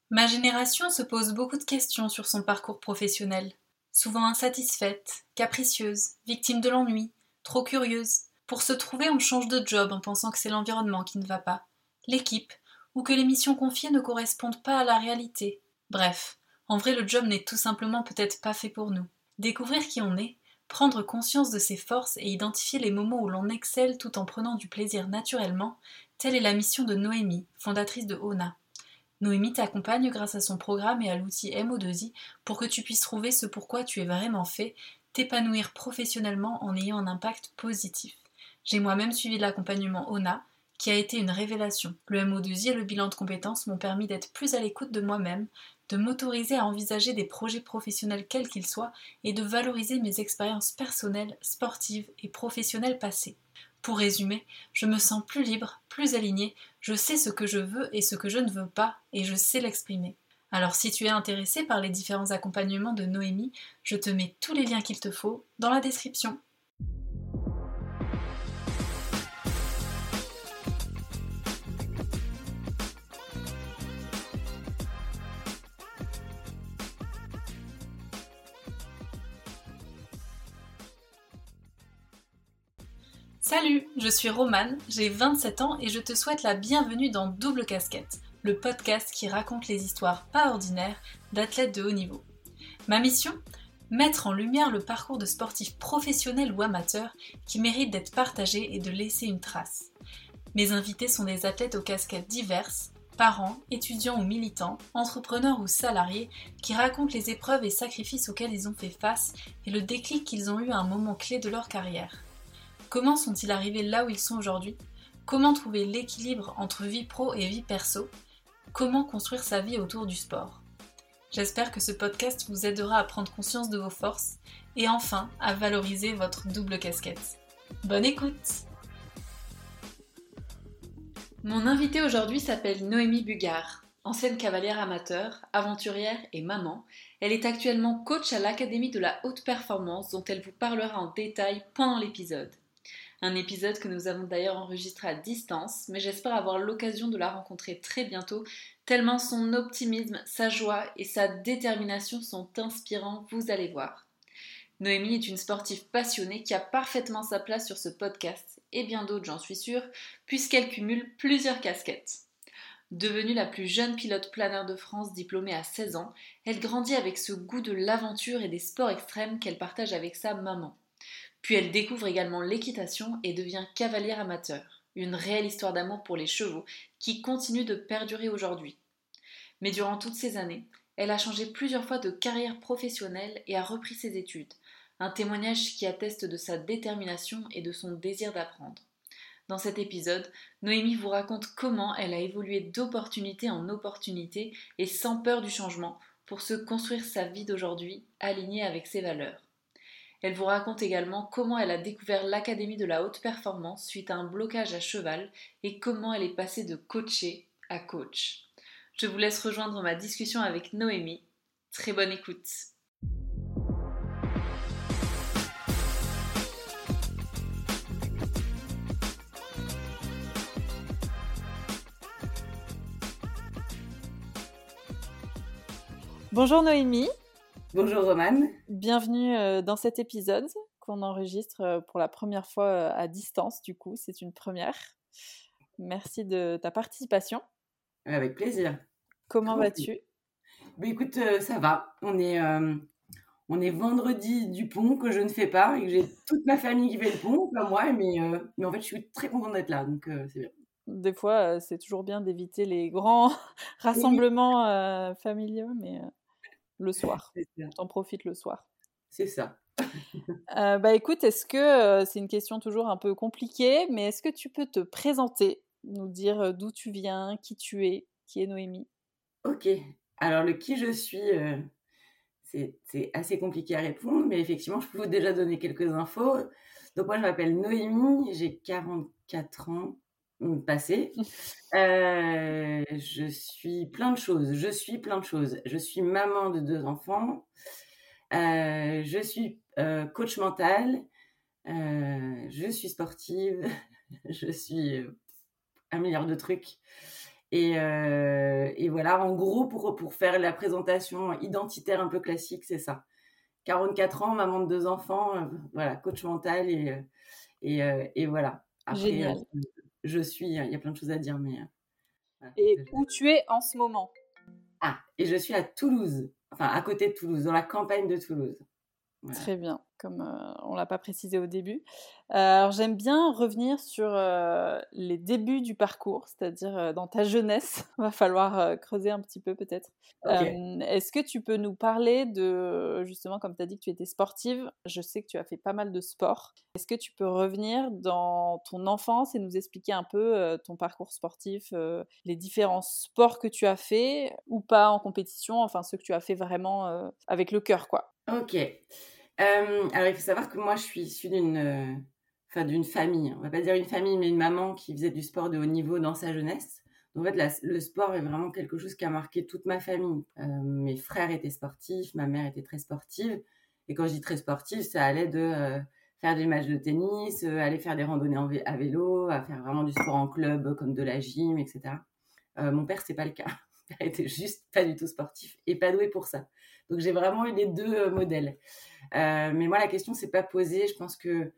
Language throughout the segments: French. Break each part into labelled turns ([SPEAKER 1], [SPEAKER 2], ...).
[SPEAKER 1] Ma génération se pose beaucoup de questions sur son parcours professionnel. Souvent insatisfaite, capricieuse, victime de l'ennui, trop curieuse. Pour se trouver, on change de job en pensant que c'est l'environnement qui ne va pas, l'équipe, ou que les missions confiées ne correspondent pas à la réalité. Bref, en vrai, le job n'est tout simplement peut-être pas fait pour nous. Découvrir qui on est, prendre conscience de ses forces et identifier les moments où l'on excelle tout en prenant du plaisir naturellement, telle est la mission de Noémie, fondatrice de Ona. Noémie t'accompagne grâce à son programme et à l'outil MO2I pour que tu puisses trouver ce pourquoi tu es vraiment fait, t'épanouir professionnellement en ayant un impact positif. J'ai moi-même suivi l'accompagnement ONA, qui a été une révélation. Le MO2I et le bilan de compétences m'ont permis d'être plus à l'écoute de moi-même, de m'autoriser à envisager des projets professionnels quels qu'ils soient et de valoriser mes expériences personnelles, sportives et professionnelles passées. Pour résumer, je me sens plus libre, plus alignée, je sais ce que je veux et ce que je ne veux pas, et je sais l'exprimer. Alors si tu es intéressé par les différents accompagnements de Noémie, je te mets tous les liens qu'il te faut dans la description. Salut, je suis Romane, j'ai 27 ans et je te souhaite la bienvenue dans Double Casquette, le podcast qui raconte les histoires pas ordinaires d'athlètes de haut niveau. Ma mission ? Mettre en lumière le parcours de sportifs professionnels ou amateurs qui méritent d'être partagés et de laisser une trace. Mes invités sont des athlètes aux casquettes diverses, parents, étudiants ou militants, entrepreneurs ou salariés, qui racontent les épreuves et sacrifices auxquels ils ont fait face et le déclic qu'ils ont eu à un moment clé de leur carrière. Comment sont-ils arrivés là où ils sont aujourd'hui ? Comment trouver l'équilibre entre vie pro et vie perso ? Comment construire sa vie autour du sport ? J'espère que ce podcast vous aidera à prendre conscience de vos forces et enfin à valoriser votre double casquette. Bonne écoute ! Mon invitée aujourd'hui s'appelle Noémie Bugard. Ancienne cavalière amateur, aventurière et maman, elle est actuellement coach à l'Académie de la haute performance dont elle vous parlera en détail pendant l'épisode. Un épisode que nous avons d'ailleurs enregistré à distance, mais j'espère avoir l'occasion de la rencontrer très bientôt, tellement son optimisme, sa joie et sa détermination sont inspirants, vous allez voir. Noémie est une sportive passionnée qui a parfaitement sa place sur ce podcast, et bien d'autres j'en suis sûre, puisqu'elle cumule plusieurs casquettes. Devenue la plus jeune pilote planeur de France diplômée à 16 ans, elle grandit avec ce goût de l'aventure et des sports extrêmes qu'elle partage avec sa maman. Puis elle découvre également l'équitation et devient cavalière amateur. Une réelle histoire d'amour pour les chevaux qui continue de perdurer aujourd'hui. Mais durant toutes ces années, elle a changé plusieurs fois de carrière professionnelle et a repris ses études. Un témoignage qui atteste de sa détermination et de son désir d'apprendre. Dans cet épisode, Noémie vous raconte comment elle a évolué d'opportunité en opportunité et sans peur du changement pour se construire sa vie d'aujourd'hui alignée avec ses valeurs. Elle vous raconte également comment elle a découvert l'Académie de la haute performance suite à un blocage à cheval et comment elle est passée de coacher à coach. Je vous laisse rejoindre ma discussion avec Noémie. Très bonne écoute. Bonjour Noémie.
[SPEAKER 2] Bonjour Romane.
[SPEAKER 1] Bienvenue dans cet épisode qu'on enregistre pour la première fois à distance, du coup, c'est une première. Merci de ta participation.
[SPEAKER 2] Avec plaisir.
[SPEAKER 1] Comment vas-tu ?
[SPEAKER 2] Écoute, ça va. On est vendredi du pont que je ne fais pas et que j'ai toute ma famille qui fait le pont, pas moi, mais en fait, je suis très contente d'être là, donc c'est bien.
[SPEAKER 1] Des fois, c'est toujours bien d'éviter les grands rassemblements familiaux, mais le soir. T'en profites le soir.
[SPEAKER 2] C'est ça.
[SPEAKER 1] Écoute, est-ce que c'est une question toujours un peu compliquée, mais est-ce que tu peux te présenter, nous dire d'où tu viens, qui tu es, qui est Noémie ?
[SPEAKER 2] Ok. Alors, le qui je suis, c'est assez compliqué à répondre, mais effectivement, je peux vous déjà donner quelques infos. Donc, moi, je m'appelle Noémie, j'ai 44 ans passés. Je suis plein de choses. Je suis maman de 2 enfants. Je suis coach mental. Je suis sportive. Je suis un milliard de trucs. Et voilà, en gros, pour faire la présentation identitaire un peu classique, c'est ça. 44 ans, maman de 2 enfants, voilà, coach mental et voilà. Après,
[SPEAKER 3] Génial.
[SPEAKER 2] il y a plein de choses à dire, mais voilà.
[SPEAKER 3] Et où tu es en ce moment?
[SPEAKER 2] Et je suis à Toulouse, enfin à côté de Toulouse, dans la campagne de Toulouse. Voilà.
[SPEAKER 3] Très bien, comme on l'a pas précisé au début. Alors j'aime bien revenir sur les débuts du parcours, c'est-à-dire dans ta jeunesse. Va falloir creuser un petit peu peut-être.
[SPEAKER 2] Ok.
[SPEAKER 3] Est-ce que tu peux nous parler de, justement, comme tu as dit que tu étais sportive, je sais que tu as fait pas mal de sport. Est-ce que tu peux revenir dans ton enfance et nous expliquer un peu ton parcours sportif, les différents sports que tu as fait ou pas en compétition, enfin ceux que tu as fait vraiment avec le cœur, quoi.
[SPEAKER 2] Ok. Alors il faut savoir que moi je suis issue d'une famille, on va pas dire une famille, mais une maman qui faisait du sport de haut niveau dans sa jeunesse. Donc, en fait, le sport est vraiment quelque chose qui a marqué toute ma famille. Mes frères étaient sportifs, ma mère était très sportive. Et quand je dis très sportive, ça allait de faire des matchs de tennis, aller faire des randonnées à vélo, à faire vraiment du sport en club comme de la gym, etc. Mon père, c'est pas le cas. Mon père était juste pas du tout sportif et pas doué pour ça. Donc j'ai vraiment eu les deux modèles. Mais moi, la question s'est pas posée. Je pense que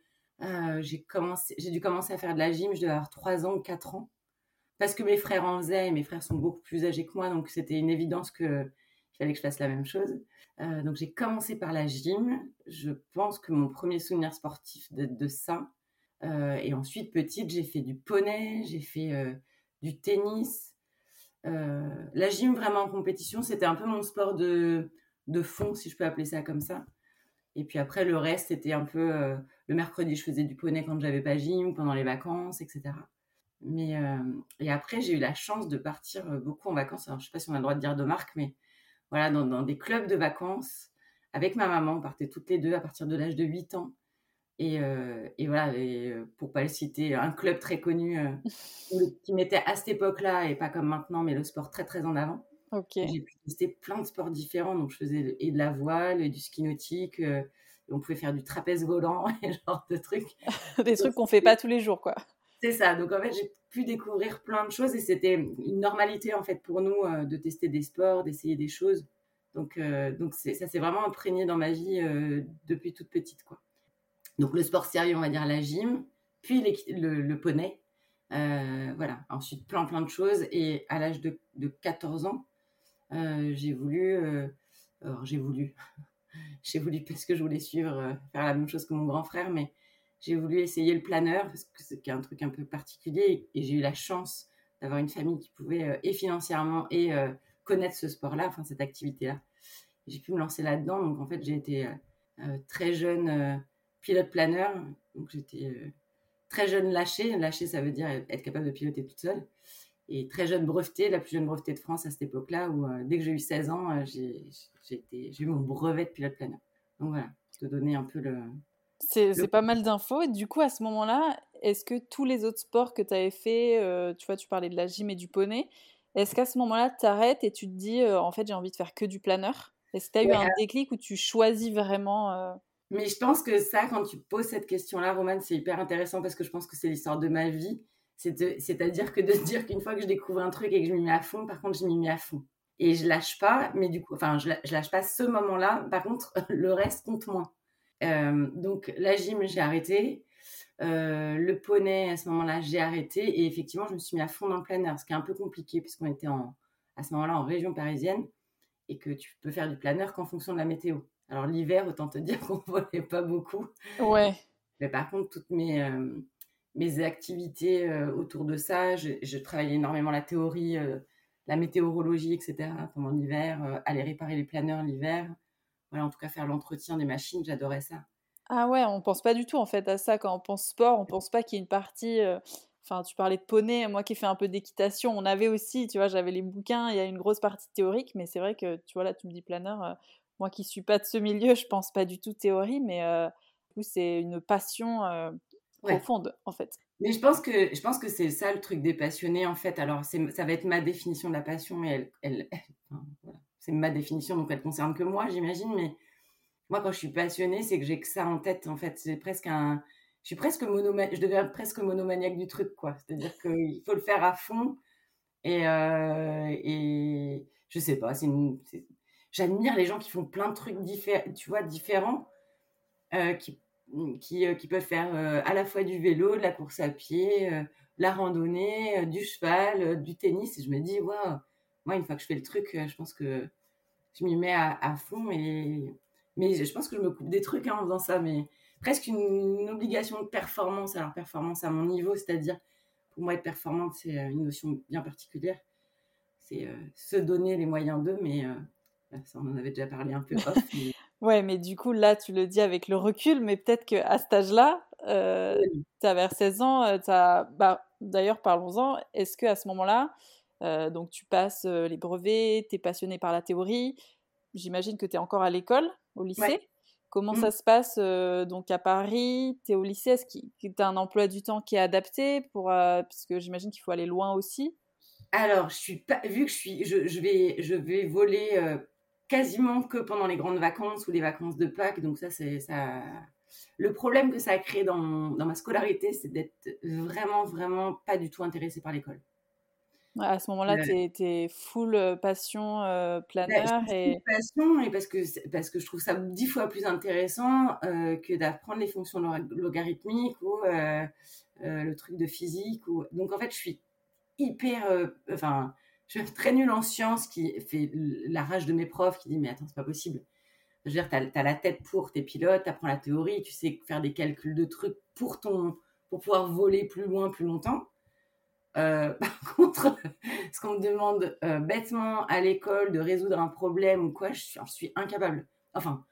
[SPEAKER 2] j'ai dû commencer à faire de la gym, je devais avoir 3 ans ou 4 ans. Parce que mes frères en faisaient, et mes frères sont beaucoup plus âgés que moi, donc c'était une évidence qu'il fallait que je fasse la même chose. Donc j'ai commencé par la gym. Je pense que mon premier souvenir sportif de ça. Et ensuite, petite, j'ai fait du poney, j'ai fait du tennis. La gym vraiment en compétition, c'était un peu mon sport de fond, si je peux appeler ça comme ça. Et puis après, le reste, c'était un peu le mercredi, je faisais du poney quand j'avais pas gym, pendant les vacances, etc. Mais et après, j'ai eu la chance de partir beaucoup en vacances. Alors, je sais pas si on a le droit de dire de marque, mais voilà, dans des clubs de vacances avec ma maman. On partait toutes les deux à partir de l'âge de 8 ans. Et voilà, pour pas le citer, un club très connu qui mettait à cette époque-là, et pas comme maintenant, mais le sport très très en avant.
[SPEAKER 3] Ok.
[SPEAKER 2] Et j'ai pu tester plein de sports différents. Donc je faisais et de la voile, et du ski nautique, et on pouvait faire du trapèze volant, et ce genre de trucs.
[SPEAKER 3] Des
[SPEAKER 2] Donc
[SPEAKER 3] trucs qu'on fait pas tous les jours, quoi.
[SPEAKER 2] c'est ça. Donc en fait, j'ai pu découvrir plein de choses, et c'était une normalité en fait pour nous de tester des sports, d'essayer des choses. Donc ça s'est vraiment imprégné dans ma vie depuis toute petite, quoi. Donc le sport sérieux, on va dire la gym, puis le poney. Voilà. Ensuite, plein de choses. Et à l'âge de 14 ans, j'ai voulu, alors j'ai voulu, j'ai voulu parce que je voulais suivre, faire la même chose que mon grand frère, mais j'ai voulu essayer le planeur parce que c'est un truc un peu particulier, et j'ai eu la chance d'avoir une famille qui pouvait et financièrement et connaître ce sport-là, enfin cette activité-là. J'ai pu me lancer là-dedans. Donc en fait, j'ai été très jeune pilote planeur. Donc j'étais très jeune lâchée. Lâchée, ça veut dire être capable de piloter toute seule. Et très jeune brevetée, la plus jeune brevetée de France à cette époque-là, où dès que j'ai eu 16 ans, j'ai eu mon brevet de pilote planeur. Donc voilà, pour te donner un peu
[SPEAKER 3] C'est pas mal d'infos. Et du coup, à ce moment-là, est-ce que tous les autres sports que tu avais fait, tu vois, tu parlais de la gym et du poney, est-ce qu'à ce moment-là, tu arrêtes et tu te dis, en fait, j'ai envie de faire que du planeur? Est-ce que tu as eu
[SPEAKER 2] Ouais,
[SPEAKER 3] un déclic où tu choisis vraiment
[SPEAKER 2] mais je pense que ça, quand tu poses cette question-là, Romane, c'est hyper intéressant parce que je pense que c'est l'histoire de ma vie. C'est-à-dire que de se dire qu'une fois que je découvre un truc et que je m'y mets à fond, par contre, je m'y mets à fond. Et je lâche pas, mais du coup, enfin, je lâche pas ce moment-là. Par contre, le reste compte moins. Donc, la gym, j'ai arrêté. Le poney, à ce moment-là, j'ai arrêté. Et effectivement, je me suis mis à fond dans le planeur, ce qui est un peu compliqué puisqu'on était à ce moment-là en région parisienne et que tu peux faire du planeur qu'en fonction de la météo. Alors l'hiver, autant te dire qu'on ne volait pas beaucoup.
[SPEAKER 3] Ouais.
[SPEAKER 2] Mais par contre, toutes mes activités autour de ça, je travaillais énormément la théorie, la météorologie, etc. pendant l'hiver, aller réparer les planeurs l'hiver. Voilà, en tout cas, faire l'entretien des machines, j'adorais ça.
[SPEAKER 3] Ah ouais, on pense pas du tout en fait à ça quand on pense sport, on pense pas qu'il y ait une partie. Enfin, tu parlais de poney, moi qui ai fait un peu d'équitation, on avait aussi, tu vois, j'avais les bouquins, il y a une grosse partie théorique, mais c'est vrai que, tu vois, là, tu me dis planeur, moi qui suis pas de ce milieu, je pense pas du tout théorie, mais du coup, c'est une passion
[SPEAKER 2] Ouais.
[SPEAKER 3] profonde en fait.
[SPEAKER 2] Mais je pense que c'est ça le truc des passionnés, en fait. Alors, ça va être ma définition de la passion, mais enfin, voilà. C'est ma définition, donc elle concerne que moi, j'imagine. Mais moi, quand je suis passionnée, c'est que j'ai que ça en tête, en fait. Je suis presque je deviens presque monomaniaque du truc, quoi. C'est-à-dire qu'il faut le faire à fond. Et je sais pas, j'admire les gens qui font plein de trucs tu vois, différents, euh, qui, qui peuvent faire à la fois du vélo, de la course à pied, la randonnée, du cheval, du tennis. Et je me dis, waouh, moi, une fois que je fais le truc, je pense que je m'y mets à fond. Mais je pense que je me coupe des trucs en faisant ça. Mais presque une obligation de performance. Alors, performance à mon niveau, c'est-à-dire, pour moi, être performante, c'est une notion bien particulière. C'est se donner les moyens d'eux, mais ça, on en avait déjà parlé un peu off. Mais...
[SPEAKER 3] Ouais, mais du coup, là, tu le dis avec le recul, mais peut-être qu'à cet âge-là, tu as vers 16 ans, bah, d'ailleurs, parlons-en. Est-ce qu'à ce moment-là, donc tu passes les brevets, tu es passionné par la théorie, j'imagine que tu es encore à l'école, au
[SPEAKER 2] Ouais.
[SPEAKER 3] lycée. Comment ça se passe donc à Paris? Tu es au lycée, est-ce que tu as un emploi du temps qui est adapté parce que j'imagine qu'il faut aller loin aussi?
[SPEAKER 2] Alors, je suis pas, vu que je vais voler quasiment que pendant les grandes vacances ou les vacances de Pâques. Donc c'est ça. Le problème que ça a créé dans ma scolarité, c'est d'être vraiment, vraiment pas du tout intéressée par l'école.
[SPEAKER 3] Ouais, à ce moment-là,
[SPEAKER 2] Euh,
[SPEAKER 3] tu es full passion
[SPEAKER 2] je
[SPEAKER 3] planeur
[SPEAKER 2] suis une
[SPEAKER 3] et...
[SPEAKER 2] passion et parce que je trouve ça 10 fois plus intéressant que d'apprendre les fonctions logarithmiques ou le truc de physique. Donc en fait, je suis hyper. Enfin, je suis très nulle en sciences qui fait la rage de mes profs qui dit mais attends, c'est pas possible. Je veux dire, t'as la tête pour tes pilotes, t'apprends la théorie, tu sais faire des calculs de trucs pour pouvoir voler plus loin, plus longtemps. Par contre, ce qu'on me demande bêtement à l'école de résoudre un problème ou quoi, j'en suis incapable. Enfin,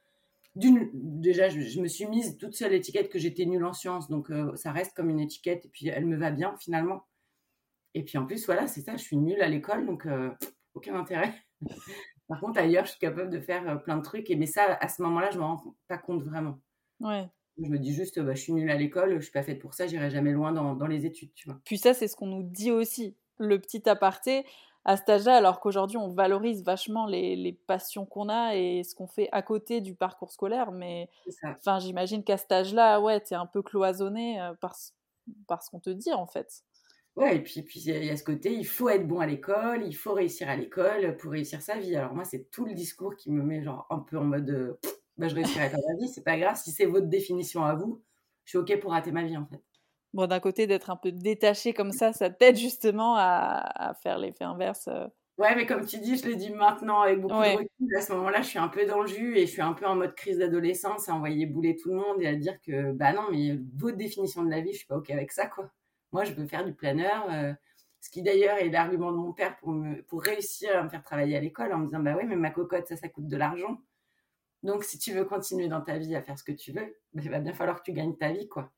[SPEAKER 2] déjà, je me suis mise toute seule l'étiquette que j'étais nulle en sciences, donc ça reste comme une étiquette et puis elle me va bien finalement. Et puis en plus, voilà, c'est ça, je suis nulle à l'école, donc aucun intérêt. Par contre, ailleurs, je suis capable de faire plein de trucs, mais ça, à ce moment-là, je ne me rends pas compte vraiment.
[SPEAKER 3] Ouais.
[SPEAKER 2] Je me dis juste, bah, je suis nulle à l'école, je ne suis pas faite pour ça, j'irai jamais loin dans les études, tu vois.
[SPEAKER 3] Puis ça, c'est ce qu'on nous dit aussi. Le petit aparté, à cet âge-là, alors qu'aujourd'hui, on valorise vachement les passions qu'on a et ce qu'on fait à côté du parcours scolaire. Mais
[SPEAKER 2] C'est ça.
[SPEAKER 3] enfin, j'imagine qu'à cet âge-là, ouais, t'es un peu cloisonné par ce qu'on te dit, en fait.
[SPEAKER 2] Ouais, et puis il y a ce côté, il faut être bon à l'école, il faut réussir à l'école pour réussir sa vie. Alors moi, c'est tout le discours qui me met genre un peu en mode, bah, je réussirai pas ma vie, c'est pas grave, si c'est votre définition à vous, je suis OK pour rater ma vie, en fait.
[SPEAKER 3] Bon, d'un côté, d'être un peu détaché comme ça t'aide justement à faire l'effet inverse.
[SPEAKER 2] Ouais, mais comme tu dis, je le dis maintenant avec beaucoup de
[SPEAKER 3] Ouais,
[SPEAKER 2] recul. À ce moment-là, je suis un peu dans le jus et je suis un peu en mode crise d'adolescence à envoyer bouler tout le monde et à dire que, bah non, mais votre définition de la vie, je suis pas OK avec ça, quoi. Moi, je veux faire du planeur. Ce qui d'ailleurs est l'argument de mon père pour réussir à me faire travailler à l'école en me disant, bah oui, mais ma cocotte, ça coûte de l'argent. Donc, si tu veux continuer dans ta vie à faire ce que tu veux, bah, il va bien falloir que tu gagnes ta vie, quoi.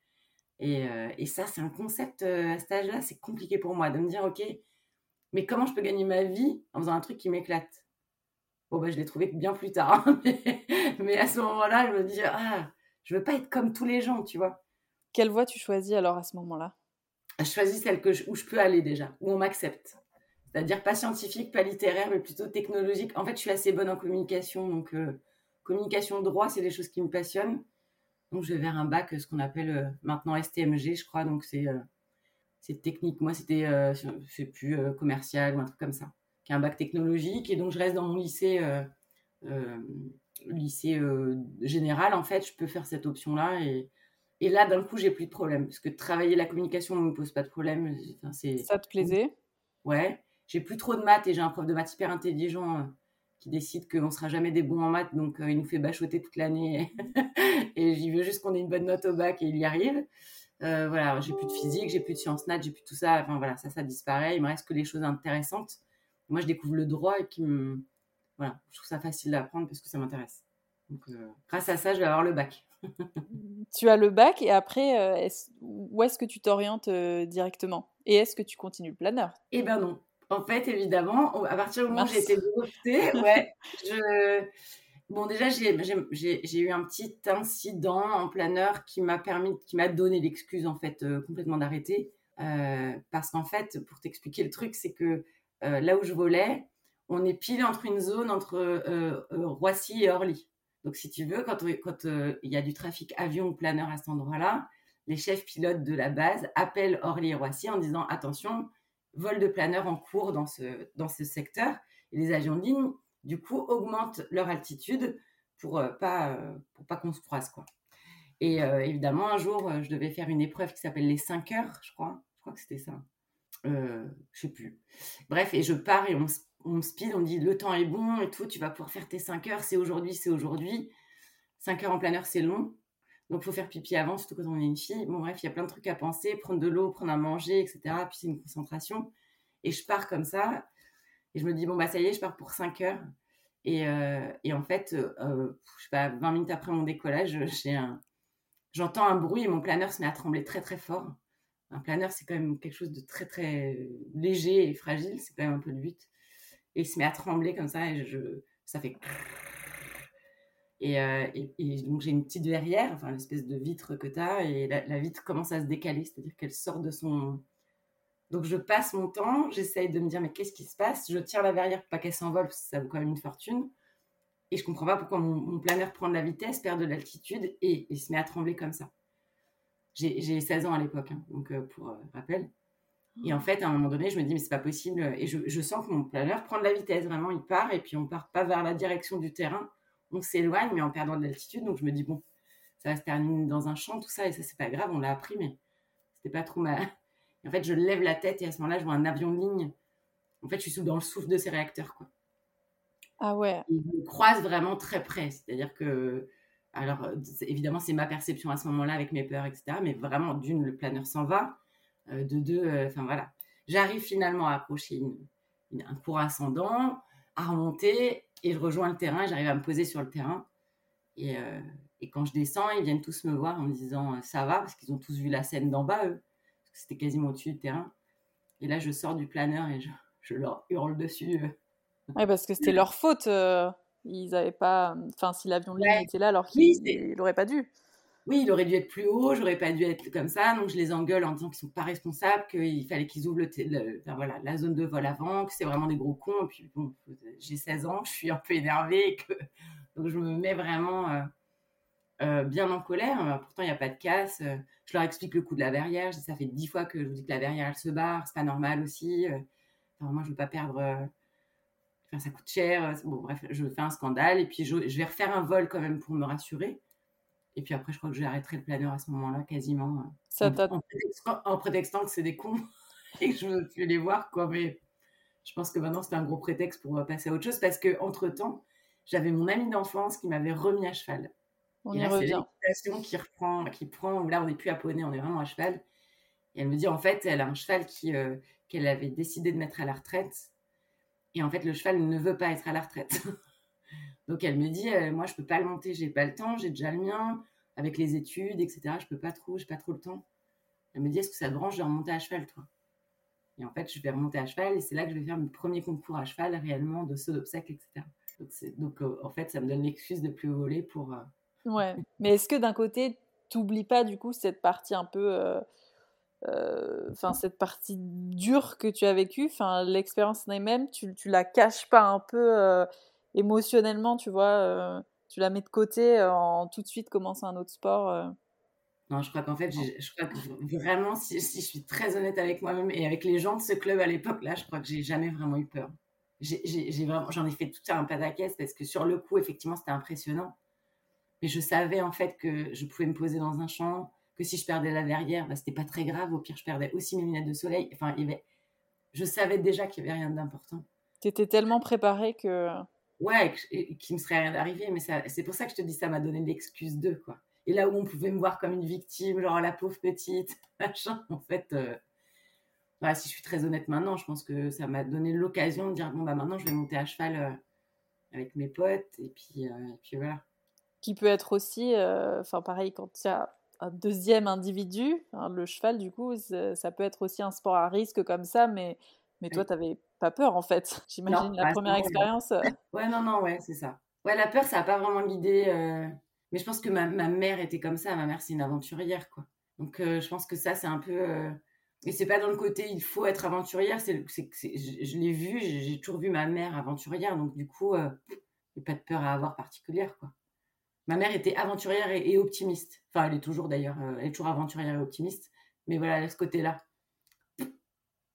[SPEAKER 2] Et ça, c'est un concept à cet âge-là, c'est compliqué pour moi de me dire, OK, mais comment je peux gagner ma vie en faisant un truc qui m'éclate? Bon, bah, je l'ai trouvé bien plus tard, hein, mais à ce moment-là, je me dis: «Ah, je veux pas être comme tous les gens», tu vois?
[SPEAKER 3] quelle voie tu choisis alors à ce moment-là?
[SPEAKER 2] Je choisis celle où je peux aller déjà, où on m'accepte. C'est-à-dire pas scientifique, pas littéraire, mais plutôt technologique. En fait, je suis assez bonne en communication, donc communication, droit, c'est des choses qui me passionnent. Donc je vais vers un bac, ce qu'on appelle, maintenant STMG, je crois, donc c'est technique. Moi, c'était, je sais plus, commercial ou un truc comme ça, qui est un bac technologique et donc je reste dans mon euh, lycée général, en fait, je peux faire cette option-là. Et là, d'un coup, j'ai plus de problème. Parce que travailler la communication ne me pose pas de problème. Enfin,
[SPEAKER 3] Ça te plaisait?
[SPEAKER 2] ouais, j'ai plus trop de maths et j'ai un prof de maths hyper intelligent qui décide qu'on ne sera jamais des bons en maths. Donc, il nous fait bachoter toute l'année. Et j'y veux juste qu'on ait une bonne note au bac et il y arrive. Voilà, j'ai plus de physique, j'ai plus de sciences nat, j'ai plus tout ça. Enfin, voilà, ça disparaît. Il me reste que les choses intéressantes. Moi, je découvre le droit et voilà, je trouve ça facile d'apprendre parce que ça m'intéresse. Donc, grâce à ça, je vais avoir le bac.
[SPEAKER 3] Tu as le bac et après, où est-ce que tu t'orientes directement? Et est-ce que tu continues le planeur?
[SPEAKER 2] Eh ben non. En fait, évidemment, à partir du moment où j'ai
[SPEAKER 3] Mince.
[SPEAKER 2] été brevetée, ouais, bon, déjà, j'ai eu un petit incident en planeur qui m'a donné l'excuse, en fait, complètement d'arrêter. Parce qu'en fait, pour t'expliquer le truc, c'est que là où je volais, on est pile entre une zone entre Roissy et Orly. Donc, si tu veux, quand il y a du trafic avion ou planeur à cet endroit-là, les chefs pilotes de la base appellent Orly et Roissy en disant attention, vols de planeurs en cours dans ce secteur. Et les avions de ligne, du coup, augmentent leur altitude pour pas qu'on se croise, quoi. Et évidemment, un jour, je devais faire une épreuve qui s'appelle les 5 heures, je crois. Je crois que c'était ça. Je sais plus. Bref, et je pars et on me speed, on me dit le temps est bon et tout, tu vas pouvoir faire tes 5 heures, c'est aujourd'hui, c'est aujourd'hui. 5 heures en planeur, c'est long. Donc, il faut faire pipi avant, surtout quand on est une fille. Bon, bref, il y a plein de trucs à penser, prendre de l'eau, prendre à manger, etc. Puis c'est une concentration. Et je pars comme ça. Et je me dis, bon, bah ça y est, je pars pour 5 heures. Et en fait, je sais pas, 20 minutes après mon décollage, j'entends un bruit et mon planeur se met à trembler très, très fort. Un planeur, c'est quand même quelque chose de très, très léger et fragile. C'est quand même un peu de 8. Et il se met à trembler comme ça et ça fait... Et donc, j'ai une petite verrière, enfin, une espèce de vitre que tu as, et la vitre commence à se décaler, c'est-à-dire qu'elle sort de son... Donc, je passe mon temps, j'essaye de me dire, mais qu'est-ce qui se passe? Je tire la verrière pour pas qu'elle s'envole, parce que ça vaut quand même une fortune. Et je comprends pas pourquoi mon planeur prend de la vitesse, perd de l'altitude, et il se met à trembler comme ça. J'ai 16 ans à l'époque, hein, donc pour rappel. Et en fait, à un moment donné, je me dis, mais c'est pas possible. Et je sens que mon planeur prend de la vitesse, vraiment, il part, et puis on part pas vers la direction du terrain. On s'éloigne, mais en perdant de l'altitude. Donc, je me dis, bon, ça va se terminer dans un champ, tout ça, et ça, c'est pas grave, on l'a appris, mais c'était pas trop mal. Et en fait, je lève la tête, et à ce moment-là, je vois un avion de ligne. En fait, je suis dans le souffle de ces réacteurs, quoi.
[SPEAKER 3] Ah ouais.
[SPEAKER 2] Et je me croise vraiment très près. C'est-à-dire que, alors, évidemment, c'est ma perception à ce moment-là, avec mes peurs, etc. Mais vraiment, d'une, le planeur s'en va. De deux, enfin voilà. J'arrive finalement à approcher un cours ascendant, à remonter, et je rejoins le terrain, et j'arrive à me poser sur le terrain. Et quand je descends, ils viennent tous me voir en me disant ça va, parce qu'ils ont tous vu la scène d'en bas, eux, parce que c'était quasiment au-dessus du terrain. Et là, je sors du planeur et je leur hurle dessus.
[SPEAKER 3] Ouais, parce que c'était leur faute. Ils avaient pas. Enfin, si l'avion de ligne
[SPEAKER 2] Ouais,
[SPEAKER 3] était là alors
[SPEAKER 2] oui,
[SPEAKER 3] qu'il n'aurait pas dû.
[SPEAKER 2] oui, il aurait dû être plus haut, j'aurais pas dû être comme ça. Donc, je les engueule en disant qu'ils sont pas responsables, qu'il fallait qu'ils ouvrent enfin, voilà, la zone de vol avant, que c'est vraiment des gros cons. Et puis, bon, j'ai 16 ans, je suis un peu énervée. Donc, je me mets vraiment bien en colère. Pourtant, il n'y a pas de casse. Je leur explique le coup de la verrière. Ça fait 10 fois que je vous dis que la verrière, elle se barre. C'est pas normal aussi. Enfin, moi, je veux pas perdre... Enfin, ça coûte cher. Bon, bref, je fais un scandale. Et puis, je vais refaire un vol quand même pour me rassurer. Et puis après, je crois que j'ai arrêté le planeur à ce moment-là, quasiment,
[SPEAKER 3] Ça t'a.
[SPEAKER 2] en prétextant que c'est des cons et que je veux plus les voir, quoi. Mais je pense que maintenant, c'était un gros prétexte pour passer à autre chose parce qu'entre-temps, j'avais mon amie d'enfance qui m'avait remis à cheval.
[SPEAKER 3] On
[SPEAKER 2] Et
[SPEAKER 3] y
[SPEAKER 2] là, c'est
[SPEAKER 3] revient.
[SPEAKER 2] l'équitation qui prend, là, on n'est plus à poney, on est vraiment à cheval. Et elle me dit, en fait, elle a un cheval qu'elle avait décidé de mettre à la retraite. Et en fait, le cheval ne veut pas être à la retraite. Donc, elle me dit, moi, je peux pas le monter, j'ai pas le temps, j'ai déjà le mien, avec les études, etc. Je peux pas trop, j'ai pas trop le temps. Elle me dit, est-ce que ça te branche de remonter à cheval, toi? Et en fait, je vais remonter à cheval et c'est là que je vais faire mon premier concours à cheval, réellement, de saut d'obstacle, etc. Donc, en fait, ça me donne l'excuse de plus voler pour...
[SPEAKER 3] Ouais. Mais est-ce que d'un côté, t'oublies pas du coup cette partie un peu. Enfin, cette partie dure que tu as vécue, enfin, l'expérience en elle-même, tu la caches pas un peu émotionnellement, tu vois, tu la mets de côté en tout de suite commençant un autre sport.
[SPEAKER 2] Non, je crois qu'en fait, je crois que vraiment, si je suis très honnête avec moi-même et avec les gens de ce club à l'époque, là, je crois que j'ai jamais vraiment eu peur. J'en ai fait tout un pataquès parce que sur le coup, effectivement, c'était impressionnant. Mais je savais en fait que je pouvais me poser dans un champ, que si je perdais la verrière, bah, c'était pas très grave. Au pire, je perdais aussi mes lunettes de soleil. Enfin, je savais déjà qu'il y avait rien d'important.
[SPEAKER 3] T'étais tellement préparée que.
[SPEAKER 2] Ouais, qu'il me serait rien arrivé. Mais c'est pour ça que je te dis, ça m'a donné l'excuse d'eux, quoi. Et là où on pouvait me voir comme une victime, genre la pauvre petite, machin, en fait, voilà, si je suis très honnête maintenant, je pense que ça m'a donné l'occasion de dire, bon, bah maintenant, je vais monter à cheval avec mes potes. Et puis voilà.
[SPEAKER 3] Qui peut être aussi, enfin pareil, quand il y a un deuxième individu, hein, le cheval, du coup, ça peut être aussi un sport à risque comme ça, mais toi,
[SPEAKER 2] Oui.
[SPEAKER 3] t'avais pas peur en fait.
[SPEAKER 2] Non,
[SPEAKER 3] J'imagine la
[SPEAKER 2] bah, à ce
[SPEAKER 3] première
[SPEAKER 2] moment-là.
[SPEAKER 3] expérience.
[SPEAKER 2] Ouais, non, non, ouais, c'est ça. Ouais, la peur, ça n'a pas vraiment guidé. Mais je pense que ma mère était comme ça. Ma mère, c'est une aventurière, quoi. Donc, je pense que ça, c'est un peu. Et c'est pas dans le côté il faut être aventurière. Je l'ai vu, j'ai toujours vu ma mère aventurière. Donc, du coup, il n'y a pas de peur à avoir particulière, quoi. Ma mère était aventurière et optimiste. Enfin, elle est toujours d'ailleurs. Elle est toujours aventurière et optimiste. Mais voilà, ce côté-là.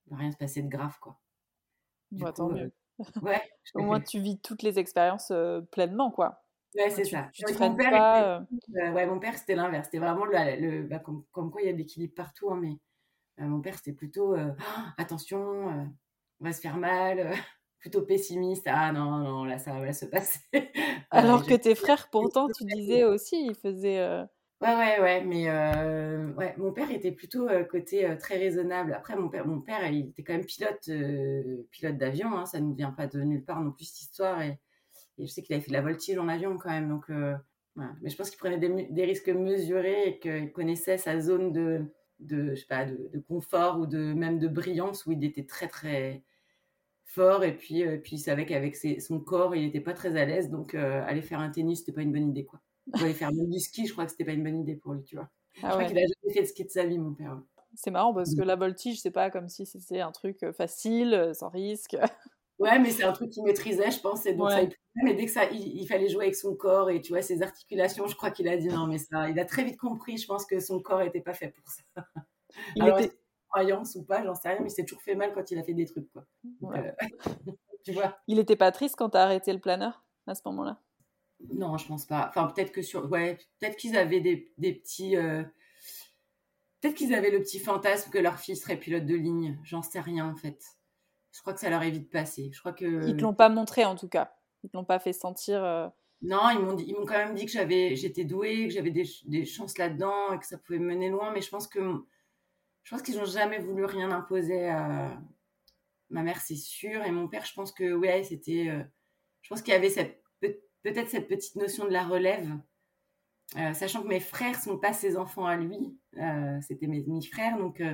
[SPEAKER 2] va rien se passer de grave, quoi. Du
[SPEAKER 3] Bah, tant
[SPEAKER 2] coup,
[SPEAKER 3] mieux.
[SPEAKER 2] ouais.
[SPEAKER 3] Au moins, tu vis toutes les expériences pleinement, quoi.
[SPEAKER 2] Ouais,
[SPEAKER 3] Enfin,
[SPEAKER 2] c'est ça.
[SPEAKER 3] tu te
[SPEAKER 2] Avec mon
[SPEAKER 3] freines
[SPEAKER 2] père était
[SPEAKER 3] pas.
[SPEAKER 2] ouais, mon père, c'était l'inverse. C'était vraiment comme quoi il y a de l'équilibre partout, hein, mais mon père, c'était plutôt attention, on va se faire mal, plutôt pessimiste. Ah non, non, là, ça va mal se passer. Voilà, et
[SPEAKER 3] Alors que tes frères, pourtant, tu disais aussi, ils faisaient.
[SPEAKER 2] ouais, ouais, ouais, mais ouais, mon père était plutôt côté très raisonnable. Après, mon père, il était quand même pilote d'avion, hein, ça ne vient pas de nulle part non plus cette histoire. Et je sais qu'il avait fait de la voltige en avion quand même, donc voilà. Mais je pense qu'il prenait des risques mesurés et qu'il connaissait sa zone je sais pas, de confort ou même de brillance où il était très très fort. Et puis il savait qu'avec son corps, il n'était pas très à l'aise, donc aller faire un tennis, c'était pas une bonne idée, quoi. Ou aller faire même du ski, je crois que c'était pas une bonne idée pour lui, tu vois. Je
[SPEAKER 3] Ah
[SPEAKER 2] crois
[SPEAKER 3] ouais.
[SPEAKER 2] qu'il a jamais fait de ski de sa vie, mon père.
[SPEAKER 3] C'est marrant parce que la voltige, c'est pas comme si c'était un truc facile, sans risque.
[SPEAKER 2] Ouais, mais c'est un truc qu'il maîtrisait, je pense, et donc ça
[SPEAKER 3] Ouais.
[SPEAKER 2] lui plaisait. Mais dès que il fallait jouer avec son corps et tu vois, ses articulations, je crois qu'il a dit non, mais ça, il a très vite compris, je pense que son corps n'était pas fait pour ça.
[SPEAKER 3] Il
[SPEAKER 2] Alors, est-ce que
[SPEAKER 3] était.
[SPEAKER 2] c'est une croyance ou pas, j'en sais rien, mais il s'est toujours fait mal quand il a fait des trucs, quoi. Donc,
[SPEAKER 3] Ouais.
[SPEAKER 2] tu vois.
[SPEAKER 3] Il était pas triste quand t'as arrêté le planeur à ce moment-là?
[SPEAKER 2] Non, je pense pas. Enfin, ouais, peut-être qu'ils avaient des petits. Peut-être qu'ils avaient le petit fantasme que leur fille serait pilote de ligne. J'en sais rien, en fait. Je crois que ça leur est vite passé. Je crois
[SPEAKER 3] Ils te
[SPEAKER 2] que.
[SPEAKER 3] l'ont pas montré en tout cas. Ils te l'ont pas fait sentir.
[SPEAKER 2] Non, ils m'ont quand même dit que j'étais douée, que j'avais des chances là-dedans et que ça pouvait me mener loin. Mais je pense qu'ils n'ont jamais voulu rien imposer à ma mère, c'est sûr. Et mon père, je pense que, ouais, je pense qu'il y avait peut-être cette petite notion de la relève. Sachant que mes frères sont pas ses enfants à lui, c'était mes demi-frères,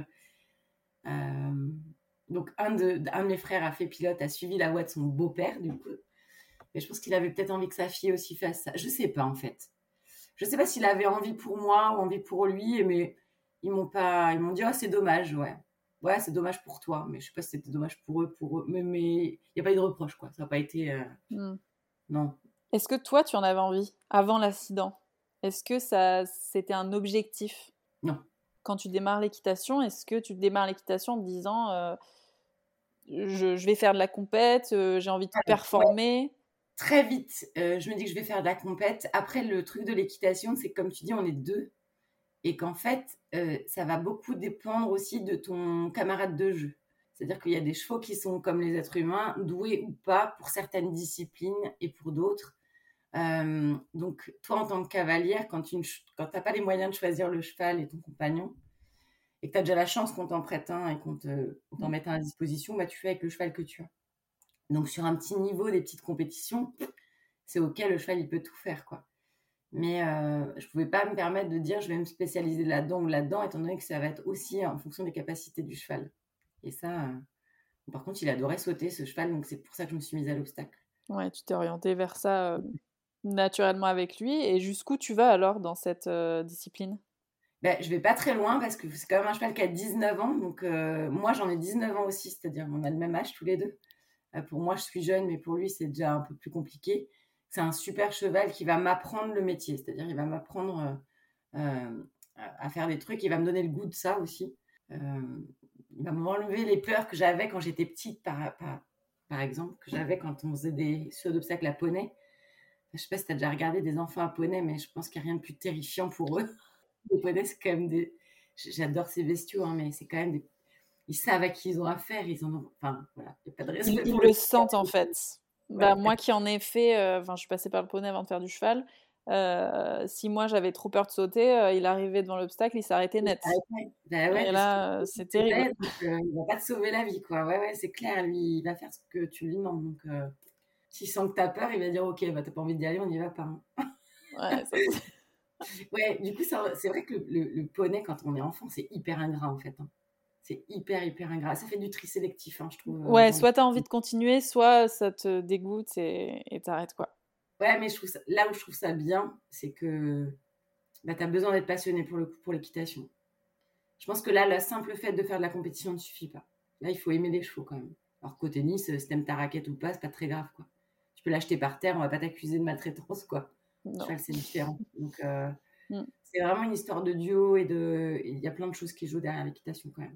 [SPEAKER 2] euh, donc un de mes frères a fait pilote, a suivi la voie de son beau-père du coup, mais je pense qu'il avait peut-être envie que sa fille aussi fasse ça. Je sais pas en fait. Je sais pas s'il avait envie pour moi ou envie pour lui, mais ils m'ont dit oh c'est dommage, ouais, ouais c'est dommage pour toi, mais je sais pas si c'était dommage pour eux, mais il y a pas eu de reproche quoi, ça n'a pas été
[SPEAKER 3] Hmm.
[SPEAKER 2] non,
[SPEAKER 3] Est-ce que toi, tu en avais envie avant l'accident? Est-ce que ça, c'était un objectif
[SPEAKER 2] non.
[SPEAKER 3] quand tu démarres l'équitation? Est-ce que tu démarres l'équitation en te disant je vais faire de la compète, j'ai envie de
[SPEAKER 2] Alors, ouais,
[SPEAKER 3] performer?
[SPEAKER 2] très vite, je me dis que je vais faire de la compète. Après, le truc de l'équitation, c'est que comme tu dis, on est deux. Et qu'en fait, ça va beaucoup dépendre aussi de ton camarade de jeu. C'est-à-dire qu'il y a des chevaux qui sont comme les êtres humains, doués ou pas pour certaines disciplines et pour d'autres. Donc, toi, en tant que cavalière, quand tu n'as pas les moyens de choisir le cheval et ton compagnon, et que tu as déjà la chance qu'on t'en prête un et qu'on t'en mette un à disposition, bah, tu fais avec le cheval que tu as. Donc, sur un petit niveau, des petites compétitions, c'est OK, le cheval, il peut tout faire, quoi. Mais je ne pouvais pas me permettre de dire je vais me spécialiser là-dedans ou là-dedans, étant donné que ça va être aussi en fonction des capacités du cheval. Et ça, par contre, il adorait sauter, ce cheval, donc c'est pour ça que je me suis mise à l'obstacle.
[SPEAKER 3] Ouais, tu t'es orientée vers ça naturellement avec lui. Et jusqu'où tu vas alors dans cette discipline?
[SPEAKER 2] Ben, je vais pas très loin parce que c'est quand même un cheval qui a 19 ans, donc moi j'en ai 19 ans aussi, c'est-à-dire on a le même âge tous les deux. Pour moi, je suis jeune, mais pour lui, c'est déjà un peu plus compliqué. C'est un super cheval qui va m'apprendre le métier, c'est-à-dire il va m'apprendre à faire des trucs, il va me donner le goût de ça aussi. Il va m'enlever les peurs que j'avais quand j'étais petite, par exemple, que j'avais quand on faisait des sauts d'obstacles à poney. Je sais pas si tu as déjà regardé des enfants à poney, mais je pense qu'il n'y a rien de plus terrifiant pour eux. Les poneys, c'est quand même des. J'adore ces bestiaux, hein, mais c'est quand même des. Ils savent à qui ils ont affaire, ils en ont. Enfin, voilà, il n'y a pas de
[SPEAKER 3] Ils,
[SPEAKER 2] respect
[SPEAKER 3] ils
[SPEAKER 2] pour
[SPEAKER 3] le
[SPEAKER 2] le.
[SPEAKER 3] sentent en fait. Bah,
[SPEAKER 2] Ouais,
[SPEAKER 3] moi qui en ai fait, enfin, je suis passée par le poney avant de faire du cheval. Si moi j'avais trop peur de sauter, il arrivait devant l'obstacle, il s'arrêtait net.
[SPEAKER 2] bah ouais,
[SPEAKER 3] Et
[SPEAKER 2] parce qu'il
[SPEAKER 3] là,
[SPEAKER 2] sait
[SPEAKER 3] c'est
[SPEAKER 2] que
[SPEAKER 3] terrible.
[SPEAKER 2] donc il va pas te sauver la vie, quoi. Ouais, ouais, c'est clair, lui, il va faire ce que tu lui demandes. Donc, s'il sent que t'as peur, il va dire ok, bah t'as pas envie d'y aller, on n'y va pas, hein.
[SPEAKER 3] Ouais, ça,
[SPEAKER 2] Ouais, du coup, c'est vrai que le poney, quand on est enfant, c'est hyper ingrat, en fait, hein. C'est hyper, hyper ingrat. Ça fait du tri sélectif, hein, je trouve,
[SPEAKER 3] ouais,
[SPEAKER 2] genre de.
[SPEAKER 3] soit t'as envie de continuer, soit ça te dégoûte et t'arrêtes quoi.
[SPEAKER 2] Ouais, mais là où je trouve ça bien, c'est que bah, tu as besoin d'être passionné pour l'équitation. Je pense que là, le simple fait de faire de la compétition ne suffit pas. Là, il faut aimer les chevaux quand même. Alors qu'au tennis, si t'aimes ta raquette ou pas, c'est pas très grave, quoi. Tu peux l'acheter par terre, on va pas t'accuser de maltraitance, quoi.
[SPEAKER 3] Non.
[SPEAKER 2] Cheval, c'est différent. Donc,
[SPEAKER 3] Mm.
[SPEAKER 2] c'est vraiment une histoire de duo il y a plein de choses qui jouent derrière l'équitation quand même.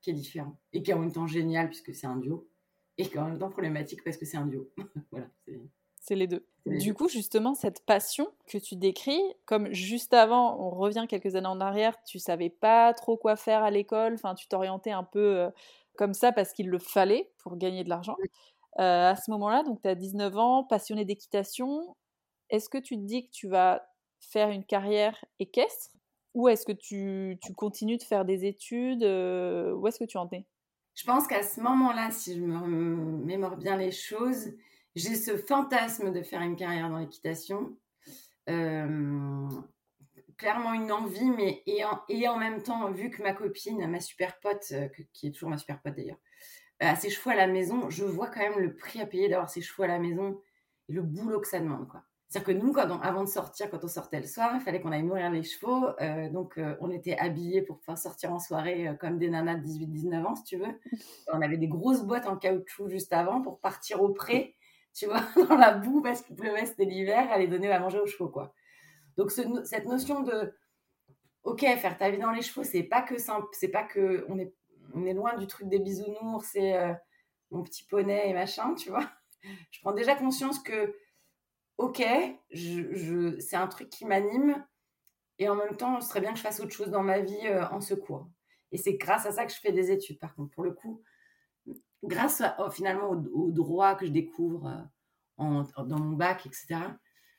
[SPEAKER 2] qui est différent et qui est en même temps génial puisque c'est un duo et qui est en même temps problématique parce que c'est un duo. Voilà,
[SPEAKER 3] C'est les deux.
[SPEAKER 2] c'est les
[SPEAKER 3] Du
[SPEAKER 2] deux.
[SPEAKER 3] coup, justement, cette passion que tu décris, comme juste avant, on revient quelques années en arrière, tu savais pas trop quoi faire à l'école, enfin, tu t'orientais un peu comme ça parce qu'il le fallait pour gagner de l'argent. À ce moment-là, donc tu as 19 ans, passionné d'équitation, est-ce que tu te dis que tu vas faire une carrière équestre ou est-ce que tu continues de faire des études où est-ce que tu en es?
[SPEAKER 2] Je pense qu'à ce moment-là, si je me mémore bien les choses, j'ai ce fantasme de faire une carrière dans l'équitation. Euh, Clairement une envie, mais et en même temps, vu que ma copine, ma super pote, qui est toujours ma super pote d'ailleurs, a ses chevaux à la maison, je vois quand même le prix à payer d'avoir ses chevaux à la maison et le boulot que ça demande, quoi. C'est-à-dire que nous, avant de sortir, quand on sortait le soir, il fallait qu'on aille nourrir les chevaux. Donc, on était habillés pour pouvoir sortir en soirée comme des nanas de 18-19 ans, si tu veux. On avait des grosses boîtes en caoutchouc juste avant pour partir au pré, tu vois, dans la boue parce qu'il pleuvait, c'était l'hiver, aller donner à manger aux chevaux, quoi. Donc, cette notion de, ok, faire ta vie dans les chevaux, c'est pas que simple, c'est pas que on est loin du truc des bisounours, c'est mon petit poney et machin, tu vois. Je prends déjà conscience que, ok, c'est un truc qui m'anime et en même temps, ce serait bien que je fasse autre chose dans ma vie en secours. Et c'est grâce à ça que je fais des études, par contre, pour le coup, grâce finalement au droit que je découvre dans mon bac, etc.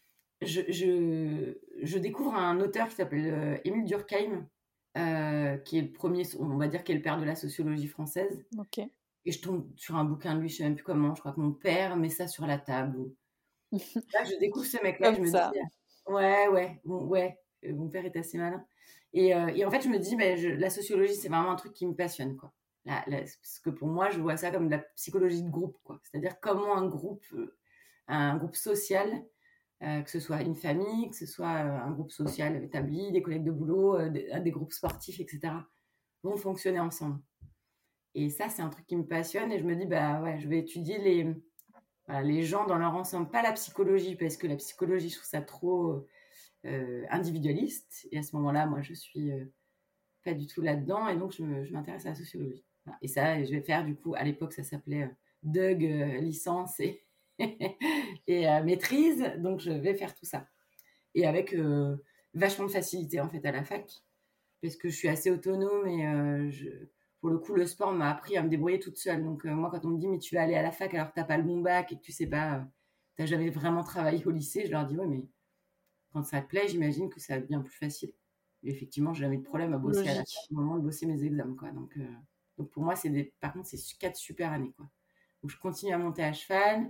[SPEAKER 2] Je découvre un auteur qui s'appelle Émile Durkheim, qui est le premier, on va dire, qui est le père de la sociologie française.
[SPEAKER 3] Ok.
[SPEAKER 2] Et je tombe sur un bouquin de lui, je sais même plus comment, je crois que mon père met ça sur la table. Là, je découvre ce mec-là et
[SPEAKER 3] Comme
[SPEAKER 2] je me dis,
[SPEAKER 3] ça.
[SPEAKER 2] ouais, mon père est assez malin. Et en fait, je me dis, la sociologie, c'est vraiment un truc qui me passionne, quoi. Parce que pour moi, je vois ça comme de la psychologie de groupe, quoi. C'est-à-dire comment un groupe social, que ce soit une famille, que ce soit un groupe social établi, des collègues de boulot, des groupes sportifs, etc., vont fonctionner ensemble. Et ça, c'est un truc qui me passionne et je me dis, bah ouais, je vais étudier les gens dans leur ensemble, pas la psychologie, parce que la psychologie, je trouve ça trop individualiste. Et à ce moment-là, moi, je suis pas du tout là-dedans et donc je m'intéresse à la sociologie. Voilà. Et ça, je vais faire du coup, à l'époque, ça s'appelait DUG, licence et maîtrise, donc je vais faire tout ça. Et avec vachement de facilité en fait à la fac, parce que je suis assez autonome et pour le coup, le sport m'a appris à me débrouiller toute seule. Donc moi, quand on me dit mais tu vas aller à la fac alors que t'as pas le bon bac et que tu sais pas, t'as jamais vraiment travaillé au lycée, je leur dis ouais mais quand ça te plaît, j'imagine que ça va être bien plus facile. Et effectivement, j'ai jamais eu de problème à bosser à la fac
[SPEAKER 3] Logique.
[SPEAKER 2] au moment de bosser mes examens, quoi. Donc pour moi, par contre, c'est 4 super années, quoi. Donc je continue à monter à cheval,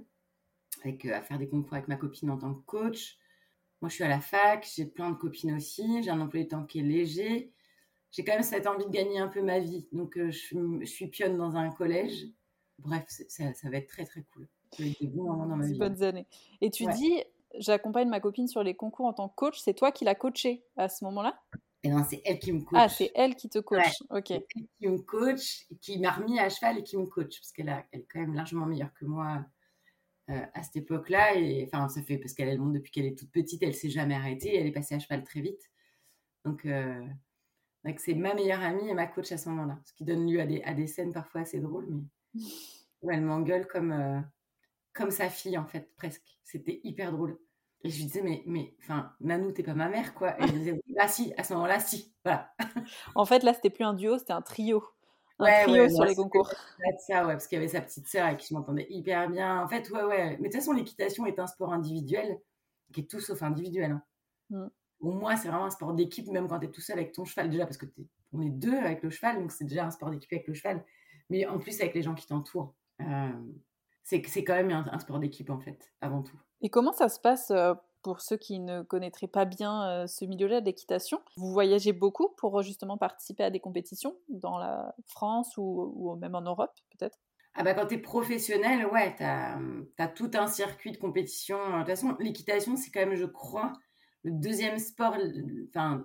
[SPEAKER 2] à faire des concours avec ma copine en tant que coach. Moi, je suis à la fac, j'ai plein de copines aussi, j'ai un emploi du temps qui est léger. J'ai quand même cette envie de gagner un peu ma vie. Donc, je suis pionne dans un collège. Bref, ça va être très, très cool. Ça va être des bons moments dans ma
[SPEAKER 3] Ces
[SPEAKER 2] vie, là.
[SPEAKER 3] bonnes années. Et tu
[SPEAKER 2] Ouais.
[SPEAKER 3] dis, j'accompagne ma copine sur les concours en tant que coach, c'est toi qui l'as coachée à ce moment-là?
[SPEAKER 2] Et non, c'est elle qui me
[SPEAKER 3] Ah, c'est
[SPEAKER 2] coach.
[SPEAKER 3] elle qui te
[SPEAKER 2] Ouais.
[SPEAKER 3] coach. Ok.
[SPEAKER 2] C'est elle qui me coach, qui m'a remis à cheval et qui me coach. Parce elle est quand même largement meilleure que moi à cette époque-là. Et enfin, ça fait parce qu'elle monte depuis qu'elle est toute petite, elle s'est jamais arrêtée. Elle est passée à cheval très vite. Donc, c'est ma meilleure amie et ma coach à ce moment-là. Ce qui donne lieu à des scènes parfois assez drôles, mais où elle m'engueule comme sa fille, en fait, presque. C'était hyper drôle. Et je lui disais, enfin, Nanou, t'es pas ma mère, quoi. Et elle me disait, oui, bah si, à ce moment-là, si. Voilà.
[SPEAKER 3] En fait, là, c'était plus un duo, c'était un trio. Un
[SPEAKER 2] Ouais,
[SPEAKER 3] trio
[SPEAKER 2] non,
[SPEAKER 3] sur les
[SPEAKER 2] c'était
[SPEAKER 3] concours.
[SPEAKER 2] pas de ça, ouais, parce qu'il y avait sa petite sœur avec qui je m'entendais hyper bien. En fait, ouais. Mais de toute façon, l'équitation est un sport individuel, qui est tout sauf individuel, hein.
[SPEAKER 3] Mm.
[SPEAKER 2] Pour moi, c'est vraiment un sport d'équipe, même quand t'es tout seul avec ton cheval, déjà, parce que on est deux avec le cheval, donc c'est déjà un sport d'équipe avec le cheval. Mais en plus, avec les gens qui t'entourent. C'est quand même un sport d'équipe, en fait, avant tout.
[SPEAKER 3] Et comment ça se passe pour ceux qui ne connaîtraient pas bien ce milieu-là d'équitation? Vous voyagez beaucoup pour justement participer à des compétitions dans la France ou même en Europe, peut-être?
[SPEAKER 2] Ah bah quand t'es professionnel, ouais, t'as tout un circuit de compétition. De toute façon, l'équitation, c'est quand même, je crois, le deuxième sport, enfin,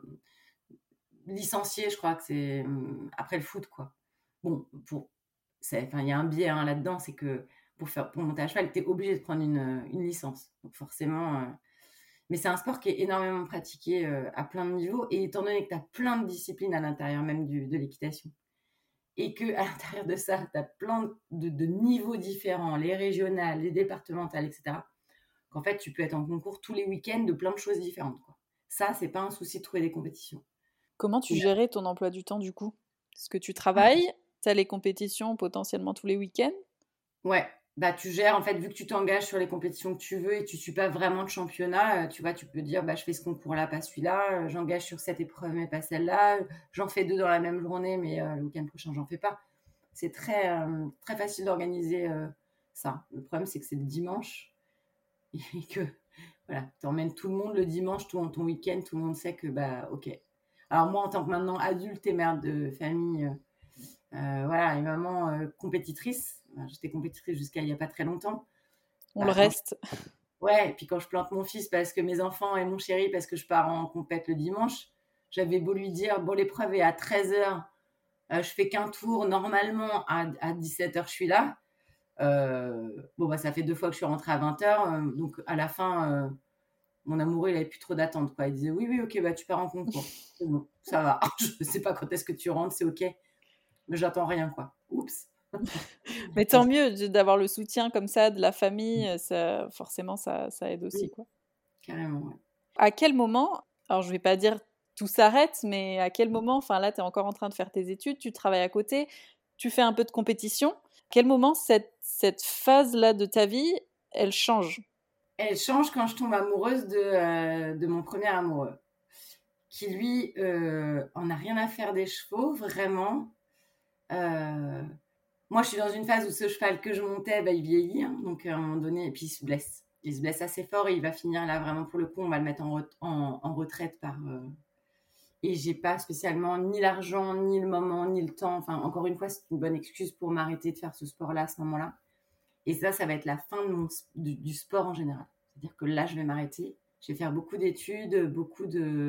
[SPEAKER 2] licencié, je crois que c'est après le foot, quoi. Bon, enfin, il y a un biais hein, là-dedans, c'est que pour monter à cheval, t'es obligé de prendre une licence. Donc forcément, mais c'est un sport qui est énormément pratiqué à plein de niveaux, et étant donné que t'as plein de disciplines à l'intérieur même de l'équitation, et qu'à l'intérieur de ça, tu as plein de niveaux différents, les régionales, les départementales, etc., qu'en fait, tu peux être en concours tous les week-ends de plein de choses différentes, quoi. Ça, c'est pas un souci de trouver des compétitions.
[SPEAKER 3] Comment tu
[SPEAKER 2] Et,
[SPEAKER 3] gérais ton emploi du temps du coup? Est-ce que tu travailles? Tu as les compétitions potentiellement tous les week-ends?
[SPEAKER 2] ouais, bah, tu gères, en fait, vu que tu t'engages sur les compétitions que tu veux et tu ne suis pas vraiment de championnat, tu vois, tu peux dire, bah, je fais ce concours-là, pas celui-là, j'engage sur cette épreuve, mais pas celle-là, j'en fais 2 dans la même journée, mais le week-end prochain, j'en fais pas. C'est très facile d'organiser ça. Le problème, c'est que c'est le dimanche et que voilà, tu emmènes tout le monde le dimanche, ton week-end, tout le monde sait que, bah, ok. Alors moi, en tant que maintenant adulte et mère de famille, voilà, et maman compétitrice, j'étais compétitrice jusqu'à il n'y a pas très longtemps.
[SPEAKER 3] On le
[SPEAKER 2] Bah,
[SPEAKER 3] reste.
[SPEAKER 2] ouais, et puis quand je plante mon fils parce que mes enfants et mon chéri, parce que je pars en compète le dimanche, j'avais beau lui dire, bon, l'épreuve est à 13h, je fais qu'un tour, normalement à 17h, je suis là. Bon, bah, ça fait 2 fois que je suis rentrée à 20h, donc à la fin, mon amoureux, il avait plus trop d'attente, quoi. Il disait, oui, oui, ok, bah, tu pars en concours. C'est bon, ça va. Je sais pas quand est-ce que tu rentres, c'est ok. Mais j'attends rien, quoi. Oups.
[SPEAKER 3] Mais tant mieux d'avoir le soutien comme ça de la famille, ça, forcément, ça aide aussi,
[SPEAKER 2] Oui,
[SPEAKER 3] quoi.
[SPEAKER 2] carrément, ouais.
[SPEAKER 3] À quel moment, alors je vais pas dire tout s'arrête, mais à quel moment, enfin là, tu es encore en train de faire tes études, tu travailles à côté, tu fais un peu de compétition. À quel moment cette phase-là de ta vie, elle change?
[SPEAKER 2] Elle change quand je tombe amoureuse de mon premier amoureux, qui lui en a rien à faire des chevaux, vraiment. Euh, Moi, je suis dans une phase où ce cheval que je montais, bah, il vieillit, hein, donc à un moment donné, et puis il se blesse. Il se blesse assez fort et il va finir là, vraiment pour le coup, on va le mettre en retraite et j'ai pas spécialement ni l'argent, ni le moment, ni le temps. Enfin, encore une fois, c'est une bonne excuse pour m'arrêter de faire ce sport-là à ce moment-là. Et ça va être la fin du sport en général. C'est-à-dire que là, je vais m'arrêter. Je vais faire beaucoup d'études, beaucoup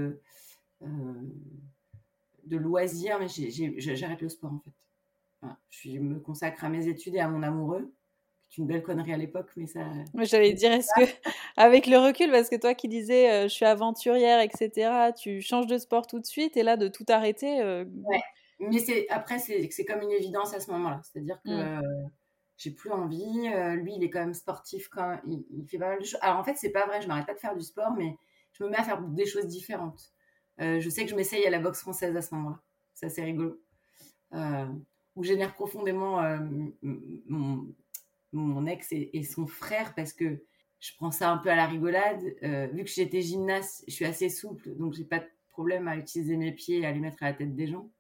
[SPEAKER 2] de loisirs, mais j'arrête le sport en fait. Voilà. Je me consacre à mes études et à mon amoureux. C'est une belle connerie à l'époque, mais ça.
[SPEAKER 3] Moi, j'allais dire, est-ce que, avec le recul, parce que toi qui disais, je suis aventurière, etc., tu changes de sport tout de suite, et là, de tout arrêter.
[SPEAKER 2] Ouais. Mais après, c'est comme une évidence à ce moment-là. C'est-à-dire que j'ai plus envie. Lui, il est quand même sportif. Il fait pas mal de choses. Alors en fait, c'est pas vrai. Je m'arrête pas de faire du sport, mais je me mets à faire des choses différentes. Je sais que je m'essaye à la boxe française à ce moment-là. C'est assez rigolo. Où j'énerve profondément mon ex et son frère parce que je prends ça un peu à la rigolade. Vu que j'étais gymnaste, je suis assez souple, donc j'ai pas de problème à utiliser mes pieds et à les mettre à la tête des gens.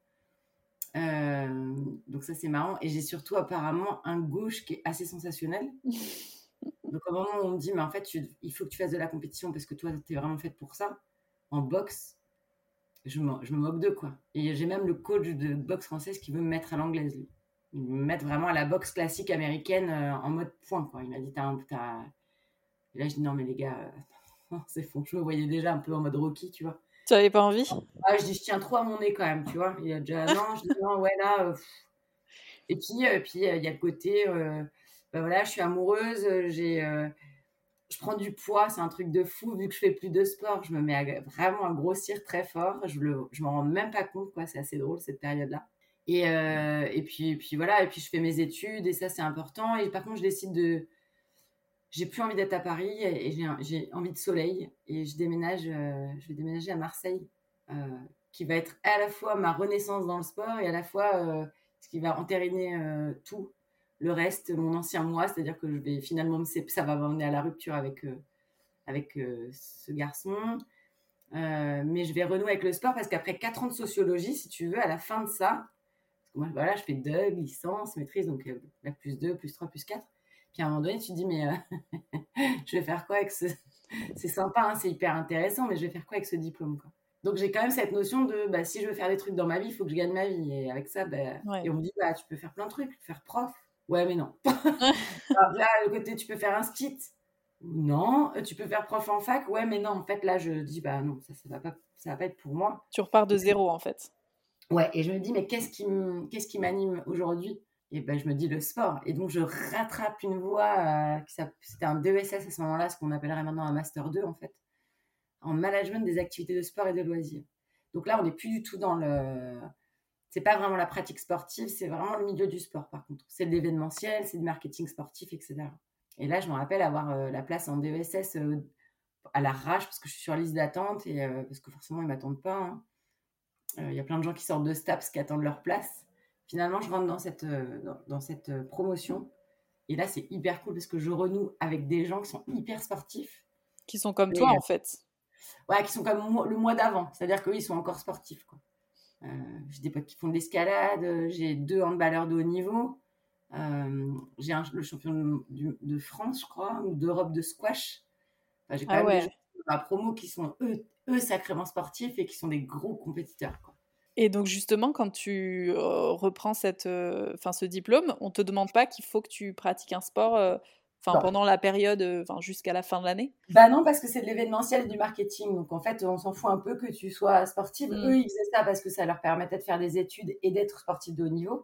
[SPEAKER 2] Donc ça, c'est marrant. Et j'ai surtout apparemment un gauche qui est assez sensationnel. Donc au moment où on me dit, mais en fait, il faut que tu fasses de la compétition parce que toi, tu es vraiment faite pour ça, en boxe, je me moque d'eux, quoi. Et j'ai même le coach de boxe française qui veut me mettre à l'anglaise, lui. Il veut me mettre vraiment à la boxe classique américaine en mode point, quoi. Il m'a dit, Et là, je dis, non, mais les gars, c'est faux. Je me voyais déjà un peu en mode Rocky, tu vois.
[SPEAKER 3] Tu avais pas envie?
[SPEAKER 2] Ah, je dis, je tiens trop à mon nez quand même, tu vois. Il a déjà, non, je dis, non, ouais, là. Et puis, il y a le côté, bah voilà, je suis amoureuse, je prends du poids, c'est un truc de fou. Vu que je fais plus de sport, je me mets vraiment à grossir très fort. Je m'en rends même pas compte, quoi. C'est assez drôle cette période-là. Et puis voilà, et puis je fais mes études et ça c'est important. Et par contre, j'ai plus envie d'être à Paris et j'ai envie de soleil et je vais déménager à Marseille, euh, qui va être à la fois ma renaissance dans le sport et à la fois ce qui va entériner tout le reste, mon ancien moi, c'est-à-dire que je vais finalement ça va m'emmener à la rupture avec ce garçon. Mais je vais renouer avec le sport parce qu'après 4 ans de sociologie, si tu veux, à la fin de ça, parce que moi, voilà, je fais DUG, licence, maîtrise, donc bac plus 2, plus 3, plus 4. Puis à un moment donné, tu te dis, mais je vais faire quoi avec ce. C'est sympa, hein, c'est hyper intéressant, mais je vais faire quoi avec ce diplôme, quoi. Donc j'ai quand même cette notion de, bah, si je veux faire des trucs dans ma vie, il faut que je gagne ma vie. Et avec ça, bah,
[SPEAKER 3] Ouais.
[SPEAKER 2] et on me dit, bah, tu peux faire plein de trucs, faire prof. Ouais, mais non. Alors là, le côté, tu peux faire un stit. Non, tu peux faire prof en fac. Ouais, mais non, en fait, là, je dis, bah non, ça va pas être pour moi.
[SPEAKER 3] Tu repars de zéro, en fait.
[SPEAKER 2] Ouais, et je me dis, mais qu'est-ce qui m'anime aujourd'hui? Et ben, je me dis le sport. Et donc, je rattrape une voie, c'était un DESS à ce moment-là, ce qu'on appellerait maintenant un Master 2, en fait, en management des activités de sport et de loisirs. Donc là, on n'est plus du tout C'est pas vraiment la pratique sportive, c'est vraiment le milieu du sport, par contre. C'est de l'événementiel, c'est du marketing sportif, etc. Et là, je me rappelle avoir la place en DESS à l'arrache parce que je suis sur liste d'attente et parce que forcément, ils ne m'attendent pas. Hein. Y a plein de gens qui sortent de STAPS qui attendent leur place. Finalement, je rentre dans cette promotion. Et là, c'est hyper cool parce que je renoue avec des gens qui sont hyper sportifs.
[SPEAKER 3] Qui sont comme toi, en fait.
[SPEAKER 2] Ouais, qui sont comme le mois d'avant. C'est-à-dire qu'eux, ils sont encore sportifs, quoi. J'ai des potes qui font de l'escalade. J'ai 2 handballeurs de haut niveau. J'ai le champion de France, je crois, ou d'Europe de squash. Enfin, j'ai quand même des gens de ma promo qui sont, eux, sacrément sportifs et qui sont des gros compétiteurs, quoi.
[SPEAKER 3] Et donc justement, quand tu reprends ce diplôme, on te demande pas qu'il faut que tu pratiques un sport pendant la période, jusqu'à la fin de l'année?
[SPEAKER 2] Bah non, parce que c'est de l'événementiel et du marketing. Donc en fait, on s'en fout un peu que tu sois sportive. Eux, ils faisaient ça parce que ça leur permettait de faire des études et d'être sportif de haut niveau.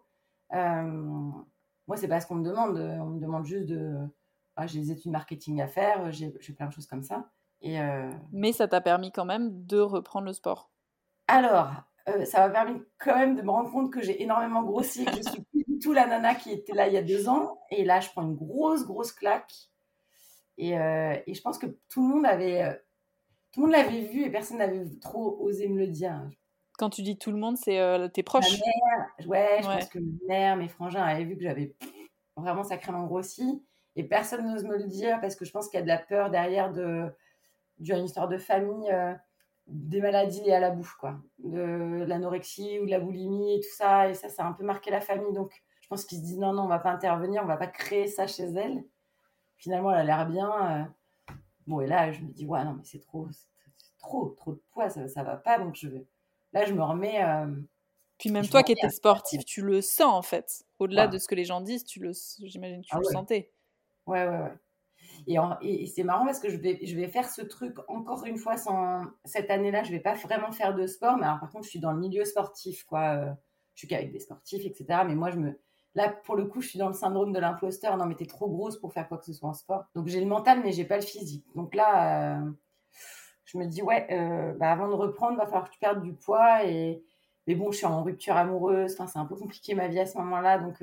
[SPEAKER 2] Moi, c'est pas ce qu'on me demande. On me demande juste j'ai des études marketing à faire, j'ai plein de choses comme ça.
[SPEAKER 3] Mais ça t'a permis quand même de reprendre le sport.
[SPEAKER 2] Alors, ça m'a permis quand même de me rendre compte que j'ai énormément grossi, que je suis plus du tout la nana qui était là il y a 2 ans. Et là, je prends une grosse claque. Et je pense que tout le monde l'avait vu et personne n'avait trop osé me le dire.
[SPEAKER 3] Quand tu dis tout le monde, c'est tes proches?
[SPEAKER 2] Ma mère, je pense que ma mère, mes frangins avaient vu que j'avais vraiment sacrément grossi. Et personne n'ose me le dire parce que je pense qu'il y a de la peur derrière d'une histoire de famille, des maladies liées à la bouffe, quoi. De l'anorexie ou de la boulimie et tout ça. Et ça a un peu marqué la famille. Donc, je pense qu'ils se disent non, on va pas intervenir, on va pas créer ça chez elle. Finalement, elle a l'air bien. Bon, et là, je me dis, ouais, non, mais c'est trop de poids, ça va pas. Donc, là, je me remets.
[SPEAKER 3] Puis même toi qui étais sportif, tu le sens en fait. Au-delà de ce que les gens disent, j'imagine que tu le sentais.
[SPEAKER 2] Ouais. Et c'est marrant parce que je vais faire ce truc encore une fois cette année-là. Je vais pas vraiment faire de sport, mais alors, par contre, je suis dans le milieu sportif, quoi. Je suis qu'avec des sportifs, etc. Mais moi, là, pour le coup, je suis dans le syndrome de l'imposteur. Non, mais t'es trop grosse pour faire quoi que ce soit en sport. Donc, j'ai le mental, mais j'ai pas le physique. Donc là, je me dis, ouais, avant de reprendre, va falloir que tu perdes du poids. Mais bon, je suis en rupture amoureuse. Enfin, c'est un peu compliqué ma vie à ce moment-là. Donc,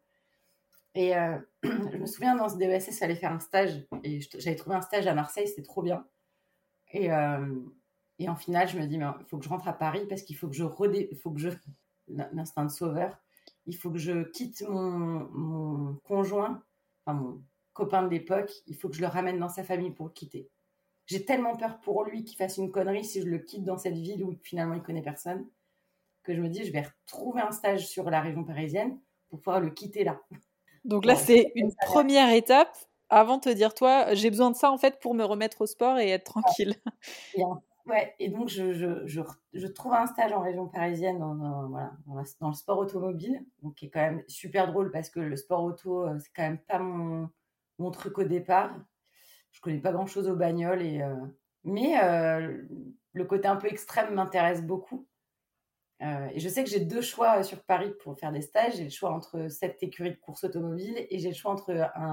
[SPEAKER 2] je me souviens, dans ce DESS, il fallait faire un stage. Et j'avais trouvé un stage à Marseille, c'était trop bien. Et en finale, je me dis, il faut que je rentre à Paris parce qu'il faut que l'instinct de sauveur, il faut que je quitte mon conjoint, enfin mon copain de l'époque, il faut que je le ramène dans sa famille pour le quitter. J'ai tellement peur pour lui qu'il fasse une connerie si je le quitte dans cette ville où finalement il connaît personne, que je me dis, je vais retrouver un stage sur la région parisienne pour pouvoir le quitter là.
[SPEAKER 3] Donc là, c'est une première étape avant de te dire, toi, j'ai besoin de ça en fait pour me remettre au sport et être tranquille.
[SPEAKER 2] Et donc je trouve un stage en région parisienne dans le sport automobile, donc qui est quand même super drôle parce que le sport auto, c'est quand même pas mon truc au départ. Je connais pas grand chose aux bagnoles mais le côté un peu extrême m'intéresse beaucoup. Et je sais que j'ai 2 choix sur Paris pour faire des stages. J'ai le choix entre cette écurie de course automobile et j'ai le choix entre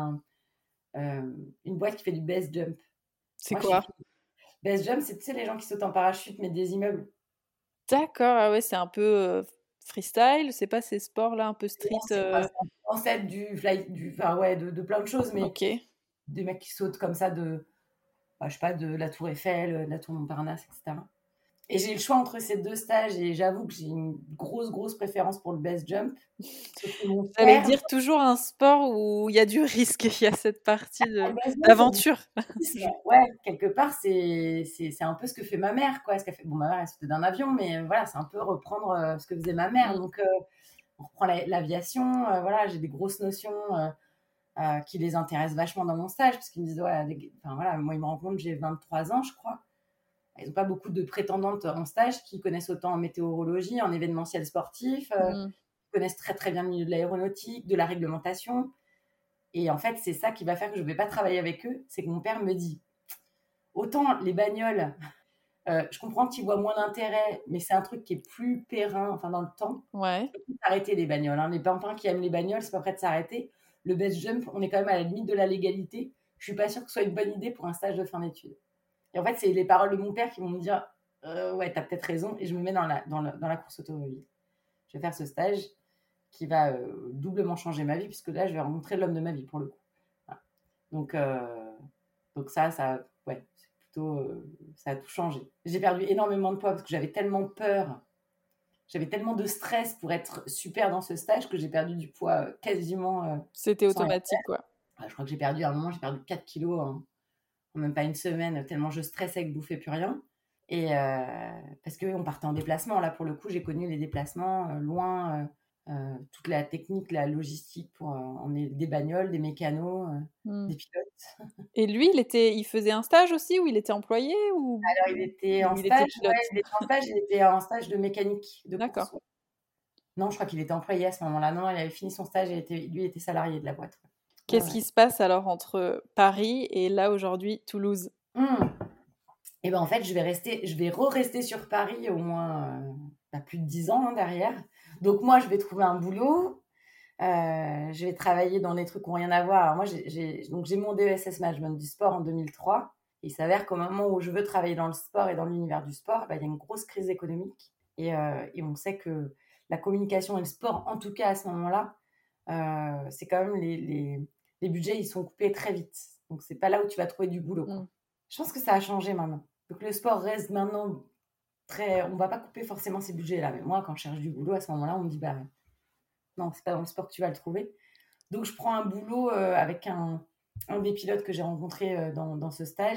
[SPEAKER 2] une boîte qui fait du base jump.
[SPEAKER 3] C'est quoi?
[SPEAKER 2] Base jump, c'est, tu sais, les gens qui sautent en parachute mais des immeubles.
[SPEAKER 3] D'accord, ah ouais, c'est un peu freestyle, c'est pas ces sports-là un peu street.
[SPEAKER 2] C'est ancêtre du fly, de plein de choses, mais des mecs qui sautent comme ça je sais pas, de la Tour Eiffel, de la Tour Montparnasse, etc. Et j'ai le choix entre ces 2 stages et j'avoue que j'ai une grosse préférence pour le base jump.
[SPEAKER 3] J'allais dire toujours un sport où il y a du risque, il y a cette partie d'aventure.
[SPEAKER 2] Ouais, quelque part, c'est un peu ce que fait ma mère, quoi. Ma mère, elle sautait d'un avion, mais voilà, c'est un peu reprendre ce que faisait ma mère. Donc, on reprend l'aviation. Voilà, j'ai des grosses notions qui les intéressent vachement dans mon stage, parce qu'ils me disent, voilà, moi, ils me rencontrent, j'ai 23 ans, je crois. Ils n'ont pas beaucoup de prétendantes en stage qui connaissent autant en météorologie, en événementiel sportif, qui connaissent très très bien le milieu de l'aéronautique, de la réglementation. Et en fait, c'est ça qui va faire que je ne vais pas travailler avec eux. C'est que mon père me dit, autant les bagnoles, je comprends que tu vois moins d'intérêt, mais c'est un truc qui est plus périn, dans le temps.
[SPEAKER 3] Ouais.
[SPEAKER 2] Il faut s'arrêter les bagnoles. Hein. Les pampins qui aiment les bagnoles, c'est pas prêt de s'arrêter. Le base jump, on est quand même à la limite de la légalité. Je suis pas sûre que ce soit une bonne idée pour un stage de fin d'études. Et en fait, c'est les paroles de mon père qui vont me dire ouais, t'as peut-être raison, et je me mets dans la course automobile. je vais faire ce stage qui va doublement changer ma vie, puisque là, je vais rencontrer l'homme de ma vie, pour le coup. Voilà. Donc ça, ouais, c'est plutôt, ça a tout changé. J'ai perdu énormément de poids parce que j'avais tellement peur, j'avais tellement de stress pour être super dans ce stage que j'ai perdu du poids quasiment
[SPEAKER 3] C'était
[SPEAKER 2] sans rien
[SPEAKER 3] automatique, quoi.
[SPEAKER 2] faire. Je crois que j'ai perdu, à un moment, j'ai perdu 4 kilos en même pas une semaine, tellement je stressais que je bouffais plus rien. Et parce qu'on partait en déplacement, là, pour le coup, j'ai connu les déplacements loin, toute la technique, la logistique pour emmener des bagnoles, des mécanos, des pilotes.
[SPEAKER 3] Et lui, il faisait un stage aussi ou il était employé
[SPEAKER 2] Alors, il était en
[SPEAKER 3] il était
[SPEAKER 2] stage,
[SPEAKER 3] pilote?
[SPEAKER 2] il était en stage de mécanique de course.
[SPEAKER 3] D'accord.
[SPEAKER 2] Non, je crois qu'il était employé à ce moment-là. Non, il avait fini son stage et lui était salarié de la boîte. Ouais,
[SPEAKER 3] Qu'est-ce qui se passe alors entre Paris et là aujourd'hui Toulouse?
[SPEAKER 2] Et ben en fait, je vais re-rester sur Paris au moins plus de 10 ans derrière. Donc moi, je vais trouver un boulot. Je vais travailler dans des trucs qui n'ont rien à voir. Alors moi, j'ai mon DESS Management du sport en 2003. Il s'avère qu'au moment où je veux travailler dans le sport et dans l'univers du sport, il y a une grosse crise économique. Et on sait que la communication et le sport, en tout cas à ce moment-là, c'est quand même les budgets, ils sont coupés très vite. Donc, c'est pas là où tu vas trouver du boulot, quoi. Je pense que ça a changé maintenant. Donc, le sport reste maintenant on va pas couper forcément ces budgets-là. Mais moi, quand je cherche du boulot, à ce moment-là, on me dit, non, c'est pas dans le sport que tu vas le trouver. Donc, je prends un boulot avec un des pilotes que j'ai rencontré dans ce stage.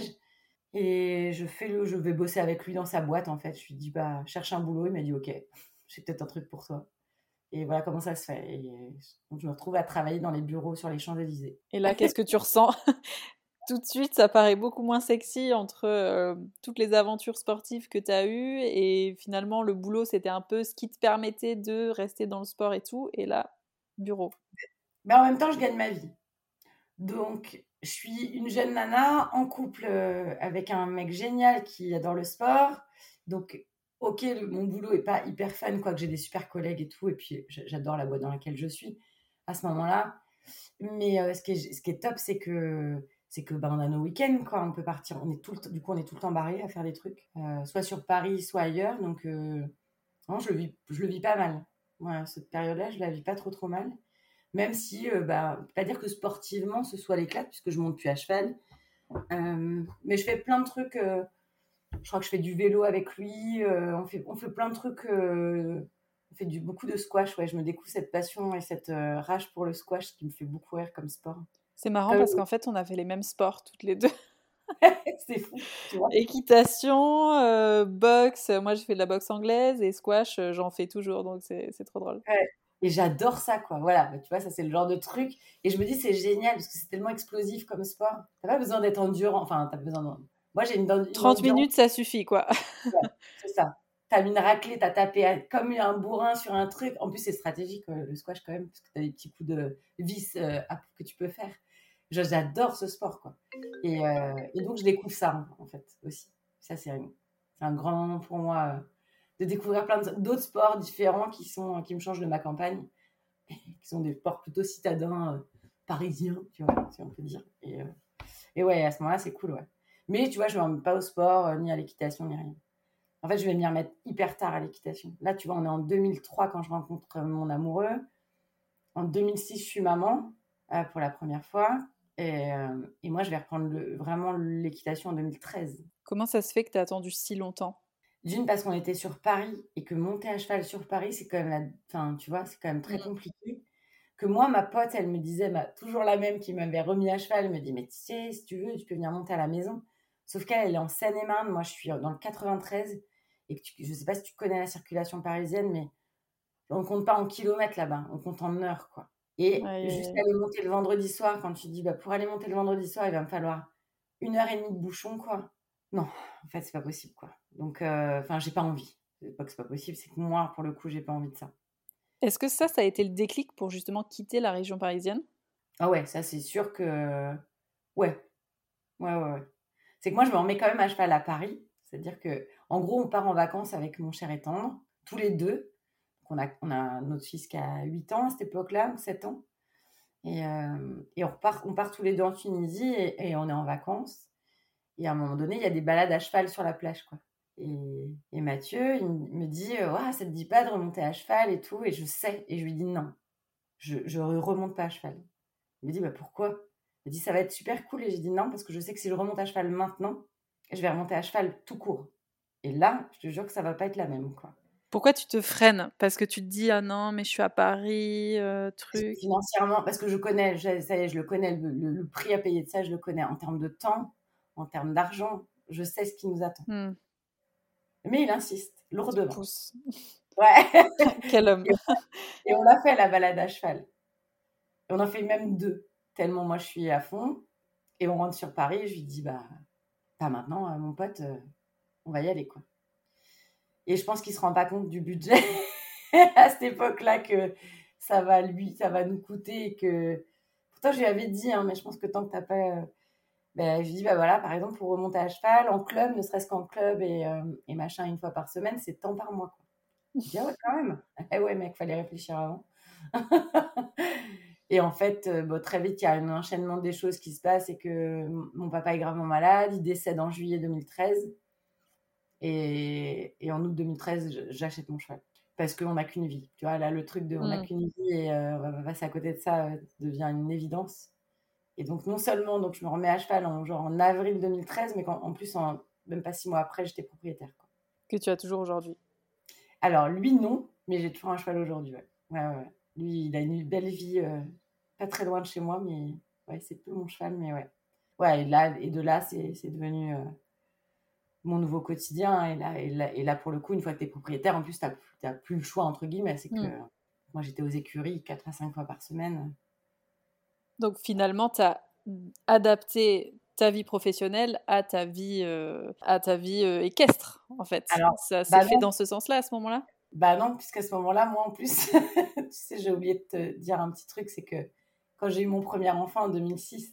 [SPEAKER 2] Et je vais bosser avec lui dans sa boîte, en fait. Je lui dis, cherche un boulot. Il m'a dit, OK, j'ai peut-être un truc pour toi. Et voilà comment ça se fait. Et donc, je me retrouve à travailler dans les bureaux sur les Champs-Élysées.
[SPEAKER 3] Et là, qu'est-ce que tu ressens? Tout de suite, ça paraît beaucoup moins sexy entre toutes les aventures sportives que tu as eues et finalement, le boulot, c'était un peu ce qui te permettait de rester dans le sport et tout. Et là, bureau.
[SPEAKER 2] En même temps, je gagne ma vie. Donc, je suis une jeune nana en couple avec un mec génial qui adore le sport. Donc, OK, mon boulot est pas hyper fun, quoique j'ai des super collègues et tout. Et puis, j'adore la boîte dans laquelle je suis à ce moment-là. Mais ce qui est top, c'est que on a nos week-ends, quoi. On peut partir. Du coup, on est tout le temps barré à faire des trucs, soit sur Paris, soit ailleurs. Donc, non, je le vis pas mal. Voilà, cette période-là, je la vis pas trop mal. Même si, pas dire que sportivement, ce soit l'éclate, puisque je monte plus à cheval. Mais je fais plein de trucs. Je crois que je fais du vélo avec lui. On fait plein de trucs. On fait beaucoup de squash. Ouais, je me découvre cette passion et cette rage pour le squash qui me fait beaucoup rire comme sport.
[SPEAKER 3] C'est marrant parce qu'en fait, on a fait les mêmes sports toutes les deux.
[SPEAKER 2] C'est fou, tu vois.
[SPEAKER 3] Équitation, boxe. Moi, je fais de la boxe anglaise et squash, j'en fais toujours, donc c'est trop drôle.
[SPEAKER 2] Ouais. Et j'adore ça, quoi. Voilà, tu vois, ça c'est le genre de truc. Et je me dis, c'est génial parce que c'est tellement explosif comme sport. T'as pas besoin d'être endurant. Enfin, t'as besoin de... Moi, j'ai une
[SPEAKER 3] 30
[SPEAKER 2] endurance.
[SPEAKER 3] minutes, ça suffit, quoi.
[SPEAKER 2] Ouais, c'est ça. T'as mis une raclée, t'as tapé comme un bourrin sur un truc. En plus, c'est stratégique, le squash, quand même, parce que t'as des petits coups de vis que tu peux faire. J'adore ce sport, quoi. Et donc, je découvre ça, en fait, aussi. Ça, c'est un grand moment pour moi de découvrir plein d'autres sports différents qui me changent de ma campagne, qui sont des sports plutôt citadins parisiens, tu vois, si on peut dire. Et ouais, à ce moment-là, c'est cool, ouais. Mais tu vois, je ne me remets pas au sport, ni à l'équitation, ni rien. En fait, je vais m'y remettre hyper tard à l'équitation. Là, tu vois, on est en 2003 quand je rencontre mon amoureux. En 2006, je suis maman pour la première fois. Et moi, je vais reprendre vraiment l'équitation en 2013.
[SPEAKER 3] Comment ça se fait que tu as attendu si longtemps?
[SPEAKER 2] D'une, parce qu'on était sur Paris et que monter à cheval sur Paris, c'est quand même, enfin, tu vois, c'est quand même très compliqué. Que moi, ma pote, elle me disait, toujours la même qui m'avait remis à cheval, elle me dit, mais tu sais, si tu veux, tu peux venir monter à la maison. Sauf qu'elle, elle est en Seine-et-Marne, moi, je suis dans le 93. Et je ne sais pas si tu connais la circulation parisienne, mais on ne compte pas en kilomètres là-bas, on compte en heures, quoi. Et juste aller monter le vendredi soir, quand tu dis, pour aller monter le vendredi soir, il va me falloir 1 heure et demie de bouchon, quoi. Non, en fait, c'est pas possible, quoi. Donc, j'ai pas envie. C'est pas que c'est pas possible, c'est que moi, pour le coup, j'ai pas envie de ça.
[SPEAKER 3] Est-ce que ça a été le déclic pour justement quitter la région parisienne?
[SPEAKER 2] Ah ouais, ça, c'est sûr que... Ouais. Ouais. C'est que moi, je me remets quand même à cheval à Paris. C'est-à-dire que, en gros, on part en vacances avec mon cher et tendre, tous les deux. On a notre fils qui a 8 ans à cette époque-là, ou 7 ans. Et on part tous les deux en Tunisie et on est en vacances. Et à un moment donné, il y a des balades à cheval sur la plage, quoi. Et Mathieu, il me dit Ouah, ça te dit pas de remonter à cheval et tout. Et je sais. Et je lui dis non, je remonte pas à cheval. Il me dit pourquoi? Il me dit ça va être super cool. Et j'ai dit non, parce que je sais que si je remonte à cheval maintenant, je vais remonter à cheval tout court. Et là, je te jure que ça va pas être la même, quoi.
[SPEAKER 3] Pourquoi tu te freines? Parce que tu te dis: «Ah non, mais je suis à Paris, truc».
[SPEAKER 2] Financièrement, parce que je connais, ça y est, je le connais, le prix à payer de ça, je le connais en termes de temps, en termes d'argent, je sais ce qui nous attend. Mais il insiste,
[SPEAKER 3] Tu
[SPEAKER 2] lourdement.
[SPEAKER 3] pousses.
[SPEAKER 2] Ouais.
[SPEAKER 3] Quel homme.
[SPEAKER 2] Et on l'a fait, la balade à cheval. Et on en fait même 2, tellement moi je suis à fond. Et on rentre sur Paris, et je lui dis pas maintenant, mon pote, on va y aller, quoi. Et je pense qu'il se rend pas compte du budget à cette époque-là, que ça va nous coûter, et que pourtant je lui avais dit, hein, mais je pense que tant que t'as pas je lui dis voilà, par exemple, pour remonter à cheval en club, ne serait-ce qu'en club et machin, une fois par semaine, c'est tant par mois, quoi. Je dis ah ouais, quand même. Eh ouais, mec, fallait réfléchir avant. Et en fait, très vite, il y a un enchaînement des choses qui se passent, et que mon papa est gravement malade, il décède en juillet 2013. Et en août 2013, j'achète mon cheval. Parce qu'on n'a qu'une vie. Tu vois, là, le truc de on n'a qu'une vie et on va passer à côté de ça devient une évidence. Et donc, non seulement je me remets à cheval en avril 2013, mais en plus, même pas 6 mois après, j'étais propriétaire, quoi.
[SPEAKER 3] Que tu as toujours aujourd'hui.
[SPEAKER 2] Alors, lui, non, mais j'ai toujours un cheval aujourd'hui. Ouais. Ouais. Lui, il a une belle vie, pas très loin de chez moi, mais ouais, c'est plus mon cheval, mais ouais. Ouais, et de là, c'est devenu mon nouveau quotidien. Et là, pour le coup, une fois que tu es propriétaire, en plus, tu n'as plus le choix, entre guillemets. C'est que moi, j'étais aux écuries 4 à 5 fois par semaine.
[SPEAKER 3] Donc finalement, tu as adapté ta vie professionnelle à ta vie équestre, en fait.
[SPEAKER 2] Alors,
[SPEAKER 3] ça s'est fait
[SPEAKER 2] non.
[SPEAKER 3] dans ce sens-là, à ce moment-là?
[SPEAKER 2] Non, puisqu'à ce moment-là, moi, en plus, tu sais, j'ai oublié de te dire un petit truc, c'est que quand j'ai eu mon premier enfant en 2006,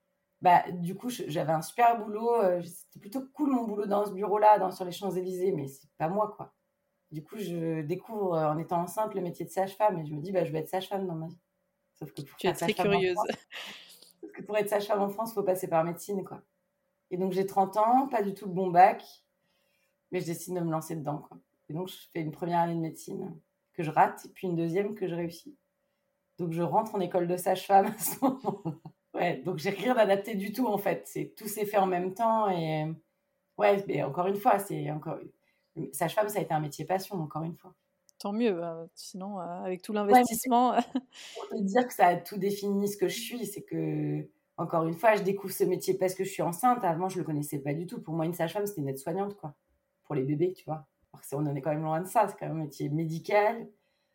[SPEAKER 2] du coup, j'avais un super boulot. C'était plutôt cool, mon boulot dans ce bureau-là, sur les Champs-Élysées, mais c'est pas moi, quoi. Du coup, je découvre en étant enceinte le métier de sage-femme, et je me dis, je vais être sage-femme dans ma vie. Sauf que pour
[SPEAKER 3] Tu es
[SPEAKER 2] faire
[SPEAKER 3] très
[SPEAKER 2] sage-femme en
[SPEAKER 3] curieuse.
[SPEAKER 2] France, pour être sage-femme en France, il faut passer par médecine, quoi. Et donc, j'ai 30 ans, pas du tout le bon bac, mais je décide de me lancer dedans, quoi. Et donc, je fais une première année de médecine que je rate, et puis une deuxième que je réussis. Donc, je rentre en école de sage-femme à ce moment-là. Ouais, donc j'ai rien adapté du tout, en fait. Tout s'est fait en même temps. Et ouais, mais encore une fois, sage-femme, ça a été un métier passion, encore une fois.
[SPEAKER 3] Tant mieux, sinon, avec tout l'investissement.
[SPEAKER 2] Ouais, pour te dire que ça a tout défini ce que je suis, c'est que, encore une fois, je découvre ce métier parce que je suis enceinte. Avant, je le connaissais pas du tout. Pour moi, une sage-femme, c'était une aide-soignante, quoi. Pour les bébés, tu vois. Alors on en est quand même loin de ça. C'est quand même un métier médical.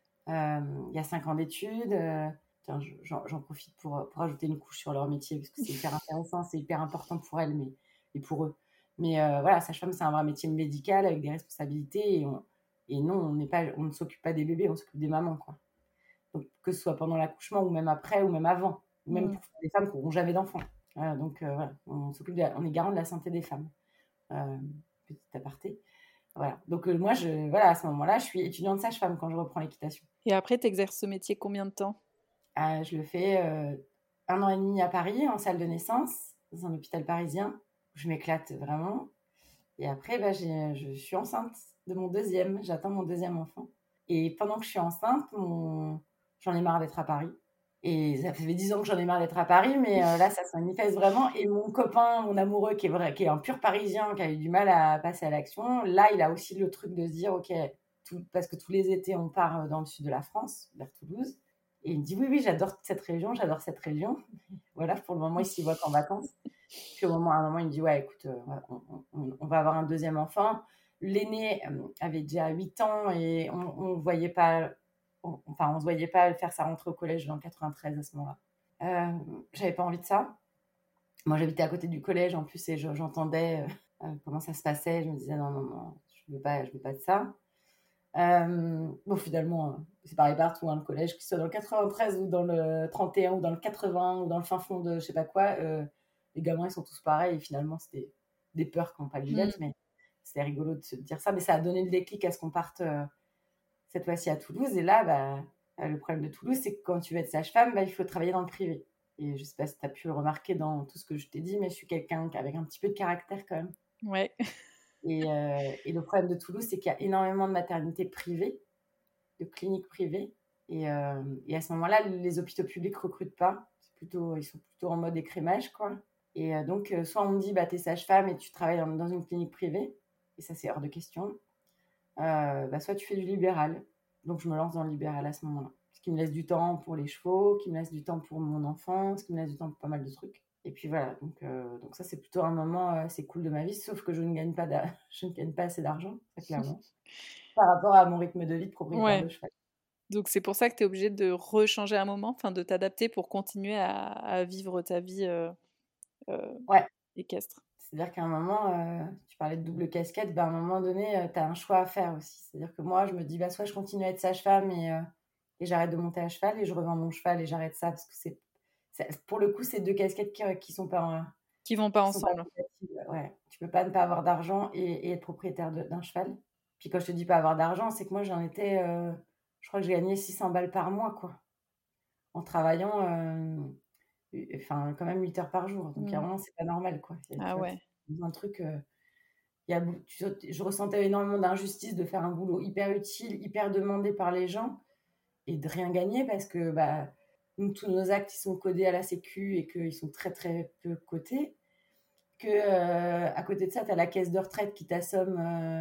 [SPEAKER 2] Il y a 5 ans d'études. Tiens, j'en profite pour ajouter une couche sur leur métier, parce que c'est hyper intéressant, c'est hyper important pour elles et pour eux. Mais voilà, sage-femme, c'est un vrai métier médical avec des responsabilités. Et non, on ne s'occupe pas des bébés, on s'occupe des mamans, quoi. Donc, que ce soit pendant l'accouchement, ou même après, ou même avant, ou même pour des femmes qui n'auront jamais d'enfants. Donc, voilà, on est garant de la santé des femmes. Petit aparté. Voilà. Donc, moi, à ce moment-là, je suis étudiante sage-femme quand je reprends l'équitation.
[SPEAKER 3] Et après, tu exerces ce métier combien de temps?
[SPEAKER 2] Je le fais 1 an et demi à Paris, en salle de naissance, dans un hôpital parisien. Je m'éclate vraiment. Et après, je suis enceinte de mon deuxième. J'attends mon deuxième enfant. Et pendant que je suis enceinte, j'en ai marre d'être à Paris. Et ça fait 10 ans que j'en ai marre d'être à Paris, mais là, ça se manifeste vraiment. Et mon copain, mon amoureux, qui est un pur Parisien, qui a eu du mal à passer à l'action, là, il a aussi le truc de se dire, OK, parce que tous les étés, on part dans le sud de la France, vers Toulouse. Et il me dit, oui, j'adore cette région. Voilà, pour le moment, il s'y voit qu'en vacances. Puis à un moment, il me dit, ouais, écoute, on va avoir un deuxième enfant. L'aîné avait déjà 8 ans, et on ne voyait pas, on se voyait pas faire sa rentrée au collège dans le 93 à ce moment-là. J'avais pas envie de ça. Moi, j'habitais à côté du collège en plus, et j'entendais comment ça se passait. Je me disais, non, je veux pas de ça. Finalement, c'est pareil partout, hein, le collège, que ce soit dans le 93 ou dans le 31 ou dans le 80 ou dans le fin fond de je sais pas quoi, les gamins, ils sont tous pareils, et finalement, c'était des peurs qui n'ont pas lieu d'être, mais c'était rigolo de se dire ça. Mais ça a donné le déclic à ce qu'on parte cette fois-ci à Toulouse. Et là, le problème de Toulouse, c'est que quand tu veux être sage-femme, il faut travailler dans le privé. Et je sais pas si tu as pu le remarquer dans tout ce que je t'ai dit, mais je suis quelqu'un avec un petit peu de caractère quand même.
[SPEAKER 3] Ouais.
[SPEAKER 2] Et le problème de Toulouse, c'est qu'il y a énormément de maternités privées, de cliniques privées. Et à ce moment-là, les hôpitaux publics ne recrutent pas. Ils sont plutôt en mode écrémage, quoi. Donc, soit on me dit, bah, t'es sage-femme et tu travailles dans une clinique privée, et ça, c'est hors de question. Bah, soit tu fais du libéral. Donc, je me lance dans le libéral à ce moment-là. Ce qui me laisse du temps pour les chevaux, qui me laisse du temps pour mon enfant, ce qui me laisse du temps pour pas mal de trucs. Et puis voilà, donc ça, c'est plutôt un moment assez cool de ma vie, sauf que je ne gagne pas, je ne gagne pas assez d'argent, très clairement, par rapport à mon rythme de vie de propriétaire
[SPEAKER 3] Ouais.
[SPEAKER 2] de cheval.
[SPEAKER 3] Donc c'est pour ça que tu es obligé de rechanger un moment, enfin de t'adapter pour continuer à vivre ta vie
[SPEAKER 2] Ouais,
[SPEAKER 3] équestre.
[SPEAKER 2] c'est-à-dire qu'à un moment, tu parlais de double casquette, bah, à un moment donné, tu as un choix à faire aussi. C'est-à-dire que moi, je me dis, bah, soit je continue à être sage-femme et j'arrête de monter à cheval et je revends mon cheval et j'arrête ça parce que pour le coup, c'est deux casquettes qui sont pas,
[SPEAKER 3] Qui vont pas
[SPEAKER 2] qui sont pas
[SPEAKER 3] ensemble.
[SPEAKER 2] compatibles. Ouais. Tu peux pas ne pas avoir d'argent et être propriétaire d'un cheval. Puis quand je te dis pas avoir d'argent, c'est que moi, je crois que j'ai gagné 600 balles par mois, quoi, en travaillant enfin, quand même 8 heures par jour. Donc, à un moment, c'est pas normal, quoi. Tu
[SPEAKER 3] Ah
[SPEAKER 2] vois,
[SPEAKER 3] ouais.
[SPEAKER 2] c'est un truc. Je ressentais énormément d'injustice de faire un boulot hyper utile, hyper demandé par les gens et de rien gagner parce que bah, tous nos actes ils sont codés à la Sécu et qu'ils sont très très peu cotés. À côté de ça, tu as la caisse de retraite qui t'assomme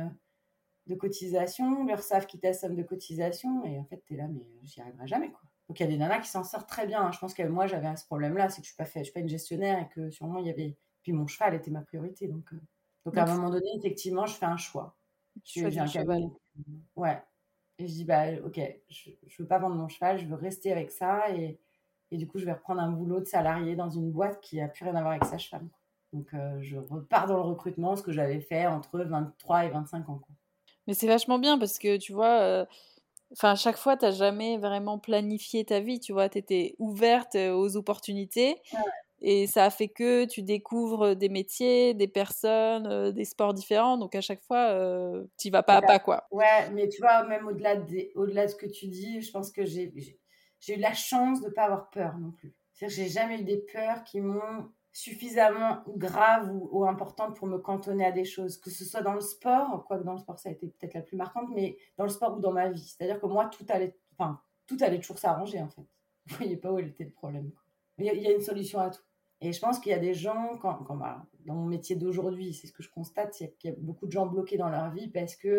[SPEAKER 2] de cotisation, l'URSSAF qui t'assomme de cotisation et en fait, tu es là, mais j'y arriverai jamais, quoi. Donc il y a des nanas qui s'en sortent très bien. Je pense que moi, j'avais ce problème-là, c'est que je suis pas une gestionnaire et que sûrement il y avait. Puis mon cheval était ma priorité. Donc à un
[SPEAKER 3] Donc
[SPEAKER 2] moment donné, effectivement, je fais un choix.
[SPEAKER 3] tu choisis
[SPEAKER 2] J'ai
[SPEAKER 3] le
[SPEAKER 2] un
[SPEAKER 3] cheval.
[SPEAKER 2] cabinet. Ouais. Et je dis, bah, ok, je veux pas vendre mon cheval, je veux rester avec ça. Et du coup, je vais reprendre un boulot de salarié dans une boîte qui a plus rien à voir avec sage-femme. Donc je repars dans le recrutement, ce que j'avais fait entre 23 et 25 ans, quoi.
[SPEAKER 3] Mais c'est vachement bien parce que tu vois, enfin à chaque fois, t'as jamais vraiment planifié ta vie, tu vois, t'étais ouverte aux opportunités et ça a fait que tu découvres des métiers, des personnes, des sports différents. Donc à chaque fois, t'y vas pas
[SPEAKER 2] Et
[SPEAKER 3] à pas, quoi.
[SPEAKER 2] ouais, mais tu vois, même au-delà de ce que tu dis, je pense que j'ai eu la chance de ne pas avoir peur non plus. C'est-à-dire que j'ai jamais eu des peurs qui m'ont suffisamment graves ou importantes pour me cantonner à des choses, que ce soit dans le sport, quoique dans le sport ça a été peut-être la plus marquante, mais dans le sport ou dans ma vie. C'est-à-dire que moi, tout allait toujours s'arranger en fait. Vous voyez pas où était le problème, quoi. Il y a une solution à tout. Et je pense qu'il y a des gens, bah, dans mon métier d'aujourd'hui, c'est ce que je constate, c'est qu'il y a beaucoup de gens bloqués dans leur vie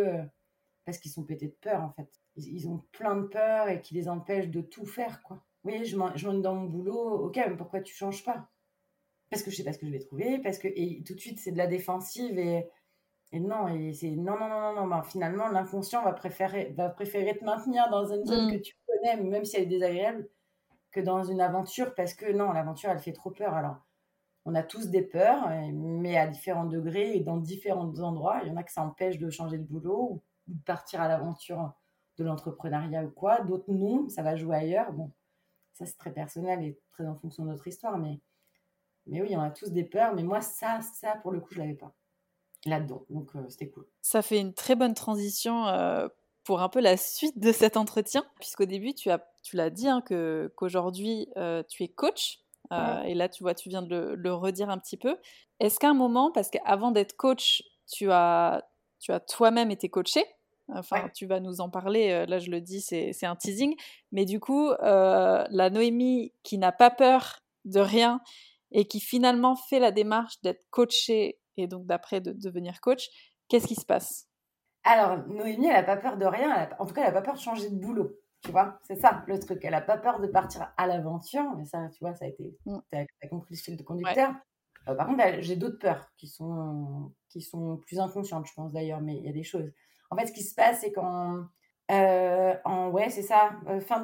[SPEAKER 2] parce qu'ils sont pétés de peur, en fait. Ils ont plein de peur et qui les empêchent de tout faire, quoi. Oui, je m'ennuie dans mon boulot, ok, mais pourquoi tu changes pas? Parce que je sais pas ce que je vais trouver, et tout de suite, c'est de la défensive et non, et c'est non, non, non, non, non. Ben, finalement, l'inconscient va préférer te maintenir dans une zone que
[SPEAKER 3] Mm.
[SPEAKER 2] tu connais, même si elle est désagréable, que dans une aventure, parce que non, l'aventure, elle fait trop peur. Alors, on a tous des peurs, mais à différents degrés et dans différents endroits. Il y en a que ça empêche de changer de boulot ou de partir à l'aventure de l'entrepreneuriat ou quoi. D'autres, non, ça va jouer ailleurs. Bon, ça, c'est très personnel et très en fonction de notre histoire. Mais oui, on a tous des peurs. Mais moi, ça pour le coup, je l'avais pas là-dedans. Donc, c'était cool.
[SPEAKER 3] Ça fait une très bonne transition pour un peu la suite de cet entretien, puisqu'au début, tu l'as dit hein, qu'aujourd'hui, tu es coach.
[SPEAKER 2] Ouais.
[SPEAKER 3] Et là, tu vois, tu viens de le redire un petit peu. Est-ce qu'à un moment, parce qu'avant d'être coach, tu as toi-même été coaché, enfin,
[SPEAKER 2] Ouais.
[SPEAKER 3] tu vas nous en parler, là je le dis, c'est un teasing, mais du coup, la Noémie qui n'a pas peur de rien et qui finalement fait la démarche d'être coachée et donc d'après de devenir coach, qu'est-ce qui se passe?
[SPEAKER 2] Alors, Noémie, elle n'a pas peur de rien. En tout cas, elle n'a pas peur de changer de boulot. Tu vois, c'est ça le truc. Elle n'a pas peur de partir à l'aventure. Mais ça, tu vois, ça a été.
[SPEAKER 3] Mm.
[SPEAKER 2] Tu as compris le fil de
[SPEAKER 3] Ouais.
[SPEAKER 2] conducteur. Par contre, j'ai d'autres peurs qui sont plus inconscientes, je pense d'ailleurs, mais il y a des choses. En fait, ce qui se passe, c'est ouais, c'est ça, fin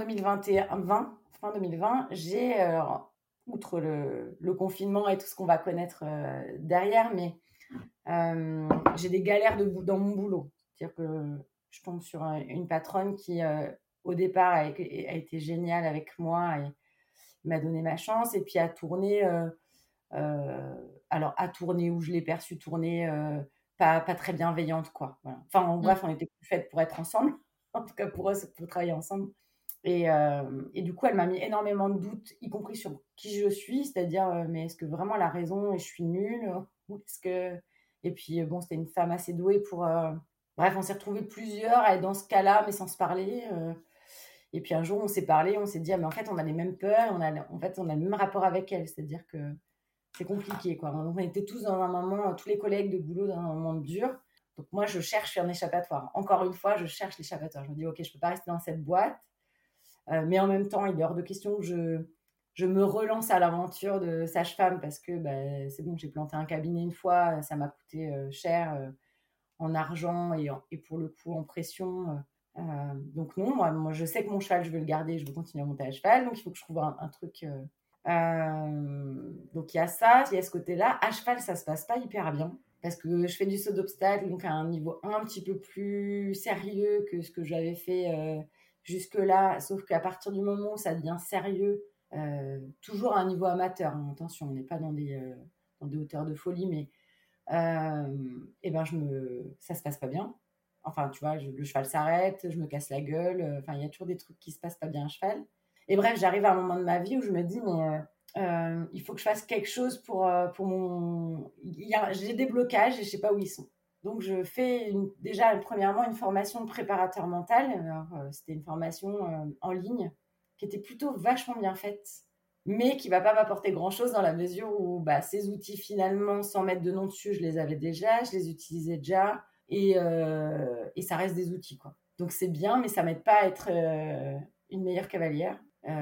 [SPEAKER 2] 2020, j'ai, outre le confinement et tout ce qu'on va connaître derrière, mais j'ai des galères dans mon boulot. C'est-à-dire que je tombe sur une patronne qui, au départ, a été géniale avec moi et m'a donné ma chance, et puis a tourné. Alors, à tourner où je l'ai perçue tourner, pas très bienveillante, quoi. Voilà. Enfin, en
[SPEAKER 3] Mm.
[SPEAKER 2] bref, on était plus faites pour être ensemble. En tout cas, pour eux, c'est pour travailler ensemble. Et du coup, elle m'a mis énormément de doutes, y compris sur qui je suis, c'est-à-dire, mais est-ce que vraiment la raison et je suis nulle ou est-ce que. Et puis, bon, c'était une femme assez douée pour... Bref, on s'est retrouvés plusieurs à être dans ce cas-là, mais sans se parler. Et puis un jour, on s'est parlé, on s'est dit, ah, mais en fait, on a les mêmes peurs, en fait, on a le même rapport avec elle. C'est-à-dire que c'est compliqué, quoi. Donc, on était tous dans un moment, tous les collègues de boulot, dans un moment dur. Donc moi, je cherche un échappatoire. Encore une fois, je cherche l'échappatoire. Je me dis, ok, je ne peux pas rester dans cette boîte. Mais en même temps, il est hors de question que je me relance à l'aventure de sage-femme parce que c'est bon, j'ai planté un cabinet une fois, ça m'a coûté cher en argent et pour le coup en pression. Donc non, moi, je sais que mon cheval, je veux le garder, je veux continuer à monter à cheval, donc il faut que je trouve un truc. Donc il y a ça, il y a ce côté-là. À cheval, ça se passe pas hyper bien parce que je fais du saut d'obstacle, donc à un niveau un petit peu plus sérieux que ce que j'avais fait jusque-là, sauf qu'à partir du moment où ça devient sérieux, toujours à un niveau amateur, hein, attention, on n'est pas dans des hauteurs de folie, mais et ben ça se passe pas bien. Enfin, tu vois, le cheval s'arrête, je me casse la gueule. Enfin, il y a toujours des trucs qui se passent pas bien à cheval. Et bref, j'arrive à un moment de ma vie où je me dis, mais il faut que je fasse quelque chose pour mon... J'ai des blocages et je sais pas où ils sont. Donc, je fais déjà, premièrement, une formation de préparateur mental. Alors, c'était une formation en ligne qui était plutôt vachement bien faite, mais qui ne va pas m'apporter grand-chose dans la mesure où ces outils, finalement, sans mettre de nom dessus, je les avais déjà, je les utilisais déjà, et ça reste des outils, quoi. Donc, c'est bien, mais ça ne m'aide pas à être une meilleure cavalière.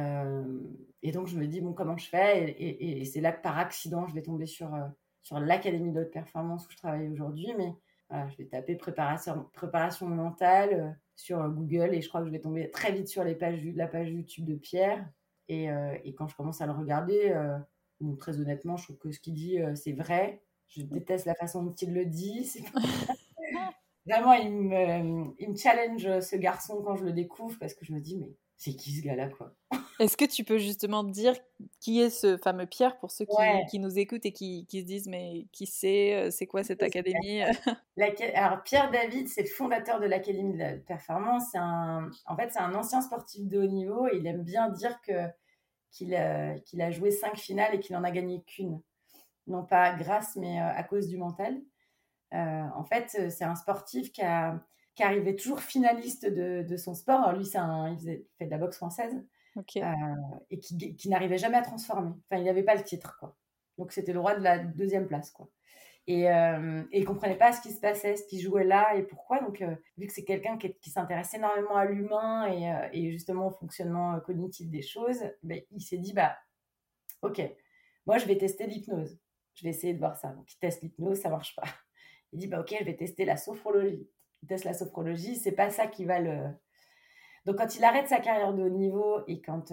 [SPEAKER 2] Et donc, je me dis, bon, comment je fais ? Et c'est là que, par accident, je vais tomber sur l'Académie de haute performance où je travaille aujourd'hui, mais voilà, je vais taper préparation mentale sur Google, et je crois que je vais tomber très vite sur la page YouTube de Pierre. Et quand je commence à le regarder, bon, très honnêtement, je trouve que ce qu'il dit, c'est vrai. Je déteste la façon dont il le dit. Vraiment, il me challenge, ce garçon, quand je le découvre, parce que je me dis, mais c'est qui ce gars-là, quoi ?
[SPEAKER 3] Est-ce que tu peux justement dire qui est ce fameux Pierre pour ceux
[SPEAKER 2] Ouais.
[SPEAKER 3] qui nous écoutent et qui se disent mais qui c'est quoi cette académie?
[SPEAKER 2] Alors, Pierre David, c'est le fondateur de l'Académie de la performance. En fait, c'est un ancien sportif de haut niveau et il aime bien dire qu'il a joué 5 finales et qu'il n'en a gagné qu'une. Non pas grâce, mais à cause du mental. En fait, c'est un sportif qui arrivait toujours finaliste de son sport. Alors lui, il fait de la boxe française.
[SPEAKER 3] Okay.
[SPEAKER 2] Et qui n'arrivait jamais à transformer. Enfin, il n'avait pas le titre, quoi. Donc, c'était le roi de la deuxième place, quoi. Et il ne comprenait pas ce qui se passait, ce qui jouait là et pourquoi. Donc, vu que c'est quelqu'un qui s'intéresse énormément à l'humain et justement au fonctionnement cognitif des choses, il s'est dit, ok, moi, je vais tester l'hypnose. Je vais essayer de voir ça. Donc, il teste l'hypnose, ça ne marche pas. Il dit, ok, je vais tester la sophrologie. Il teste la sophrologie, c'est pas ça qui va le... Donc, quand il arrête sa carrière de haut niveau et quand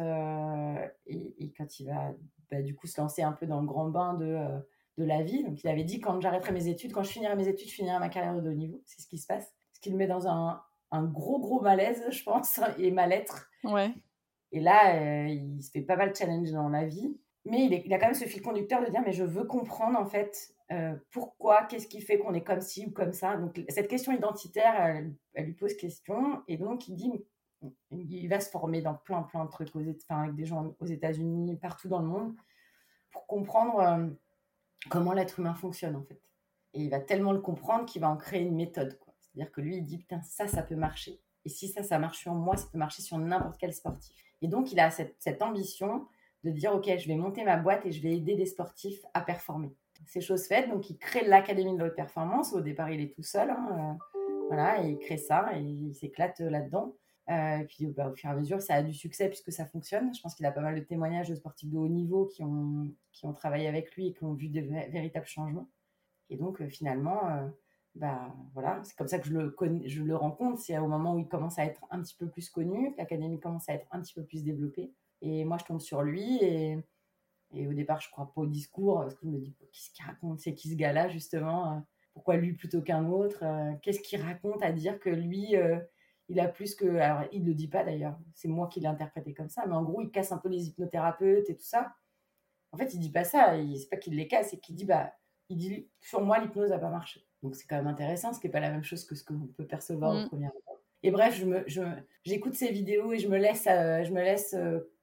[SPEAKER 2] il va du coup se lancer un peu dans le grand bain de la vie, donc il avait dit, quand j'arrêterai mes études, quand je finirai mes études, je finirai ma carrière de haut niveau. C'est ce qui se passe. Ce qui le met dans un gros malaise, je pense, et mal-être.
[SPEAKER 3] Ouais.
[SPEAKER 2] Et là, il se fait pas mal challenge dans la vie. Mais il a quand même ce fil conducteur de dire, mais je veux comprendre en fait pourquoi, qu'est-ce qui fait qu'on est comme ci ou comme ça. Donc, cette question identitaire, elle lui pose question. Et donc, il va se former dans plein de trucs avec des gens aux États-Unis, partout dans le monde, pour comprendre comment l'être humain fonctionne en fait. Et il va tellement le comprendre qu'il va en créer une méthode, quoi. C'est-à-dire que lui, il dit, putain, ça peut marcher. Et si ça marche sur moi, ça peut marcher sur n'importe quel sportif. Et donc, il a cette ambition de dire, ok, je vais monter ma boîte et je vais aider des sportifs à performer. C'est chose faite, donc il crée l'Académie de haute performance. Au départ, il est tout seul, voilà, et il crée ça et il s'éclate là-dedans. Et puis au fur et à mesure, ça a du succès puisque ça fonctionne. Je pense qu'il a pas mal de témoignages de sportifs de haut niveau qui ont travaillé avec lui et qui ont vu des véritables changements. Et donc finalement, voilà, c'est comme ça que je le rencontre. C'est au moment où il commence à être un petit peu plus connu, que l'académie commence à être un petit peu plus développée. Et moi, je tombe sur lui et au départ, je ne crois pas au discours parce que je me dis, qu'est-ce qu'il raconte ? C'est qui ce gars-là, justement ? Pourquoi lui plutôt qu'un autre ? Qu'est-ce qu'il raconte à dire que lui, il a plus que... Alors, il ne le dit pas d'ailleurs, c'est moi qui l'ai interprété comme ça, mais en gros, il casse un peu les hypnothérapeutes et tout ça. En fait, il ne dit pas ça, c'est pas qu'il les casse, c'est qu'il dit, sur moi, l'hypnose n'a pas marché. Donc, c'est quand même intéressant, ce qui n'est pas la même chose que ce qu'on peut percevoir au premier abord. Et bref, j'écoute ces vidéos et je me laisse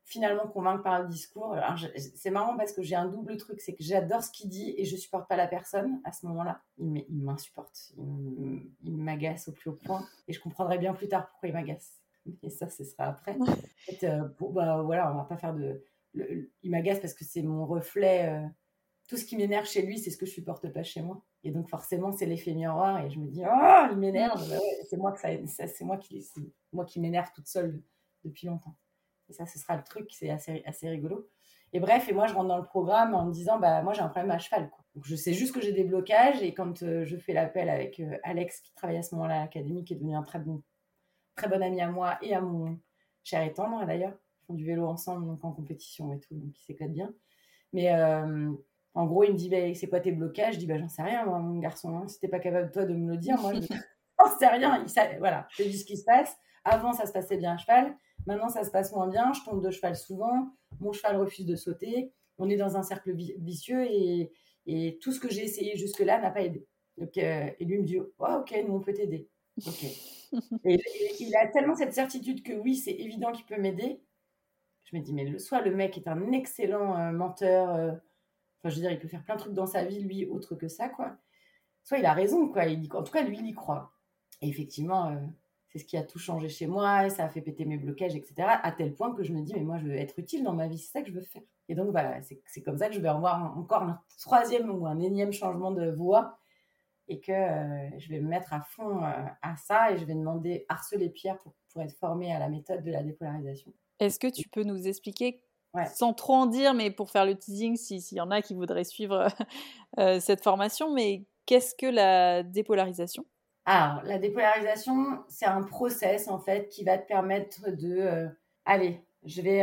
[SPEAKER 2] finalement convaincre par le discours. Alors, c'est marrant parce que j'ai un double truc, c'est que j'adore ce qu'il dit et je supporte pas la personne à ce moment-là. Il m'insupporte, il m'agace au plus haut point et je comprendrai bien plus tard pourquoi il m'agace. Et ça, ce sera après. En fait, voilà, on va pas faire il m'agace parce que c'est mon reflet. Tout ce qui m'énerve chez lui, c'est ce que je supporte pas chez moi. Et donc forcément, c'est l'effet miroir et je me dis, oh, il m'énerve. Bah ouais, c'est moi qui m'énerve toute seule depuis longtemps. Et ça, ce sera le truc, c'est assez rigolo. Et bref, et moi, je rentre dans le programme en me disant, bah, moi, j'ai un problème à cheval, quoi. Donc, je sais juste que j'ai des blocages. Et quand je fais l'appel avec Alex, qui travaille à ce moment-là à l'académie, qui est devenu un très bon ami à moi et à mon cher et tendre, d'ailleurs. Ils font du vélo ensemble, donc en compétition et tout, donc ils s'éclatent bien. Mais en gros, il me dit, bah, c'est quoi tes blocages? Je dis, bah, j'en sais rien, moi, mon garçon. Hein. Si t'es pas capable, toi, de me le dire, moi, je j'en sais rien. Voilà, je te dis ce qui se passe. Avant, ça se passait bien à cheval. Maintenant, ça se passe moins bien. Je tombe de cheval souvent. Mon cheval refuse de sauter. On est dans un cercle vicieux et tout ce que j'ai essayé jusque-là n'a pas aidé. Donc, et lui me dit, oh, ok, nous, on peut t'aider. Ok. Et il a tellement cette certitude que oui, c'est évident qu'il peut m'aider. Je me dis, mais soit le mec est un excellent menteur. Enfin, je veux dire, il peut faire plein de trucs dans sa vie, lui, autre que ça, quoi. Soit il a raison, quoi. En tout cas, lui, il y croit. Et effectivement, c'est ce qui a tout changé chez moi, et ça a fait péter mes blocages, etc. À tel point que je me dis, mais moi, je veux être utile dans ma vie, c'est ça que je veux faire. Et donc, voilà, c'est comme ça que je vais avoir encore un troisième ou un énième changement de voie, et que je vais me mettre à fond à ça, et je vais demander harceler Pierre pour être formée à la méthode de la dépolarisation.
[SPEAKER 3] Est-ce que tu peux nous expliquer,
[SPEAKER 2] Ouais.
[SPEAKER 3] sans trop en dire, mais pour faire le teasing, s'il y en a qui voudraient suivre cette formation, mais qu'est-ce que la dépolarisation?
[SPEAKER 2] Alors, la dépolarisation, c'est un process, en fait, qui va te permettre de... allez, je vais...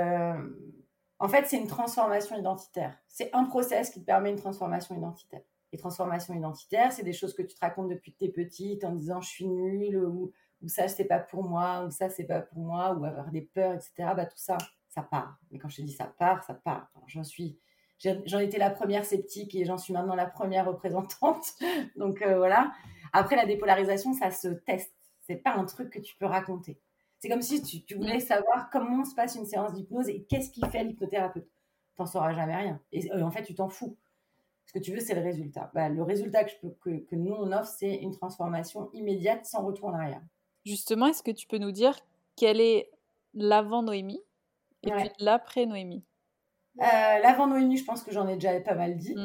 [SPEAKER 2] En fait, c'est une transformation identitaire. C'est un process qui te permet une transformation identitaire. Les transformations identitaires, c'est des choses que tu te racontes depuis que tu es petite en disant « je suis nulle » ou ça, c'est pas pour moi, ou ça, c'est pas pour moi, ou avoir des peurs, etc. Bah, tout ça, ça part. Mais quand je te dis ça part, ça part. Alors, j'en étais la première sceptique et j'en suis maintenant la première représentante. Donc, voilà. Après, la dépolarisation, ça se teste. C'est pas un truc que tu peux raconter. C'est comme si tu voulais savoir comment se passe une séance d'hypnose et qu'est-ce qu'il fait l'hypnothérapeute. T'en sauras jamais rien. Et en fait, tu t'en fous. Ce que tu veux, c'est le résultat. Bah, le résultat que nous, on offre, c'est une transformation immédiate sans retour en arrière.
[SPEAKER 3] Justement, est-ce que tu peux nous dire quel est l'avant Noémie et puis l'après Noémie?
[SPEAKER 2] L'avant Noémie, je pense que j'en ai déjà pas mal dit.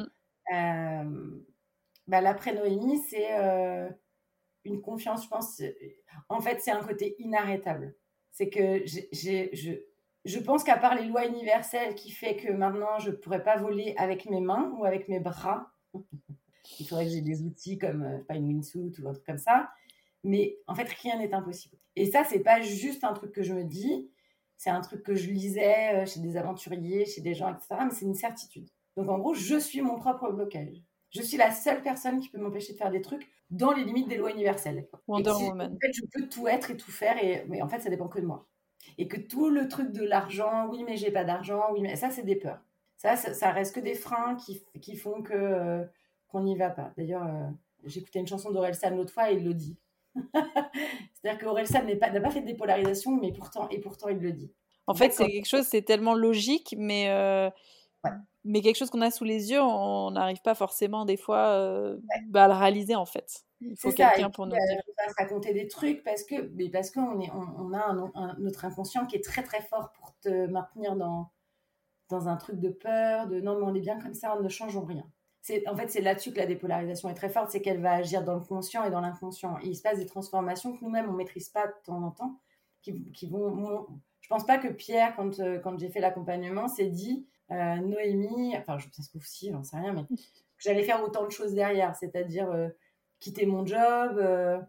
[SPEAKER 2] L'après Noémie, c'est une confiance, je pense. En fait, c'est un côté inarrêtable. C'est que je pense qu'à part les lois universelles qui fait que maintenant, je ne pourrais pas voler avec mes mains ou avec mes bras. Il faudrait que j'ai des outils comme pas une wingsuit ou un truc comme ça. Mais en fait, rien n'est impossible. Et ça, c'est pas juste un truc que je me dis. C'est un truc que je lisais chez des aventuriers, chez des gens, etc. Mais c'est une certitude. Donc, en gros, je suis mon propre blocage. Je suis la seule personne qui peut m'empêcher de faire des trucs dans les limites des lois universelles.
[SPEAKER 3] Wonder Woman.
[SPEAKER 2] En fait, je peux tout être et tout faire, mais en fait, ça dépend que de moi. Et que tout le truc de l'argent, oui, mais j'ai pas d'argent, oui, mais ça, c'est des peurs. Ça reste que des freins qui font qu'on n'y va pas. D'ailleurs, j'écoutais une chanson d'Orelsan l'autre fois et il le dit. C'est-à-dire qu'Orelsan n'a pas fait de dépolarisation, mais pourtant il le dit.
[SPEAKER 3] En fait, c'est quelque chose, c'est tellement logique, mais quelque chose qu'on a sous les yeux, on n'arrive pas forcément des fois à le réaliser en fait. Il faut quelqu'un pour nous dire.
[SPEAKER 2] On va se raconter des trucs parce qu'on a notre inconscient qui est très très fort pour te maintenir dans un truc de peur, de non mais on est bien comme ça, ne changeons rien. En fait, c'est là-dessus que la dépolarisation est très forte, c'est qu'elle va agir dans le conscient et dans l'inconscient. Et il se passe des transformations que nous-mêmes, on ne maîtrise pas de temps en temps, qui vont... Je ne pense pas que Pierre, quand j'ai fait l'accompagnement, s'est dit Noémie, enfin, ça se trouve si, j'en sais rien, mais que j'allais faire autant de choses derrière, c'est-à-dire quitter mon job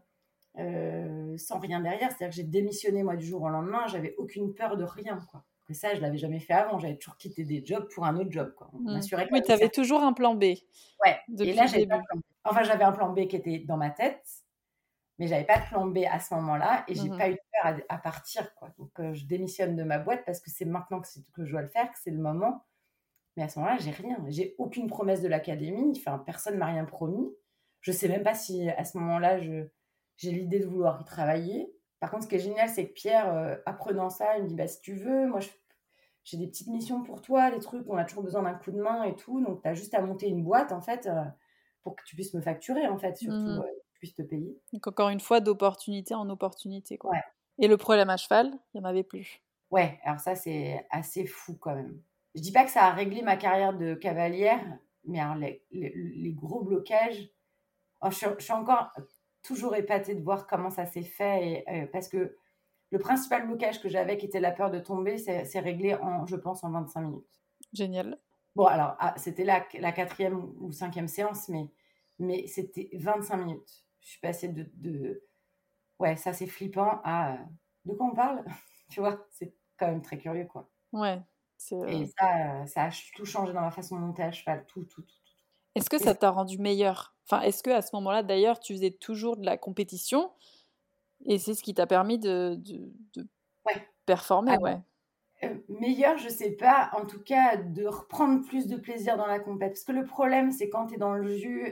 [SPEAKER 2] sans rien derrière. C'est-à-dire que j'ai démissionné, moi, du jour au lendemain, j'avais aucune peur de rien, quoi. Que ça, je l'avais jamais fait avant. J'avais toujours quitté des jobs pour un autre job, quoi.
[SPEAKER 3] Oui, tu avais toujours un plan B.
[SPEAKER 2] Ouais. Et là, j'avais pas de plan B. Enfin, j'avais un plan B qui était dans ma tête, mais j'avais pas de plan B à ce moment-là, et j'ai pas eu peur à partir, quoi. Donc, je démissionne de ma boîte parce que c'est maintenant que je dois le faire, que c'est le moment. Mais à ce moment-là, j'ai rien. J'ai aucune promesse de l'académie. Enfin, personne m'a rien promis. Je sais même pas si à ce moment-là, j'ai l'idée de vouloir y travailler. Par contre, ce qui est génial, c'est que Pierre, apprenant ça, il me dit, bah, si tu veux, moi, j'ai des petites missions pour toi, des trucs, on a toujours besoin d'un coup de main et tout. Donc, tu as juste à monter une boîte, en fait, pour que tu puisses me facturer, en fait, surtout,
[SPEAKER 3] Mmh.
[SPEAKER 2] que je puisse te payer.
[SPEAKER 3] Donc encore une fois, d'opportunité en opportunité, quoi.
[SPEAKER 2] Ouais.
[SPEAKER 3] Et le problème à cheval, il n'y en avait plus.
[SPEAKER 2] Ouais, alors ça, c'est assez fou quand même. Je dis pas que ça a réglé ma carrière de cavalière, mais alors les gros blocages, oh, je suis encore toujours épatée de voir comment ça s'est fait, parce que le principal blocage que j'avais, qui était la peur de tomber, c'est réglé je pense, en 25 minutes.
[SPEAKER 3] Génial.
[SPEAKER 2] Bon, alors, c'était la 4e ou 5e séance, mais c'était 25 minutes. Je suis passée ouais, ça c'est flippant, de quoi on parle? Tu vois, c'est quand même très curieux, quoi.
[SPEAKER 3] Ouais.
[SPEAKER 2] Et ça a tout changé dans ma façon de monter à cheval, tout, tout, tout, tout.
[SPEAKER 3] Est-ce que
[SPEAKER 2] Et
[SPEAKER 3] ça t'a rendu meilleur? Enfin, est-ce que à ce moment-là, d'ailleurs, tu faisais toujours de la compétition et c'est ce qui t'a permis de
[SPEAKER 2] ouais,
[SPEAKER 3] performer,
[SPEAKER 2] alors,
[SPEAKER 3] ouais.
[SPEAKER 2] meilleur, je sais pas, en tout cas, de reprendre plus de plaisir dans la compète. Parce que le problème, c'est quand tu es dans le jus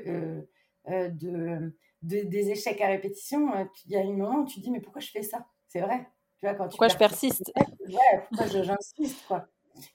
[SPEAKER 2] des échecs à répétition, il y a un moment où tu te dis, mais pourquoi je fais ça? C'est vrai. Tu vois, quand tu
[SPEAKER 3] Pourquoi je
[SPEAKER 2] perds toutes tes
[SPEAKER 3] persiste?
[SPEAKER 2] échecs, ouais, pourquoi j'insiste, quoi.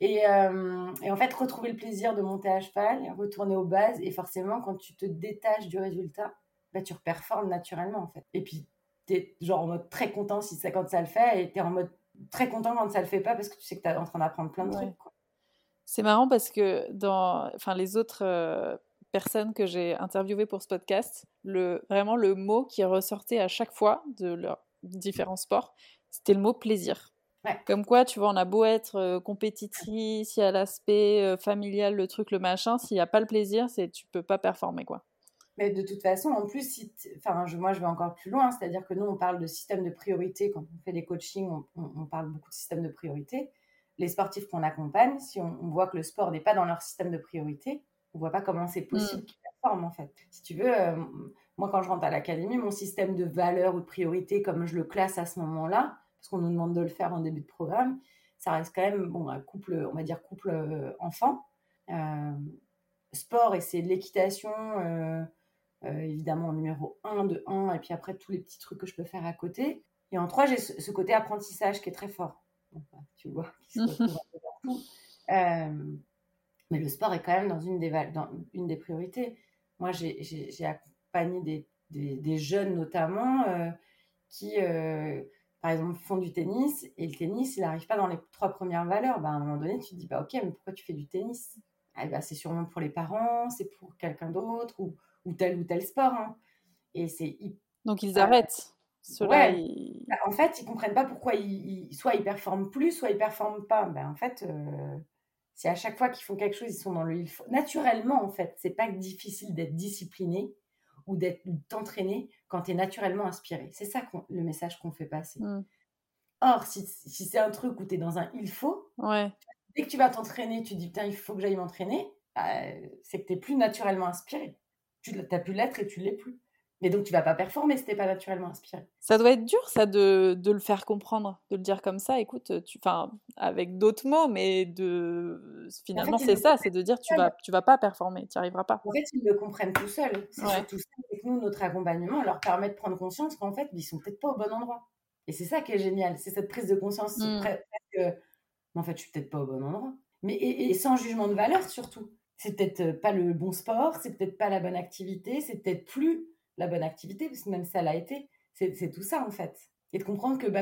[SPEAKER 2] Et en fait, retrouver le plaisir de monter à cheval, retourner aux bases, et forcément, quand tu te détaches du résultat, bah, tu reperformes naturellement, en fait. Et puis, tu es genre en mode très content quand ça le fait, et tu es en mode très content quand ça le fait pas, parce que tu sais que tu es en train d'apprendre plein de
[SPEAKER 3] Ouais.
[SPEAKER 2] trucs, quoi.
[SPEAKER 3] C'est marrant parce que enfin, les autres personnes que j'ai interviewées pour ce podcast, vraiment le mot qui ressortait à chaque fois de leurs différents sports, c'était le mot plaisir.
[SPEAKER 2] Ouais.
[SPEAKER 3] Comme quoi, tu vois, on a beau être compétitrice, il y a l'aspect familial, le truc, le machin, s'il n'y a pas le plaisir, tu peux pas performer, quoi.
[SPEAKER 2] Mais de toute façon, en plus, moi, je vais encore plus loin, c'est-à-dire que nous, on parle de système de priorité. Quand on fait des coachings, on parle beaucoup de système de priorité. Les sportifs qu'on accompagne, si on voit que le sport n'est pas dans leur système de priorité, on voit pas comment c'est possible qu'ils performent, en fait. Si tu veux, moi, quand je rentre à l'académie, mon système de valeur ou de priorité, comme je le classe à ce moment-là, parce qu'on nous demande de le faire en début de programme, ça reste quand même, bon, un couple, on va dire couple enfant. Sport, et c'est l'équitation, évidemment en numéro 1 de 1, et puis après tous les petits trucs que je peux faire à côté. Et en 3, j'ai ce côté apprentissage qui est très fort. Donc, tu vois, qui se retrouve un peu partout. Mais le sport est quand même dans une des priorités. Moi, j'ai accompagné des jeunes notamment qui, par exemple, font du tennis, et le tennis, il n'arrive pas dans les 3 premières valeurs. Ben, à un moment donné, tu te dis, bah, ok, mais pourquoi tu fais du tennis? Ah, bah, c'est sûrement pour les parents, c'est pour quelqu'un d'autre, ou tel sport, hein. Et c'est
[SPEAKER 3] Donc ils arrêtent. Ceux-là,
[SPEAKER 2] ouais. En fait, ils comprennent pas pourquoi soit ils performent plus, soit ils performent pas. Ben, en fait, si à chaque fois qu'ils font quelque chose, ils sont dans le il faut. Naturellement, en fait, c'est pas difficile d'être discipliné ou de t'entraîner quand tu es naturellement inspiré. C'est ça le message qu'on fait passer. Or, si c'est un truc où tu es dans un il faut,
[SPEAKER 3] ouais.
[SPEAKER 2] dès que tu vas t'entraîner, tu te dis putain, il faut que j'aille m'entraîner, c'est que tu n'es plus naturellement inspiré. Tu as pu l'être et tu ne l'es plus. Mais donc, tu vas pas performer si tu n'es pas naturellement inspiré.
[SPEAKER 3] Ça doit être dur, ça, de le faire comprendre, de le dire comme ça. Écoute, enfin, avec d'autres mots, mais finalement,
[SPEAKER 2] En fait,
[SPEAKER 3] c'est ça, c'est de dire tu vas pas performer, tu n'y arriveras pas.
[SPEAKER 2] En fait, ils le comprennent tout seuls. C'est
[SPEAKER 3] Ouais.
[SPEAKER 2] surtout ça, c'est que nous, notre accompagnement leur permet de prendre conscience qu'en fait, ils sont peut-être pas au bon endroit. Et c'est ça qui est génial, c'est cette prise de conscience presque, mais en fait, je suis peut-être pas au bon endroit. Mais et sans jugement de valeur surtout. C'est peut-être pas le bon sport, c'est peut-être pas la bonne activité, c'est peut-être plus la bonne activité, parce que même ça l'a été. C'est tout ça en fait. Et de comprendre que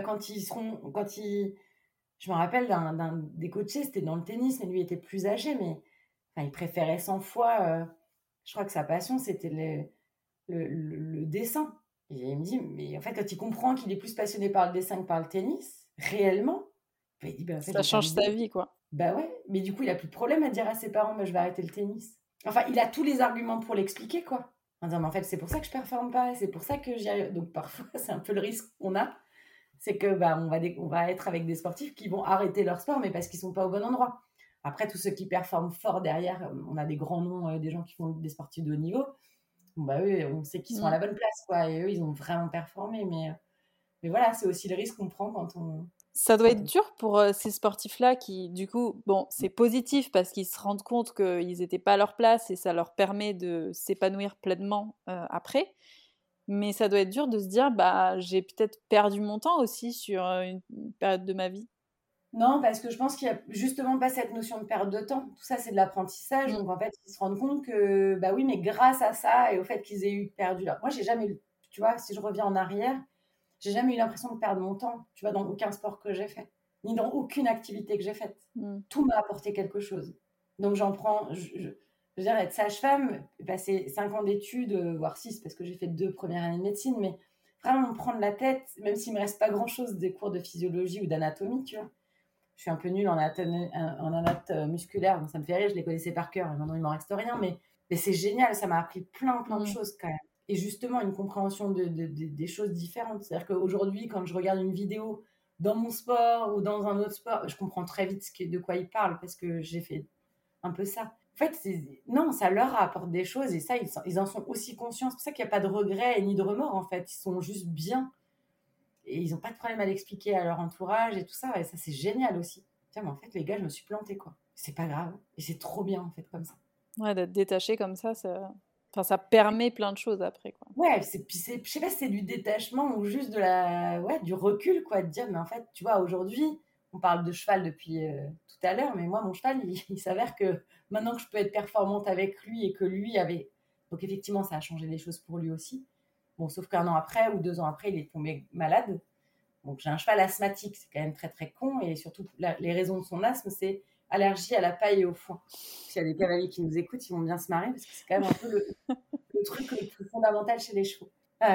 [SPEAKER 2] je me rappelle d'un des coachés, c'était dans le tennis, mais lui était plus âgé, mais enfin, il préférait 100 fois. Je crois que sa passion, c'était le dessin. Et il me dit, mais en fait, quand il comprend qu'il est plus passionné par le dessin que par le tennis, réellement, bah, il dit, bah, en fait,
[SPEAKER 3] Ça
[SPEAKER 2] je vais faire
[SPEAKER 3] change
[SPEAKER 2] du
[SPEAKER 3] sa
[SPEAKER 2] dessin.
[SPEAKER 3] vie, quoi.
[SPEAKER 2] Bah ouais, mais du coup, il a plus de problème à dire à ses parents, bah, je vais arrêter le tennis. Enfin, il a tous les arguments pour l'expliquer, quoi. En disant, mais en fait, c'est pour ça que je performe pas, et c'est pour ça que j'y arrive. Donc parfois, c'est un peu le risque qu'on a, c'est que bah, on va être avec des sportifs qui vont arrêter leur sport, mais parce qu'ils sont pas au bon endroit. Après, tous ceux qui performent fort derrière, on a des grands noms, des gens qui font des sportifs de haut niveau. Bon, bah eux, on sait qu'ils sont à la bonne place, quoi. Et eux, ils ont vraiment performé. Mais voilà, c'est aussi le risque qu'on prend quand on.
[SPEAKER 3] Ça doit être dur pour ces sportifs-là qui, du coup, bon, c'est positif parce qu'ils se rendent compte qu'ils n'étaient pas à leur place et ça leur permet de s'épanouir pleinement après. Mais ça doit être dur de se dire, bah, j'ai peut-être perdu mon temps aussi sur une période de ma vie.
[SPEAKER 2] Non, parce que je pense qu'il n'y a justement pas cette notion de perte de temps. Tout ça, c'est de l'apprentissage.
[SPEAKER 3] Mm.
[SPEAKER 2] Donc, en fait, ils se rendent compte que, bah oui, mais grâce à ça et au fait qu'ils aient eu perdu là. Moi, j'ai jamais eu, tu vois, si je reviens en arrière, j'ai jamais eu l'impression de perdre mon temps, tu vois, dans aucun sport que j'ai fait, ni dans aucune activité que j'ai faite. Tout m'a apporté quelque chose. Donc, j'en prends, je veux dire, être sage-femme, passer 5 ans d'études, voire 6, parce que j'ai fait 2 premières années de médecine, mais vraiment me prendre la tête, même s'il me reste pas grand-chose des cours de physiologie ou d'anatomie, tu vois. Je suis un peu nulle en anat musculaire, donc ça me fait rire, je les connaissais par cœur, et maintenant il m'en reste rien, mais c'est génial, ça m'a appris plein de choses quand même. Et justement, une compréhension des choses différentes. C'est-à-dire qu'aujourd'hui, quand je regarde une vidéo dans mon sport ou dans un autre sport, je comprends très vite de quoi ils parlent parce que j'ai fait un peu ça. En fait, non, ça leur apporte des choses et ça, ils en sont aussi conscients. C'est pour ça qu'il n'y a pas de regret ni de remords, en fait. Ils sont juste bien et ils n'ont pas de problème à l'expliquer à leur entourage et tout ça. Et ça, c'est génial aussi. Tiens, mais en fait, les gars, je me suis plantée, quoi. C'est pas grave. Et c'est trop bien, en fait, comme ça.
[SPEAKER 3] Ouais, d'être détaché comme ça... Enfin, ça permet plein de choses après, quoi.
[SPEAKER 2] Ouais, je sais pas si c'est du détachement ou juste du recul, quoi, de dire, mais en fait, tu vois, aujourd'hui, on parle de cheval depuis tout à l'heure, mais moi, mon cheval, il s'avère que maintenant que je peux être performante avec lui et que lui avait. Donc, effectivement, ça a changé les choses pour lui aussi. Bon, sauf qu'un an après ou 2 ans après, il est tombé malade. Donc, j'ai un cheval asthmatique, c'est quand même très, très con. Et surtout, les raisons de son asthme, c'est allergie à la paille et au foin. S'il y a des cavaliers qui nous écoutent, ils vont bien se marrer parce que c'est quand même un peu le truc le plus fondamental chez les chevaux.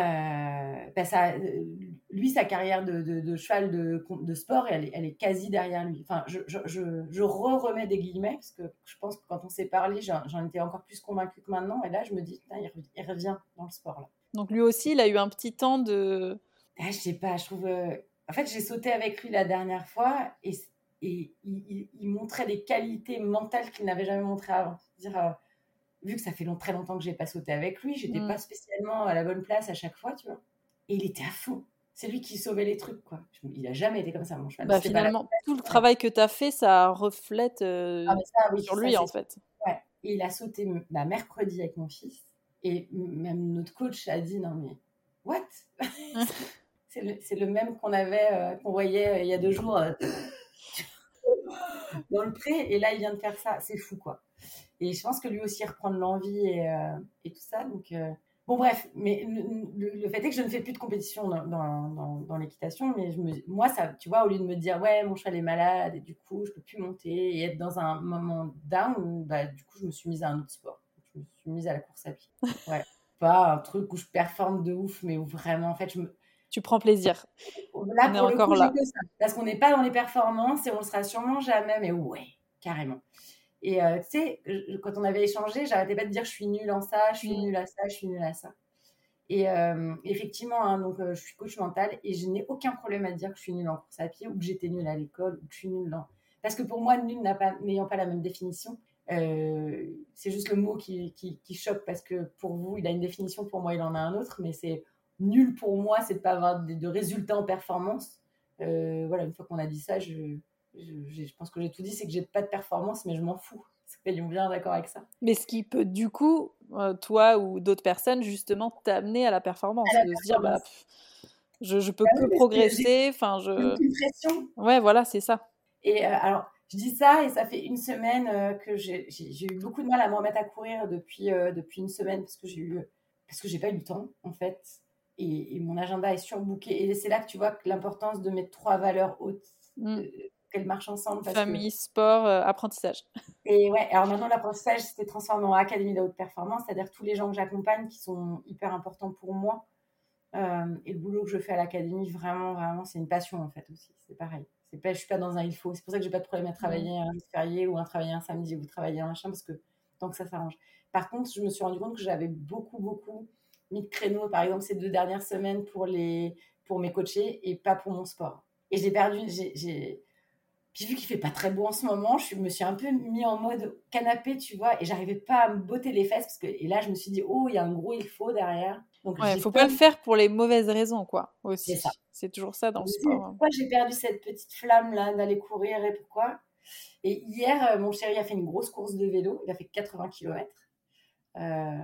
[SPEAKER 2] Lui, sa carrière de cheval de sport, elle est quasi derrière lui. Enfin, je remets des guillemets parce que je pense que quand on s'est parlé, j'en étais encore plus convaincue que maintenant. Et là, je me dis, putain, il revient dans le sport. Là.
[SPEAKER 3] Donc lui aussi, il a eu un petit temps de...
[SPEAKER 2] Je sais pas, je trouve. En fait, j'ai sauté avec lui la dernière fois et il montrait des qualités mentales qu'il n'avait jamais montrées avant. C'est-à-dire, vu que ça fait très longtemps que j'ai pas sauté avec lui, j'étais pas spécialement à la bonne place à chaque fois, tu vois. Et il était à fond. C'est lui qui sauvait les trucs, quoi. Il a jamais été comme ça, mon cheval.
[SPEAKER 3] Bah, finalement, tout le travail que tu as fait, ça reflète
[SPEAKER 2] Oui,
[SPEAKER 3] sur
[SPEAKER 2] ça,
[SPEAKER 3] lui, en fait.
[SPEAKER 2] Ouais. Et il a sauté mercredi avec mon fils. Et même notre coach a dit, non mais, what c'est le même qu'on voyait il y a 2 jours dans le pré. Et là, il vient de faire ça. C'est fou, quoi. Et je pense que lui aussi reprend de l'envie et tout ça. Donc, bon, bref. Mais le fait est que je ne fais plus de compétition dans l'équitation. Mais moi, ça, tu vois, au lieu de me dire, ouais, mon cheval est malade et du coup, je peux plus monter et être dans un moment down, bah, du coup, je me suis mise à un autre sport. Je me suis mise à la course à pied. Ouais. Pas un truc où je performe de ouf, mais où vraiment, en fait,
[SPEAKER 3] Tu prends plaisir.
[SPEAKER 2] Là,
[SPEAKER 3] On est
[SPEAKER 2] pour le
[SPEAKER 3] encore
[SPEAKER 2] coup, j'ai
[SPEAKER 3] là.
[SPEAKER 2] que ça. Parce qu'on n'est pas dans les performances et on le sera sûrement jamais, mais ouais, carrément. Et tu sais, quand on avait échangé, j'arrêtais pas de dire je suis nulle en ça, je suis nulle à ça, je suis nulle à ça. Et effectivement, hein, donc je suis coach mental et je n'ai aucun problème à dire que je suis nulle en course à pied ou que j'étais nulle à l'école ou que je suis nulle dans... Parce que pour moi, nulle n'ayant pas la même définition, c'est juste le mot qui choque parce que pour vous, il a une définition, pour moi, il en a un autre, mais c'est nul pour moi, c'est de pas avoir de résultats en performance. Voilà, une fois qu'on a dit ça, je pense que j'ai tout dit, c'est que j'ai pas de performance, mais je m'en fous. Soyons bien d'accord avec ça.
[SPEAKER 3] Mais ce qui peut, du coup, toi ou d'autres personnes, justement, t'amener à la performance. De se dire, bah, je peux que progresser. Enfin,
[SPEAKER 2] Une pression.
[SPEAKER 3] Ouais, voilà, c'est ça.
[SPEAKER 2] Et alors, je dis ça et ça fait une semaine que j'ai eu beaucoup de mal à me remettre à courir depuis une semaine parce que j'ai pas eu le temps, en fait. Et mon agenda est surbooké. Et c'est là que tu vois que l'importance de mettre 3 valeurs hautes, qu'elles marchent ensemble.
[SPEAKER 3] Famille, sport, apprentissage.
[SPEAKER 2] Et ouais, alors maintenant, l'apprentissage s'était transformé en académie de haute performance, c'est-à-dire tous les gens que j'accompagne qui sont hyper importants pour moi. Et le boulot que je fais à l'académie, vraiment, c'est une passion en fait aussi. C'est pareil. Je suis pas dans un il faut. C'est pour ça que j'ai pas de problème à travailler un jour férié ou à travailler un samedi ou travailler un machin parce que tant que ça s'arrange. Par contre, je me suis rendu compte que j'avais beaucoup mis de créneaux, par exemple ces 2 dernières semaines pour mes coachés et pas pour mon sport. Et j'ai perdu. Puis vu qu'il fait pas très beau en ce moment, je me suis un peu mis en mode canapé, tu vois, et j'arrivais pas à me botter les fesses et là je me suis dit oh il y a un gros il faut derrière. Donc
[SPEAKER 3] ouais, faut pas le faire pour les mauvaises raisons quoi. Aussi.
[SPEAKER 2] C'est ça.
[SPEAKER 3] C'est toujours ça dans le sport.
[SPEAKER 2] Pourquoi j'ai perdu cette petite flamme là d'aller courir et pourquoi? Et hier mon chéri a fait une grosse course de vélo, il a fait 80 km.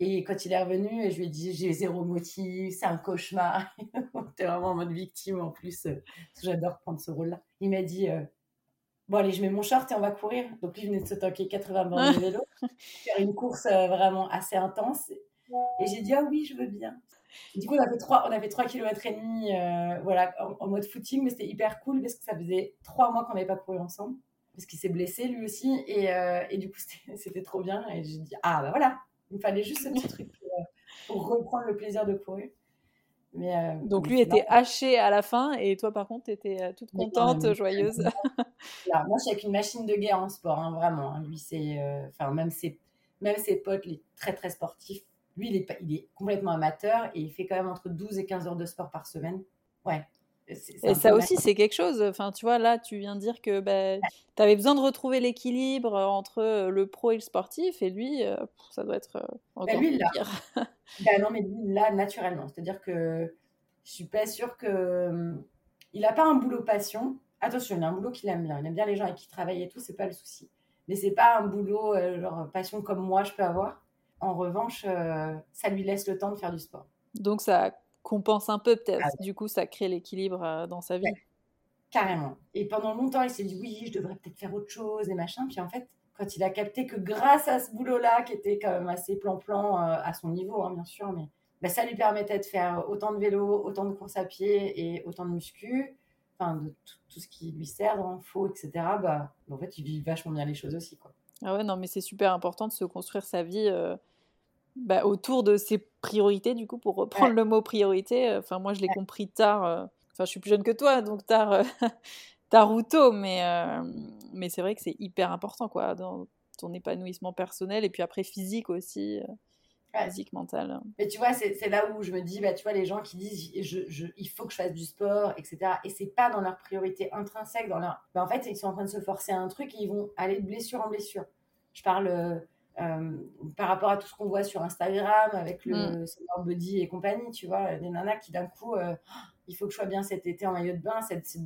[SPEAKER 2] Et quand il est revenu, je lui ai dit, j'ai zéro motif, c'est un cauchemar. T'es vraiment en mode victime en plus. Parce que j'adore prendre ce rôle-là. Il m'a dit, bon allez, je mets mon short et on va courir. Donc lui, il venait de se tanker 80 bornes de vélo, faire une course vraiment assez intense. Et j'ai dit, ah oui, je veux bien. Du coup, on a fait 3 km et demi voilà, en mode footing, mais c'était hyper cool parce que ça faisait 3 mois qu'on n'avait pas couru ensemble. Parce qu'il s'est blessé lui aussi. Et du coup, c'était trop bien. Et j'ai dit, ah bah voilà, il me fallait juste ce petit truc pour reprendre le plaisir de courir.
[SPEAKER 3] Donc
[SPEAKER 2] Mais
[SPEAKER 3] lui
[SPEAKER 2] c'est
[SPEAKER 3] était
[SPEAKER 2] marrant.
[SPEAKER 3] haché à la fin et toi par contre t'étais toute
[SPEAKER 2] Mais non,
[SPEAKER 3] contente,
[SPEAKER 2] mais
[SPEAKER 3] joyeuse.
[SPEAKER 2] là, moi, je suis avec une machine de guerre en sport, hein, vraiment. Hein. Lui, enfin, même ses potes, les très très sportifs. Lui, il est complètement amateur et il fait quand même entre 12 et 15 heures de sport par semaine. Ouais, c'est
[SPEAKER 3] Et
[SPEAKER 2] un peu
[SPEAKER 3] ça
[SPEAKER 2] ma...
[SPEAKER 3] aussi c'est quelque chose. Enfin tu vois là tu viens de dire que tu avais besoin de retrouver l'équilibre entre le pro et le sportif et lui ça doit être
[SPEAKER 2] Bah,
[SPEAKER 3] encore
[SPEAKER 2] lui, là,
[SPEAKER 3] pire.
[SPEAKER 2] bah, non, mais lui, là, naturellement. C'est-à-dire que je suis pas sûre que... Il a pas un boulot passion. Attention, il a un boulot qu'il aime bien. Il aime bien les gens avec qui il travaille et tout, c'est pas le souci. Mais c'est pas un boulot genre passion comme moi je peux avoir. En revanche, ça lui laisse le temps de faire du sport.
[SPEAKER 3] Donc ça compense un peu
[SPEAKER 2] Ah
[SPEAKER 3] peut-être. Du coup ça crée l'équilibre dans sa
[SPEAKER 2] ouais,
[SPEAKER 3] vie.
[SPEAKER 2] carrément. Et pendant longtemps, il s'est dit oui, je devrais peut-être faire autre chose et machin. Puis en fait, quand il a capté que grâce à ce boulot-là, qui était quand même assez plan-plan à son niveau, hein, bien sûr, mais bah, ça lui permettait de faire autant de vélo, autant de course à pied et autant de muscu, enfin de tout ce qui lui sert dans l'info, etc. Bah, en fait, il vit vachement bien les choses aussi, quoi.
[SPEAKER 3] Ah ouais non mais c'est super important de se construire sa vie autour de ses priorités, du coup, pour reprendre
[SPEAKER 2] Ouais,
[SPEAKER 3] le mot priorité. Enfin, moi, je l'ai
[SPEAKER 2] ouais,
[SPEAKER 3] compris tard. Enfin, je suis plus jeune que toi, donc tard, tard ou tôt. Mais c'est vrai que c'est hyper important, quoi, dans ton épanouissement personnel et puis après physique aussi,
[SPEAKER 2] ouais.
[SPEAKER 3] physique, mental.
[SPEAKER 2] Mais tu vois, c'est là où je me dis, bah, tu vois, les gens qui disent, il faut que je fasse du sport, etc. Et c'est pas dans leur priorité intrinsèque, dans leur... Bah, en fait, ils sont en train de se forcer à un truc et ils vont aller de blessure en blessure. Je parle euh, par rapport à tout ce qu'on voit sur Instagram avec
[SPEAKER 3] Mm.
[SPEAKER 2] le summer body et compagnie, tu vois, des nanas qui d'un coup, il faut que je sois bien cet été en maillot de bain,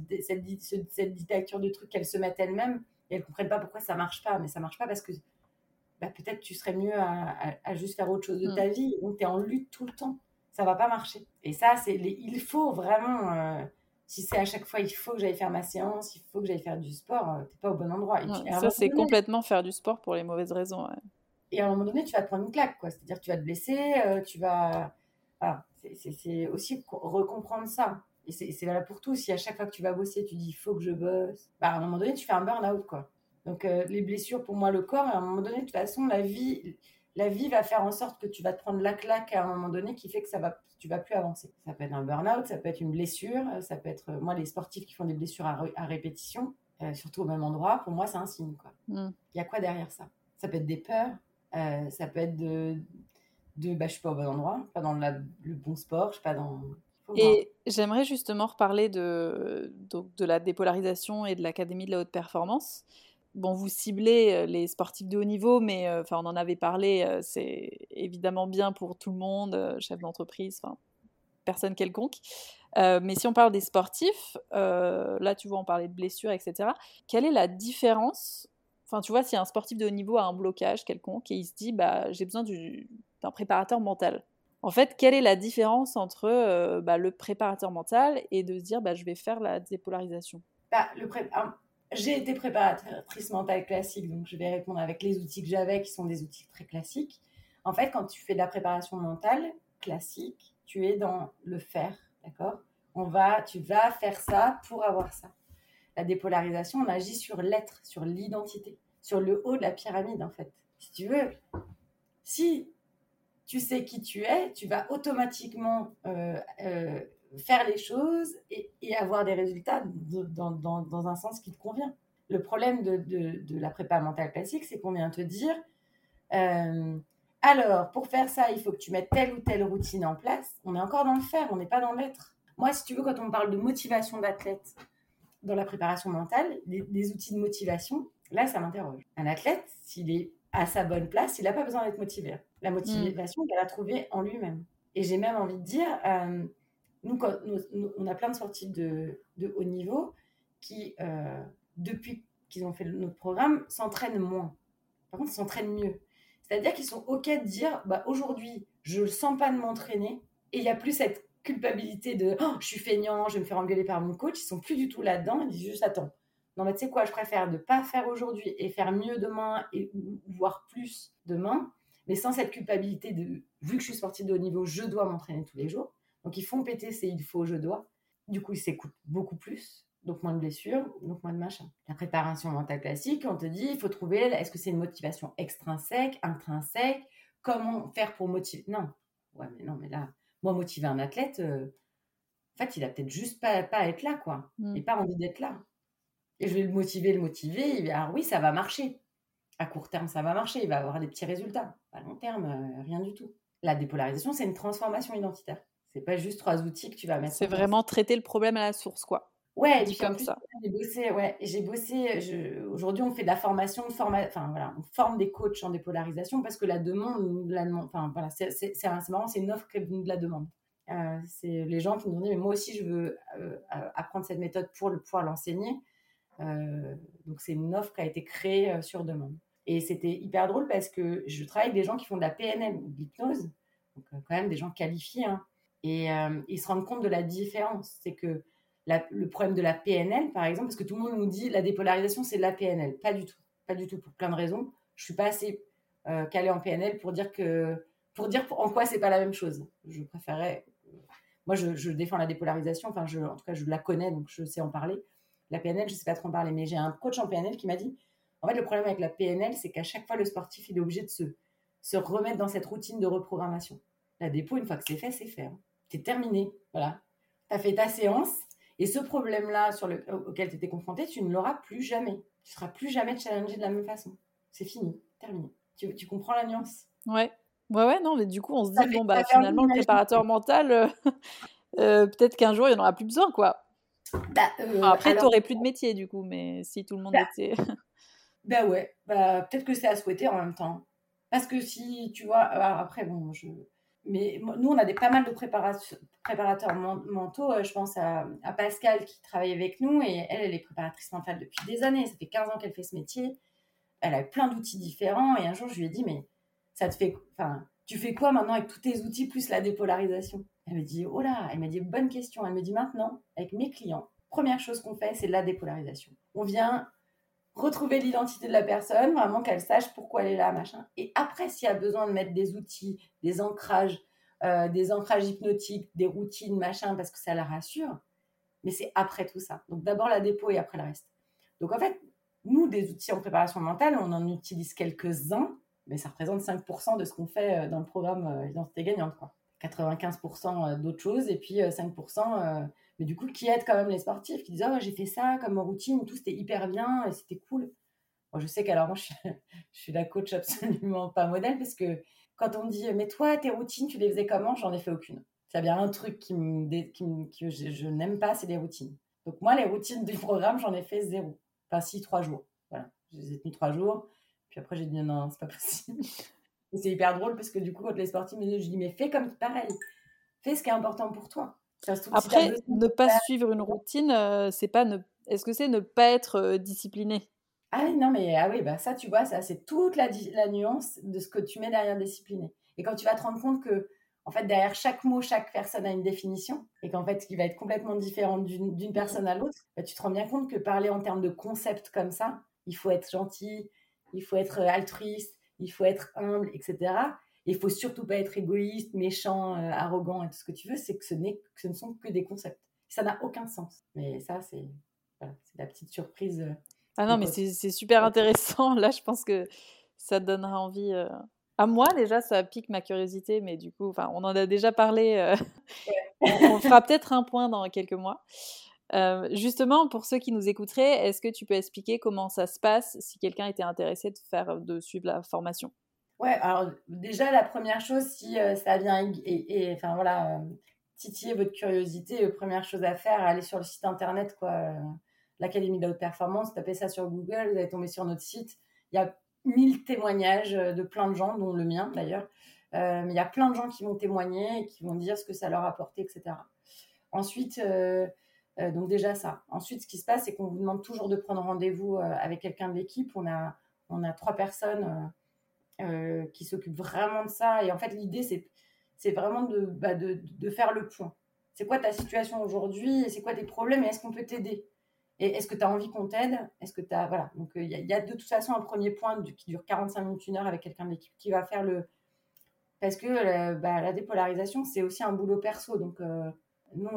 [SPEAKER 2] cette dictature de trucs qu'elles se mettent elles-mêmes et elles comprennent pas pourquoi ça marche pas. Mais ça marche pas parce que bah, peut-être tu serais mieux à juste faire autre chose de
[SPEAKER 3] Mm.
[SPEAKER 2] ta vie. Donc, tu es en lutte tout le temps. Ça va pas marcher. Et ça, il faut vraiment, si c'est à chaque fois, il faut que j'aille faire ma séance, il faut que j'aille faire du sport, t'es pas au bon endroit. Et,
[SPEAKER 3] Ouais,
[SPEAKER 2] puis, à un
[SPEAKER 3] ça,
[SPEAKER 2] moment
[SPEAKER 3] c'est
[SPEAKER 2] donné,
[SPEAKER 3] complètement faire du sport pour les mauvaises raisons. Ouais.
[SPEAKER 2] à un moment donné, tu vas te prendre une claque, quoi. C'est-à-dire que tu vas te blesser, tu vas. Voilà. C'est aussi recomprendre ça. Et c'est valable pour tout. Si à chaque fois que tu vas bosser, tu dis il faut que je bosse, bah, à un moment donné, tu fais un burn-out, quoi. Donc, les blessures, pour moi, le corps, à un moment donné, de toute façon, la vie va faire en sorte que tu vas te prendre la claque à un moment donné qui fait que tu vas plus avancer. Ça peut être un burn-out, ça peut être une blessure, ça peut être, moi, les sportifs qui font des blessures à répétition, surtout au même endroit, pour moi, c'est un signe, quoi.
[SPEAKER 3] Mm.
[SPEAKER 2] Il y a quoi derrière ça? Ça peut être des peurs, ça peut être bah, je suis pas au bon endroit, pas dans le bon sport, je suis pas dans. Faut voir.
[SPEAKER 3] Et j'aimerais justement reparler donc de la dépolarisation et de l'Académie de la haute performance. Bon, vous ciblez les sportifs de haut niveau, mais enfin, on en avait parlé, c'est évidemment bien pour tout le monde, chef d'entreprise, enfin, personne quelconque. Mais si on parle des sportifs, là, tu vois, on parlait de blessures, etc. Quelle est la différence? Enfin, tu vois, si un sportif de haut niveau a un blocage quelconque et il se dit, bah, j'ai besoin d'un préparateur mental. En fait, quelle est la différence entre le préparateur mental et de se dire, bah, je vais faire la dépolarisation?
[SPEAKER 2] Bah, j'ai été préparatrice mentale classique, donc je vais répondre avec les outils que j'avais, qui sont des outils très classiques. En fait, quand tu fais de la préparation mentale classique, tu es dans le faire, d'accord? Tu vas faire ça pour avoir ça. La dépolarisation, on agit sur l'être, sur l'identité, sur le haut de la pyramide, en fait. Si tu veux, si tu sais qui tu es, tu vas automatiquement faire les choses et avoir des résultats dans un sens qui te convient. Le problème de la prépa mentale classique, c'est qu'on vient te dire euh, alors, pour faire ça, il faut que tu mettes telle ou telle routine en place. On est encore dans le faire, on n'est pas dans l'être. Moi, si tu veux, quand on parle de motivation d'athlète dans la préparation mentale, des outils de motivation, là, ça m'interroge. Un athlète, s'il est à sa bonne place, il n'a pas besoin d'être motivé. La
[SPEAKER 3] Mm.
[SPEAKER 2] motivation, il va la trouver en lui-même. Et j'ai même envie de dire, on a plein de sportifs de haut niveau qui, depuis qu'ils ont fait notre programme, s'entraînent moins. Par contre, ils s'entraînent mieux. C'est-à-dire qu'ils sont OK de dire, aujourd'hui, je ne sens pas de m'entraîner. Et il n'y a plus cette culpabilité de oh, je suis feignant, je vais me faire engueuler par mon coach. Ils sont plus du tout là-dedans. Ils disent juste attends. Non, mais tu sais quoi, je préfère ne pas faire aujourd'hui et faire mieux demain ou voire plus demain, mais sans cette culpabilité de vu que je suis sportive de haut niveau, je dois m'entraîner tous les jours. Donc ils font péter c'est il faut, je dois. Du coup, ils s'écoutent beaucoup plus. Donc moins de blessures, donc moins de machin. La préparation mentale classique, on te dit, il faut trouver, est-ce que c'est une motivation extrinsèque, intrinsèque, comment faire pour motiver. Non, mais là, moi, motiver un athlète, en fait, il a peut-être juste pas à être là, quoi. Il n'a pas envie d'être là. Et je vais le motiver, alors oui, ça va marcher. À court terme, ça va marcher, il va avoir des petits résultats. À long terme, rien du tout. La dépolarisation, c'est une transformation identitaire. C'est pas juste 3 outils que tu vas mettre
[SPEAKER 3] C'est
[SPEAKER 2] en place.
[SPEAKER 3] vraiment traiter le problème à la source, quoi.
[SPEAKER 2] Ouais, et
[SPEAKER 3] Dit
[SPEAKER 2] puis en
[SPEAKER 3] comme
[SPEAKER 2] plus,
[SPEAKER 3] ça.
[SPEAKER 2] j'ai bossé, aujourd'hui on fait de la formation, enfin voilà, on forme des coachs en dépolarisation parce que la demande nous la demande, enfin voilà, c'est marrant, c'est une offre qui nous la demande. C'est les gens qui nous disent, mais moi aussi je veux apprendre cette méthode pour pouvoir l'enseigner. Donc c'est une offre qui a été créée sur demande. Et c'était hyper drôle parce que je travaille avec des gens qui font de la PNL, de l'hypnose, donc quand même des gens qualifiés, hein, et ils se rendent compte de la différence. C'est que le problème de la PNL, par exemple, parce que tout le monde nous dit la dépolarisation, c'est de la PNL. Pas du tout. Pas du tout, pour plein de raisons. Je ne suis pas assez calée en PNL pour dire en quoi c'est pas la même chose. Je préférais. Moi, je défends la dépolarisation. Enfin, en tout cas, je la connais, donc je sais en parler. La PNL, je ne sais pas trop en parler, mais j'ai un coach en PNL qui m'a dit en fait, le problème avec la PNL, c'est qu'à chaque fois, le sportif, il est obligé de se remettre dans cette routine de reprogrammation. La dépo, une fois que c'est fait, c'est fait. Hein. C'est terminé. Voilà. Tu as fait ta séance. Et ce problème-là auquel tu étais confronté, tu ne l'auras plus jamais. Tu ne seras plus jamais challengé de la même façon. C'est fini, terminé. Tu comprends la nuance?
[SPEAKER 3] Ouais. Ouais, non, mais du coup, on se
[SPEAKER 2] Ça
[SPEAKER 3] dit,
[SPEAKER 2] fait,
[SPEAKER 3] bon,
[SPEAKER 2] ça
[SPEAKER 3] bah,
[SPEAKER 2] fait envie
[SPEAKER 3] finalement, le
[SPEAKER 2] d'imaginer.
[SPEAKER 3] préparateur mental, peut-être qu'un jour, il n'y en aura plus besoin, quoi. Enfin, après, tu
[SPEAKER 2] Alors,
[SPEAKER 3] n'aurais plus de métier, du coup, mais si tout le monde
[SPEAKER 2] bah,
[SPEAKER 3] était.
[SPEAKER 2] ouais, peut-être que c'est à souhaiter en même temps. Parce que si, tu vois, alors après, bon, mais nous, on a pas mal de préparateurs mentaux. Je pense à Pascal qui travaille avec nous et elle est préparatrice mentale depuis des années. Ça fait 15 ans qu'elle fait ce métier. Elle a plein d'outils différents. Et un jour, je lui ai dit, mais tu fais quoi maintenant avec tous tes outils plus la dépolarisation? Elle me dit, oh là, elle m'a dit, bonne question. Elle me dit, maintenant, avec mes clients, première chose qu'on fait, c'est la dépolarisation. On vient retrouver l'identité de la personne, vraiment qu'elle sache pourquoi elle est là, machin. Et après, s'il y a besoin de mettre des outils, des ancrages hypnotiques, des routines, machin, parce que ça la rassure, mais c'est après tout ça. Donc d'abord la dépo et après le reste. Donc en fait, nous, des outils en préparation mentale, on en utilise quelques-uns, mais ça représente 5% de ce qu'on fait dans le programme Identité gagnante, quoi. 95% d'autres choses, et puis 5%, mais du coup, qui aident quand même les sportifs, qui disent « Oh, j'ai fait ça comme routine, tout, c'était hyper bien, et c'était cool. » Bon, je sais qu'alors, moi, je suis la coach absolument pas modèle, parce que quand on me dit « Mais toi, tes routines, tu les faisais comment ?» J'en ai fait aucune. S'il y a bien un truc que je n'aime pas, c'est les routines. Donc moi, les routines du programme, j'en ai fait 0. Enfin, si, 3 jours. Voilà, je les ai tenus 3 jours. Puis après, j'ai dit non, c'est pas possible. Et c'est hyper drôle parce que du coup, quand les sportifs me disent, je dis, mais fais comme pareil. Fais ce qui est important pour toi. Ça se trouve, si tu as
[SPEAKER 3] Après,
[SPEAKER 2] besoin
[SPEAKER 3] ne
[SPEAKER 2] de
[SPEAKER 3] pas
[SPEAKER 2] faire.
[SPEAKER 3] suivre une routine, c'est pas ne. Est-ce que c'est ne pas être discipliné?
[SPEAKER 2] Ah oui, non, mais ah oui, ça, tu vois, ça, c'est toute la nuance de ce que tu mets derrière discipliné. Et quand tu vas te rendre compte que, en fait, derrière chaque mot, chaque personne a une définition, et qu'en fait, ce qui va être complètement différent d'une personne à l'autre, tu te rends bien compte que parler en termes de concept comme ça, il faut être gentil, il faut être altruiste, il faut être humble, etc. Et il faut surtout pas être égoïste, méchant, arrogant et tout ce que tu veux, c'est que ce ne sont que des concepts. Ça n'a aucun sens. Mais ça, c'est la petite surprise.
[SPEAKER 3] Ah non,
[SPEAKER 2] Donc,
[SPEAKER 3] mais c'est super intéressant. Là, je pense que ça donnera envie. À moi, déjà, ça pique ma curiosité, mais du coup, enfin, on en a déjà parlé. On fera peut-être un point dans quelques mois. Justement, pour ceux qui nous écouteraient, est-ce que tu peux expliquer comment ça se passe si quelqu'un était intéressé de suivre la formation?
[SPEAKER 2] Ouais, alors déjà, la première chose, si ça vient enfin voilà, titiller votre curiosité, première chose à faire, aller sur le site internet, quoi, l'Académie de la haute performance, tapez ça sur Google, vous allez tomber sur notre site. Il y a 1000 témoignages de plein de gens, dont le mien d'ailleurs. Mais il y a plein de gens qui vont témoigner et qui vont dire ce que ça leur a apporté, etc. Ensuite, donc déjà ça. Ensuite, ce qui se passe, c'est qu'on vous demande toujours de prendre rendez-vous avec quelqu'un de l'équipe. On a 3 personnes qui s'occupe vraiment de ça. Et en fait, l'idée, c'est vraiment de faire le point. C'est quoi ta situation aujourd'hui et c'est quoi tes problèmes et est-ce qu'on peut t'aider? Et est-ce que tu as envie qu'on t'aide? Est-ce que tu as... Voilà. Donc, il y a de toute façon un premier point qui dure 45 minutes, 1 heure avec quelqu'un de l'équipe qui va faire le... Parce que la dépolarisation, c'est aussi un boulot perso. Donc, nous,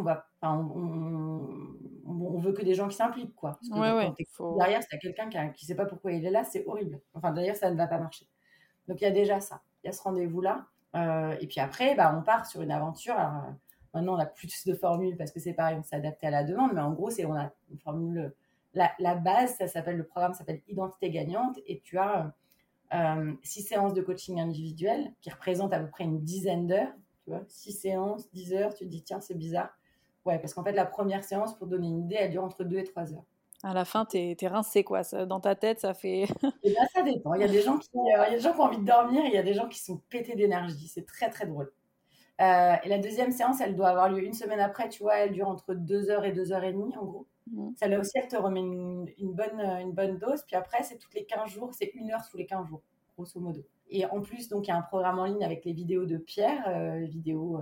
[SPEAKER 2] on veut que des gens qui s'impliquent, quoi. Parce que quand t'es derrière, si t'as quelqu'un qui sait pas pourquoi il est là, c'est horrible. Enfin, d'ailleurs, ça ne va pas marcher. Donc, il y a déjà ça. Il y a ce rendez-vous-là. Et puis après, on part sur une aventure. Alors, maintenant, on a plus de formules parce que c'est pareil, on s'est adapté à la demande. Mais en gros, on a une formule... La base, le programme s'appelle Identité gagnante. Et tu as 6 séances de coaching individuel qui représentent à peu près une dizaine d'heures. Tu vois, 6 séances, 10 heures. Tu te dis, tiens, c'est bizarre. Ouais, parce qu'en fait, la première séance, pour donner une idée, elle dure entre 2 et 3 heures.
[SPEAKER 3] À la fin, t'es rincé, quoi. Dans ta tête, ça fait...
[SPEAKER 2] Et bien, ça dépend. Il y a des gens qui ont envie de dormir et il y a des gens qui sont pétés d'énergie. C'est très, très drôle. Et la deuxième séance, elle doit avoir lieu une semaine après. Tu vois, elle dure entre 2 heures et 2 heures et demie, en gros. Ça, là aussi, elle te remet une bonne dose. Puis après, c'est toutes les 15 jours. C'est 1 heure tous les 15 jours, grosso modo. Et en plus, donc, il y a un programme en ligne avec les vidéos de Pierre. Les vidéos,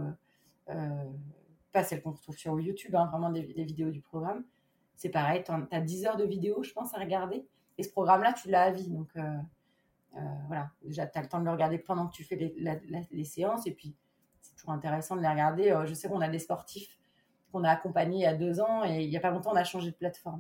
[SPEAKER 2] pas celles qu'on retrouve sur YouTube, hein, vraiment des vidéos du programme. C'est pareil, tu as 10 heures de vidéos, je pense, à regarder. Et ce programme-là, tu l'as à vie. Donc, voilà. Déjà, tu as le temps de le regarder pendant que tu fais les séances. Et puis, c'est toujours intéressant de les regarder. Je sais qu'on a des sportifs qu'on a accompagnés il y a 2 ans. Et il n'y a pas longtemps, on a changé de plateforme.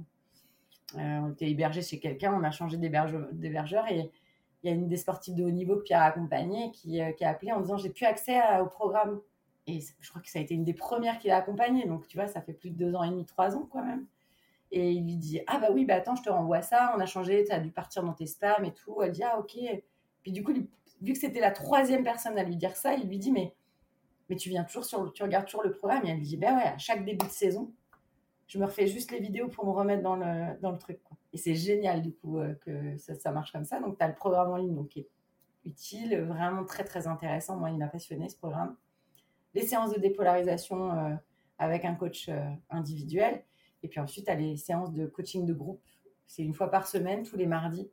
[SPEAKER 2] On était hébergés chez quelqu'un. On a changé d'hébergeur. Et il y a une des sportives de haut niveau que Pierre a accompagnée qui a appelé en disant « J'ai plus accès au programme ». Et je crois que ça a été une des premières qu'il a accompagnée. Donc, tu vois, ça fait plus de 2 ans et demi, 3 ans, quand même. Et il lui dit « Ah bah oui, attends, je te renvoie ça. On a changé, tu as dû partir dans tes spams et tout. » Elle dit « Ah ok. » Puis du coup, vu que c'était la 3e personne à lui dire ça, il lui dit « Mais tu regardes toujours le programme ?» Et elle lui dit « Ben ouais, à chaque début de saison, je me refais juste les vidéos pour me remettre dans le truc. » Quoi. Et c'est génial du coup que ça marche comme ça. Donc tu as le programme en ligne donc, qui est utile, vraiment très très intéressant. Moi, il m'a passionné ce programme. Les séances de dépolarisation avec un coach individuel. Et puis ensuite, tu as les séances de coaching de groupe. C'est 1 fois par semaine, tous les mardis.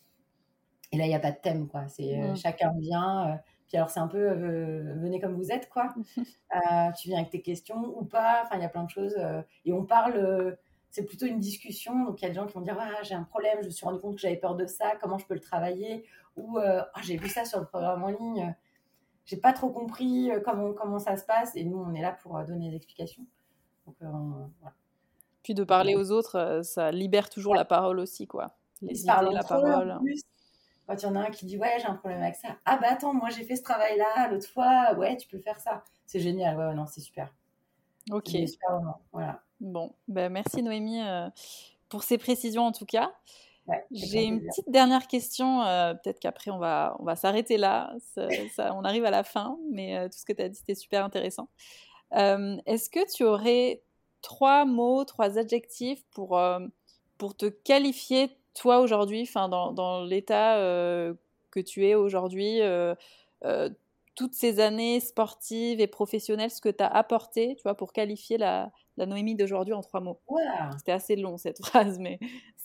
[SPEAKER 2] Et là, il n'y a pas de thème, quoi. C'est chacun vient. Puis alors, c'est un peu venez comme vous êtes, quoi. Tu viens avec tes questions ou pas. Enfin, il y a plein de choses. Et on parle... c'est plutôt une discussion. Donc, il y a des gens qui vont dire j'ai un problème, je me suis rendu compte que j'avais peur de ça. Comment je peux le travailler? Ou j'ai vu ça sur le programme en ligne. J'ai pas trop compris comment ça se passe. Et nous, on est là pour donner des explications. Donc, voilà.
[SPEAKER 3] Puis de parler aux autres, ça libère toujours la parole aussi, quoi.
[SPEAKER 2] Ils se parlent entre eux, en plus. Quand il y en a un qui dit « Ouais, j'ai un problème avec ça. » « Ah bah attends, moi j'ai fait ce travail-là l'autre fois. Ouais, tu peux faire ça. » C'est génial. Ouais, non, c'est super.
[SPEAKER 3] Ok.
[SPEAKER 2] C'est super moment. Voilà.
[SPEAKER 3] Bon, merci Noémie pour ces précisions en tout cas.
[SPEAKER 2] Ouais,
[SPEAKER 3] j'ai une petite dernière question. Peut-être qu'après on va s'arrêter là. On arrive à la fin, mais tout ce que tu as dit c'était super intéressant. Est-ce que tu aurais 3 mots, 3 adjectifs pour te qualifier toi aujourd'hui, dans l'état que tu es aujourd'hui, toutes ces années sportives et professionnelles, ce que tu as apporté, tu vois, pour qualifier la Noémie d'aujourd'hui en 3 mots.
[SPEAKER 2] Voilà.
[SPEAKER 3] C'était assez long cette phrase, mais...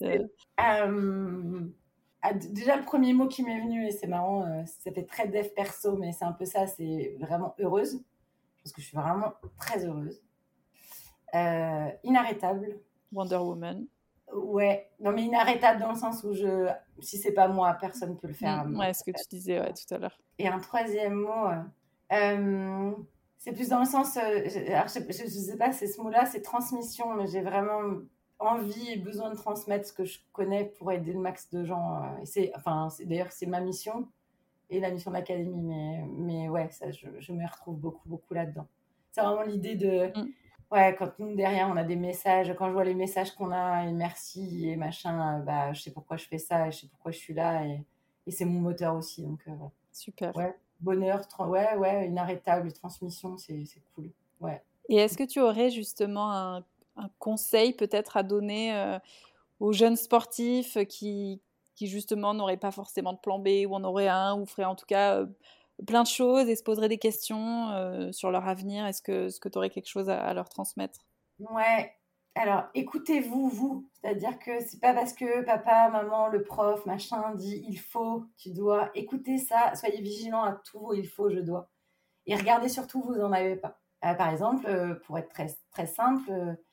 [SPEAKER 2] déjà, le premier mot qui m'est venu, et c'est marrant, ça fait très dev perso, mais c'est un peu ça, c'est vraiment heureuse. Parce que je suis vraiment très heureuse. Inarrêtable.
[SPEAKER 3] Wonder Woman.
[SPEAKER 2] Ouais, non mais inarrêtable dans le sens où si c'est pas moi, personne ne peut le faire.
[SPEAKER 3] Ouais, ce que tu disais tout à l'heure.
[SPEAKER 2] Et un 3e mot, c'est plus dans le sens, alors je sais pas, c'est ce mot-là, c'est transmission, mais j'ai vraiment envie et besoin de transmettre ce que je connais pour aider le max de gens. D'ailleurs, c'est ma mission et la mission de l'académie, mais ouais, ça, je me retrouve beaucoup là-dedans. C'est vraiment l'idée de... Ouais, quand nous, derrière, on a des messages, quand je vois les messages qu'on a, et merci, et machin, je sais pourquoi je fais ça, et je sais pourquoi je suis là, et c'est mon moteur aussi, donc voilà.
[SPEAKER 3] Super.
[SPEAKER 2] Ouais, bonheur, inarrêtable, transmission, c'est cool, ouais.
[SPEAKER 3] Et est-ce que tu aurais justement un conseil peut-être à donner aux jeunes sportifs qui justement n'auraient pas forcément de plan B, ou en auraient un, ou feraient en tout cas... plein de choses et se poseraient des questions sur leur avenir? Est-ce que tu aurais quelque chose à leur transmettre?
[SPEAKER 2] Ouais, Alors, écoutez-vous, vous. C'est-à-dire que c'est pas parce que papa, maman, le prof, machin dit il faut, tu dois. Écoutez ça, soyez vigilants à tous vos il faut, je dois. Et regardez surtout, vous n'en avez pas. Par exemple, pour être très, très simple,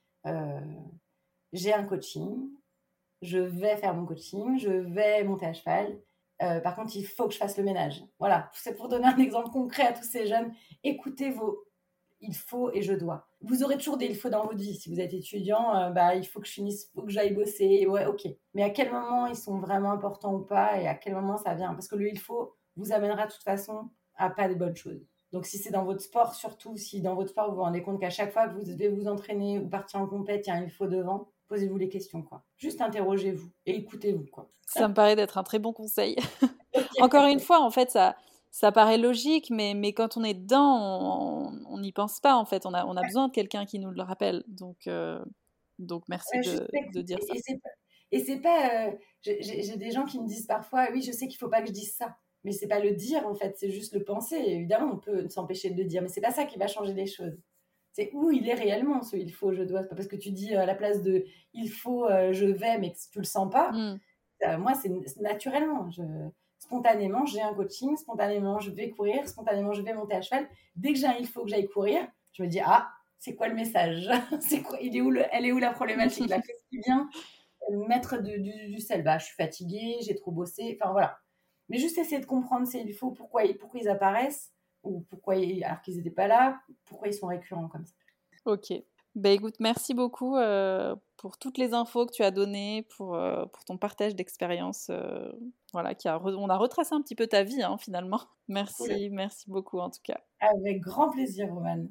[SPEAKER 2] j'ai un coaching, je vais faire mon coaching, je vais monter à cheval. Par contre, il faut que je fasse le ménage. Voilà, c'est pour donner un exemple concret à tous ces jeunes. Écoutez vos il faut et je dois. Vous aurez toujours des il faut dans votre vie. Si vous êtes étudiant, il faut que je finisse, il faut que j'aille bosser. Ouais, ok. Mais à quel moment ils sont vraiment importants ou pas et à quel moment ça vient? Parce que le il faut vous amènera de toute façon à pas de bonnes choses. Donc si c'est dans votre sport, surtout si dans votre sport vous vous rendez compte qu'à chaque fois que vous devez vous entraîner ou partir en compète, il y a un il faut devant, posez-vous les questions, quoi. Juste interrogez-vous et écoutez-vous, quoi.
[SPEAKER 3] Ça me paraît d'être un très bon conseil. Encore une fois, en fait, ça paraît logique, mais quand on est dedans, on n'y pense pas, en fait. On a besoin de quelqu'un qui nous le rappelle. Donc merci de dire ça.
[SPEAKER 2] Et c'est pas... j'ai des gens qui me disent parfois, oui, je sais qu'il faut pas que je dise ça. Mais c'est pas le dire, en fait, c'est juste le penser. Et évidemment, on peut s'empêcher de le dire, mais c'est pas ça qui va changer les choses. C'est où il est réellement, ce il faut, je dois. C'est pas parce que tu dis à la place de il faut, je vais, mais que tu le sens pas. Moi, c'est naturellement. Spontanément, j'ai un coaching, spontanément, je vais courir, spontanément, je vais monter à cheval. Dès que j'ai un il faut que j'aille courir, je me dis, ah, c'est quoi le message? C'est quoi, elle est où la problématique là? Qu'est-ce qui vient mettre du sel? Bah, je suis fatiguée, j'ai trop bossé, enfin voilà. Mais juste essayer de comprendre ces il faut, pourquoi ils apparaissent, ou alors qu'ils n'étaient pas là, pourquoi ils sont récurrents comme ça.
[SPEAKER 3] Ok. Bah écoute, merci beaucoup pour toutes les infos que tu as données, pour ton partage d'expérience. Voilà, on a retracé un petit peu ta vie, hein, finalement. Merci beaucoup en tout cas.
[SPEAKER 2] Avec grand plaisir, Romane.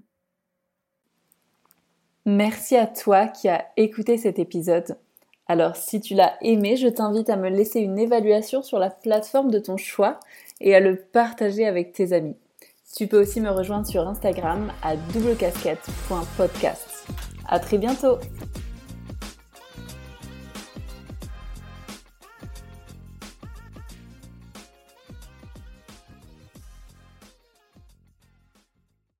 [SPEAKER 1] Merci à toi qui as écouté cet épisode. Alors, si tu l'as aimé, je t'invite à me laisser une évaluation sur la plateforme de ton choix et à le partager avec tes amis. Tu peux aussi me rejoindre sur Instagram à doublecasquette.podcast. À très bientôt!